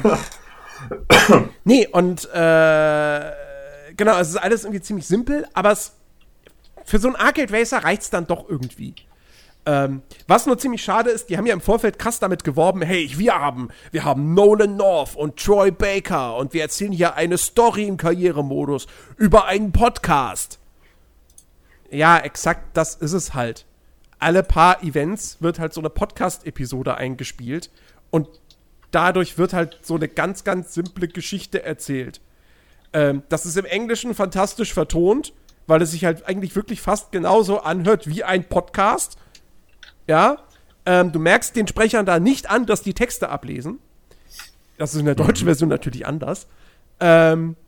nee, und äh, genau, es ist alles irgendwie ziemlich simpel, aber es für so einen Arcade Racer reicht es dann doch irgendwie. Ähm, was nur ziemlich schade ist, die haben ja im Vorfeld krass damit geworben, hey, wir haben, wir haben Nolan North und Troy Baker und wir erzählen hier eine Story im Karrieremodus über einen Podcast. Ja, exakt das ist es halt. Alle paar Events wird halt so eine Podcast-Episode eingespielt und dadurch wird halt so eine ganz, ganz simple Geschichte erzählt. Ähm, das ist im Englischen fantastisch vertont, weil es sich halt eigentlich wirklich fast genauso anhört wie ein Podcast. Ja, ähm, du merkst den Sprechern da nicht an, dass die Texte ablesen. Das ist in der deutschen Version natürlich anders. Ähm,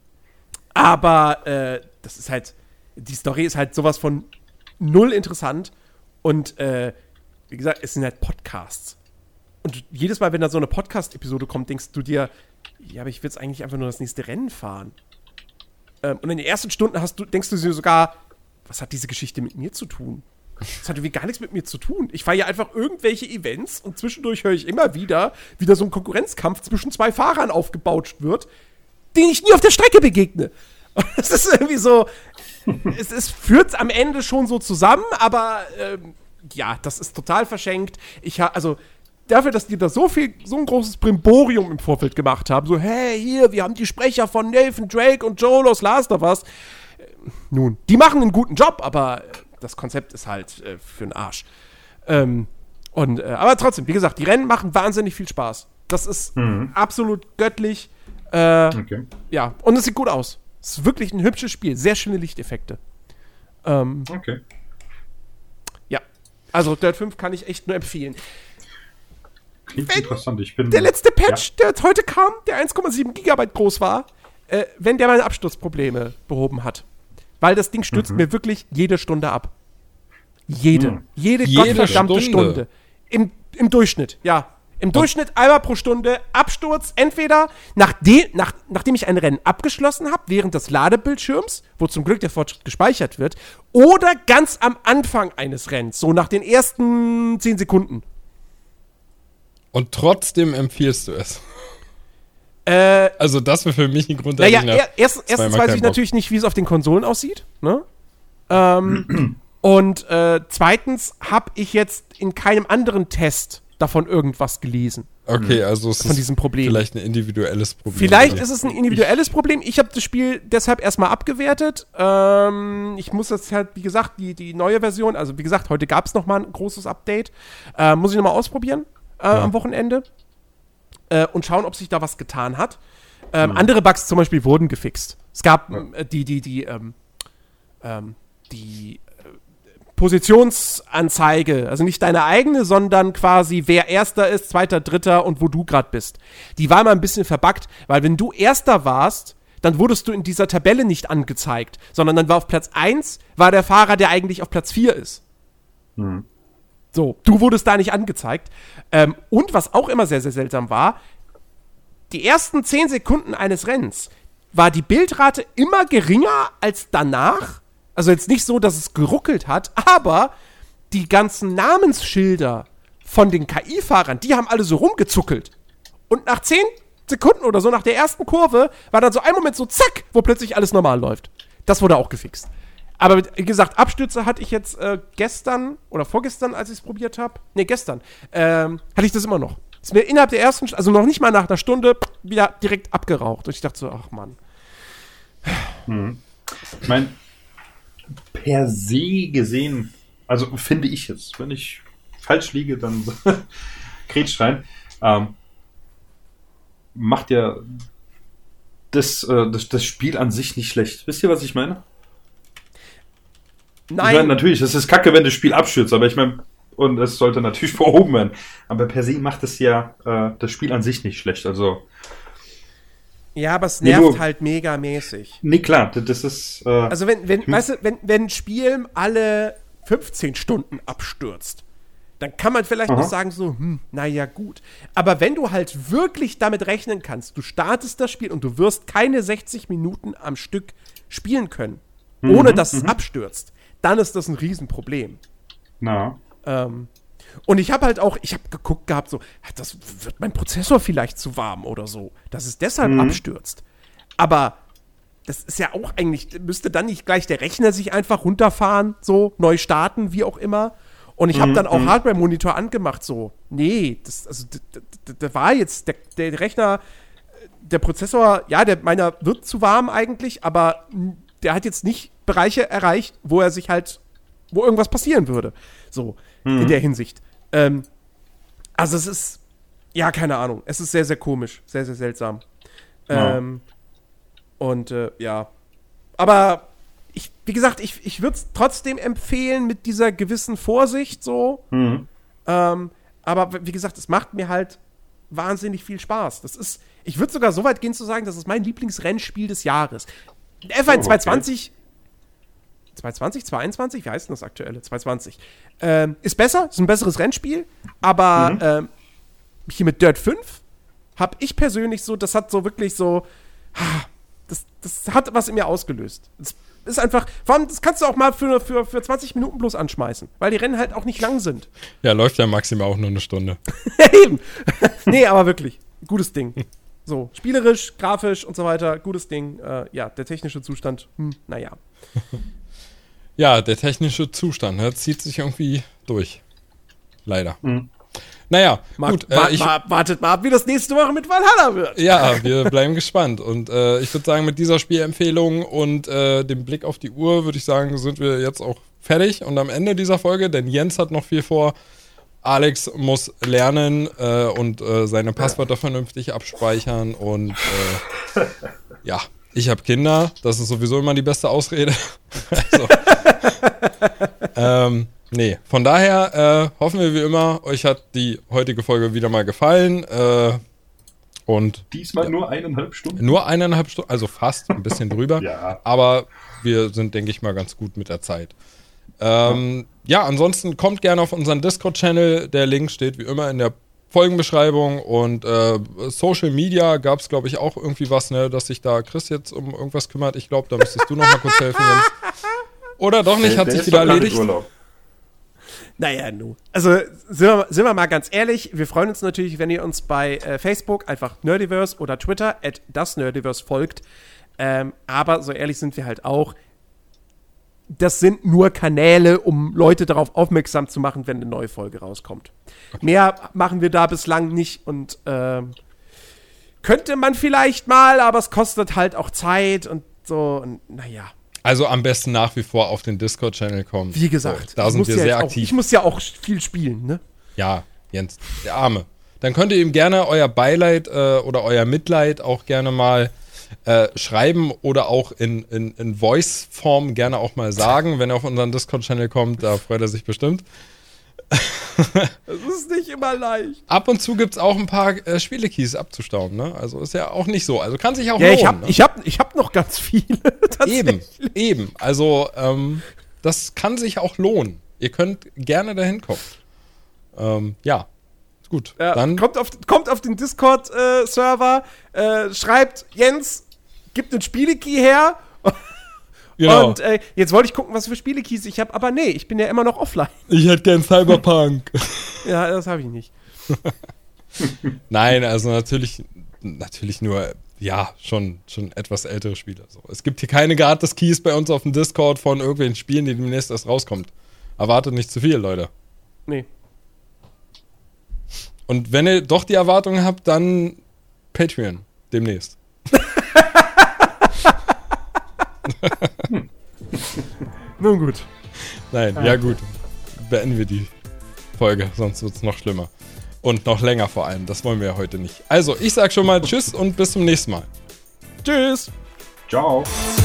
aber äh, das ist halt, die Story ist halt sowas von null interessant. Und äh, wie gesagt, es sind halt Podcasts. Und jedes Mal, wenn da so eine Podcast-Episode kommt, denkst du dir, ja, aber ich will jetzt eigentlich einfach nur das nächste Rennen fahren. Ähm, und in den ersten Stunden hast du, denkst du dir sogar, was hat diese Geschichte mit mir zu tun? Das hat irgendwie gar nichts mit mir zu tun. Ich fahre ja einfach irgendwelche Events und zwischendurch höre ich immer wieder, wie da so ein Konkurrenzkampf zwischen zwei Fahrern aufgebaut wird, denen ich nie auf der Strecke begegne. Und das ist irgendwie so, es, es führt am Ende schon so zusammen, aber ähm, ja, das ist total verschenkt. Ich ha, also dafür, dass die da so viel, so ein großes Brimborium im Vorfeld gemacht haben, so, hey, hier, wir haben die Sprecher von Nathan Drake und Joel aus Last of Us. Äh, nun, die machen einen guten Job, aber das Konzept ist halt äh, für den Arsch. Ähm, und, äh, aber trotzdem, wie gesagt, die Rennen machen wahnsinnig viel Spaß. Das ist mhm. absolut göttlich. Äh, okay. Ja, und es sieht gut aus. Es ist wirklich ein hübsches Spiel. Sehr schöne Lichteffekte. Ähm, okay. Ja, also Dirt fünf kann ich echt nur empfehlen. Klingt wenn interessant. Ich bin, der letzte Patch, ja. der heute kam, der eins Komma sieben Gigabyte groß war, äh, wenn der meine Absturzprobleme behoben hat. Weil das Ding stürzt mhm. mir wirklich jede Stunde ab. Jede. Mhm. Jede, jede gottverdammte Stunde. Stunde. Im, Im Durchschnitt, ja. Im Durchschnitt einmal pro Stunde Absturz, entweder nachdem, nach, nachdem ich ein Rennen abgeschlossen habe, während des Ladebildschirms, wo zum Glück der Fortschritt gespeichert wird, oder ganz am Anfang eines Rennens, so nach den ersten zehn Sekunden. Und trotzdem empfiehlst du es. Äh, also das wäre für mich ein Grund, naja, er, erst, erstens weiß ich Bock. natürlich nicht, wie es auf den Konsolen aussieht. Ne? Ähm, und äh, zweitens habe ich jetzt in keinem anderen Test davon irgendwas gelesen. Okay, also es von ist diesem Problem. vielleicht ein individuelles Problem. Vielleicht oder? ist es ein individuelles Problem. Ich habe das Spiel deshalb erstmal abgewertet. Ähm, ich muss jetzt halt, wie gesagt, die, die neue Version, also wie gesagt, heute gab es nochmal ein großes Update. Äh, muss ich nochmal ausprobieren äh, ja. am Wochenende. Äh, und schauen, ob sich da was getan hat. Ähm, mhm. Andere Bugs zum Beispiel wurden gefixt. Es gab ja. äh, die, die, die, ähm, ähm, die Positionsanzeige, also nicht deine eigene, sondern quasi wer Erster ist, Zweiter, Dritter und wo du gerade bist. Die war mal ein bisschen verbuggt, weil wenn du Erster warst, dann wurdest du in dieser Tabelle nicht angezeigt, sondern dann war auf Platz eins war der Fahrer, der eigentlich auf Platz vier ist. Mhm. So, du wurdest da nicht angezeigt. Ähm, und was auch immer sehr, sehr seltsam war, die ersten zehn Sekunden eines Rennens war die Bildrate immer geringer als danach. Also jetzt nicht so, dass es geruckelt hat, aber die ganzen Namensschilder von den K I-Fahrern, die haben alle so rumgezuckelt. Und nach zehn Sekunden oder so, nach der ersten Kurve, war dann so ein Moment so zack, wo plötzlich alles normal läuft. Das wurde auch gefixt. Aber wie gesagt, Abstürze hatte ich jetzt äh, gestern oder vorgestern, als ich es probiert habe. Ne, gestern. Ähm, hatte ich das immer noch. Ist mir innerhalb der ersten, also noch nicht mal nach einer Stunde, wieder direkt abgeraucht. Und ich dachte so, ach Mann. Hm. Ich meine, per se gesehen, also finde ich jetzt, wenn ich falsch liege, dann grätsch rein, ähm, macht ja das, äh, das, das Spiel an sich nicht schlecht. Wisst ihr, was ich meine? Nein. Ich meine, natürlich, es ist kacke, wenn das Spiel abstürzt, aber ich meine, und es sollte natürlich behoben werden. Aber per se macht es ja äh, das Spiel an sich nicht schlecht. Also Ja, aber es Nee, nervt du- halt megamäßig. Nee, klar, das ist. Äh, Also wenn, wenn, Hm. weißt du, wenn, wenn ein Spiel alle fünfzehn Stunden abstürzt, dann kann man vielleicht Aha. noch sagen so, hm, naja, gut. Aber wenn du halt wirklich damit rechnen kannst, du startest das Spiel und du wirst keine sechzig Minuten am Stück spielen können, ohne dass es abstürzt, dann ist das ein Riesenproblem. na. Ähm, und ich habe halt auch, ich habe geguckt gehabt, so, das wird mein Prozessor vielleicht zu warm oder so, dass es deshalb abstürzt. Aber das ist ja auch eigentlich, müsste dann nicht gleich der Rechner sich einfach runterfahren, so, neu starten, wie auch immer. Und ich habe dann auch Hardware-Monitor angemacht, so, nee, das, also, da war jetzt, der, der Rechner, der Prozessor, ja, der meiner wird zu warm eigentlich, aber m, der hat jetzt nicht Bereiche erreicht, wo er sich halt, wo irgendwas passieren würde. So, in der Hinsicht. Ähm, also es ist, ja, keine Ahnung, es ist sehr, sehr komisch, sehr, sehr seltsam. Ja. Ähm, und äh, ja, aber ich, wie gesagt, ich, ich würde es trotzdem empfehlen mit dieser gewissen Vorsicht so. Mhm. Ähm, aber wie gesagt, es macht mir halt wahnsinnig viel Spaß. Das ist, ich würde sogar so weit gehen zu sagen, das ist mein Lieblingsrennspiel des Jahres. F eins Oh, okay. zweihundertzwanzig, zweihundertzwanzig, zweihundzwanzig, wie heißt denn das aktuelle? zweihundertzwanzig. Ähm, ist besser, ist ein besseres Rennspiel, aber Mhm. ähm, hier mit Dirt fünf habe ich persönlich so, das hat so wirklich so, das, das hat was in mir ausgelöst. Das ist einfach, vor allem, das kannst du auch mal für, für, für zwanzig Minuten bloß anschmeißen, weil die Rennen halt auch nicht lang sind. Ja, läuft ja maximal auch nur eine Stunde. Eben. Nee, aber wirklich, gutes Ding. So, spielerisch, grafisch und so weiter, gutes Ding. Äh, ja, der technische Zustand, hm, naja. Ja, der technische Zustand, ne, zieht sich irgendwie durch. Leider. Mhm. Naja, Mal, gut. Äh, wa- ich, wa- wartet mal ab, wie das nächste Woche mit Valhalla wird. ja, wir bleiben gespannt. Und äh, ich würde sagen, mit dieser Spielempfehlung und äh, dem Blick auf die Uhr, würde ich sagen, sind wir jetzt auch fertig und am Ende dieser Folge, denn Jens hat noch viel vor. Alex muss lernen äh, und äh, seine Passwörter vernünftig abspeichern und äh, ja, ich habe Kinder, das ist sowieso immer die beste Ausrede. also, ähm, nee, von daher äh, hoffen wir wie immer, euch hat die heutige Folge wieder mal gefallen äh, und Diesmal Ja. nur eineinhalb Stunden. nur eineinhalb Stunden, also fast ein bisschen drüber, Ja. aber wir sind, denke ich mal, ganz gut mit der Zeit. Ähm, ja, ansonsten kommt gerne auf unseren Discord-Channel. Der Link steht wie immer in der Folgenbeschreibung. Und äh, Social Media gab es, glaube ich, auch irgendwie was, ne, dass sich da Chris jetzt um irgendwas kümmert. Ich glaube, da müsstest du noch mal kurz helfen, Jens. Oder doch nicht, hat Der sich ist wieder doch gerade in erledigt. Urlaub. Naja, nu. Also, sind wir, sind wir mal ganz ehrlich, wir freuen uns natürlich, wenn ihr uns bei äh, Facebook einfach Nerdiverse oder Twitter at das Nerdiverse folgt. Ähm, aber so ehrlich sind wir halt auch. Das sind nur Kanäle, um Leute darauf aufmerksam zu machen, wenn eine neue Folge rauskommt. Mehr machen wir da bislang nicht und ähm, könnte man vielleicht mal, aber es kostet halt auch Zeit und so. Und naja, Also am besten nach wie vor auf den Discord-Channel kommen. wie gesagt, So, da ich sind muss wir ja sehr jetzt auch, aktiv. ich muss ja auch viel spielen, ne? Ja, Jens, der Arme. Dann könnt ihr ihm gerne euer Beileid äh, oder euer Mitleid auch gerne mal äh, schreiben oder auch in, in, in Voice-Form gerne auch mal sagen, wenn er auf unseren Discord-Channel kommt. Da freut er sich bestimmt. Das ist nicht immer leicht. Ab und zu gibt es auch ein paar äh, Spielekeys abzustauben, ne? Also ist ja auch nicht so. Also kann sich auch Ja, lohnen. ich hab, ne? ich hab, ich hab noch ganz viele. Eben, eben. Also ähm, das kann sich auch lohnen. Ihr könnt gerne dahin kommen. Ähm, ja, gut. Ja, Dann kommt, auf, kommt auf den Discord-Server, äh, schreibt, Jens, gibt einen Spielekey her. genau. Und äh, jetzt wollte ich gucken, was für Spielekeys ich habe, aber nee, ich bin ja immer noch offline. Ich hätte gern Cyberpunk. Ja, das habe ich nicht. Nein, also natürlich, natürlich nur, ja, schon, schon etwas ältere Spiele. So. Es gibt hier keine Gratis-Keys bei uns auf dem Discord von irgendwelchen Spielen, die demnächst erst rauskommt. Erwartet nicht zu viel, Leute. Nee. Und wenn ihr doch die Erwartungen habt, dann Patreon demnächst. Nun gut. Nein, ja gut. Beenden wir die Folge, sonst wird es noch schlimmer. Und noch länger vor allem. Das wollen wir ja heute nicht. Also, ich sag schon mal Tschüss und bis zum nächsten Mal. Tschüss. Ciao.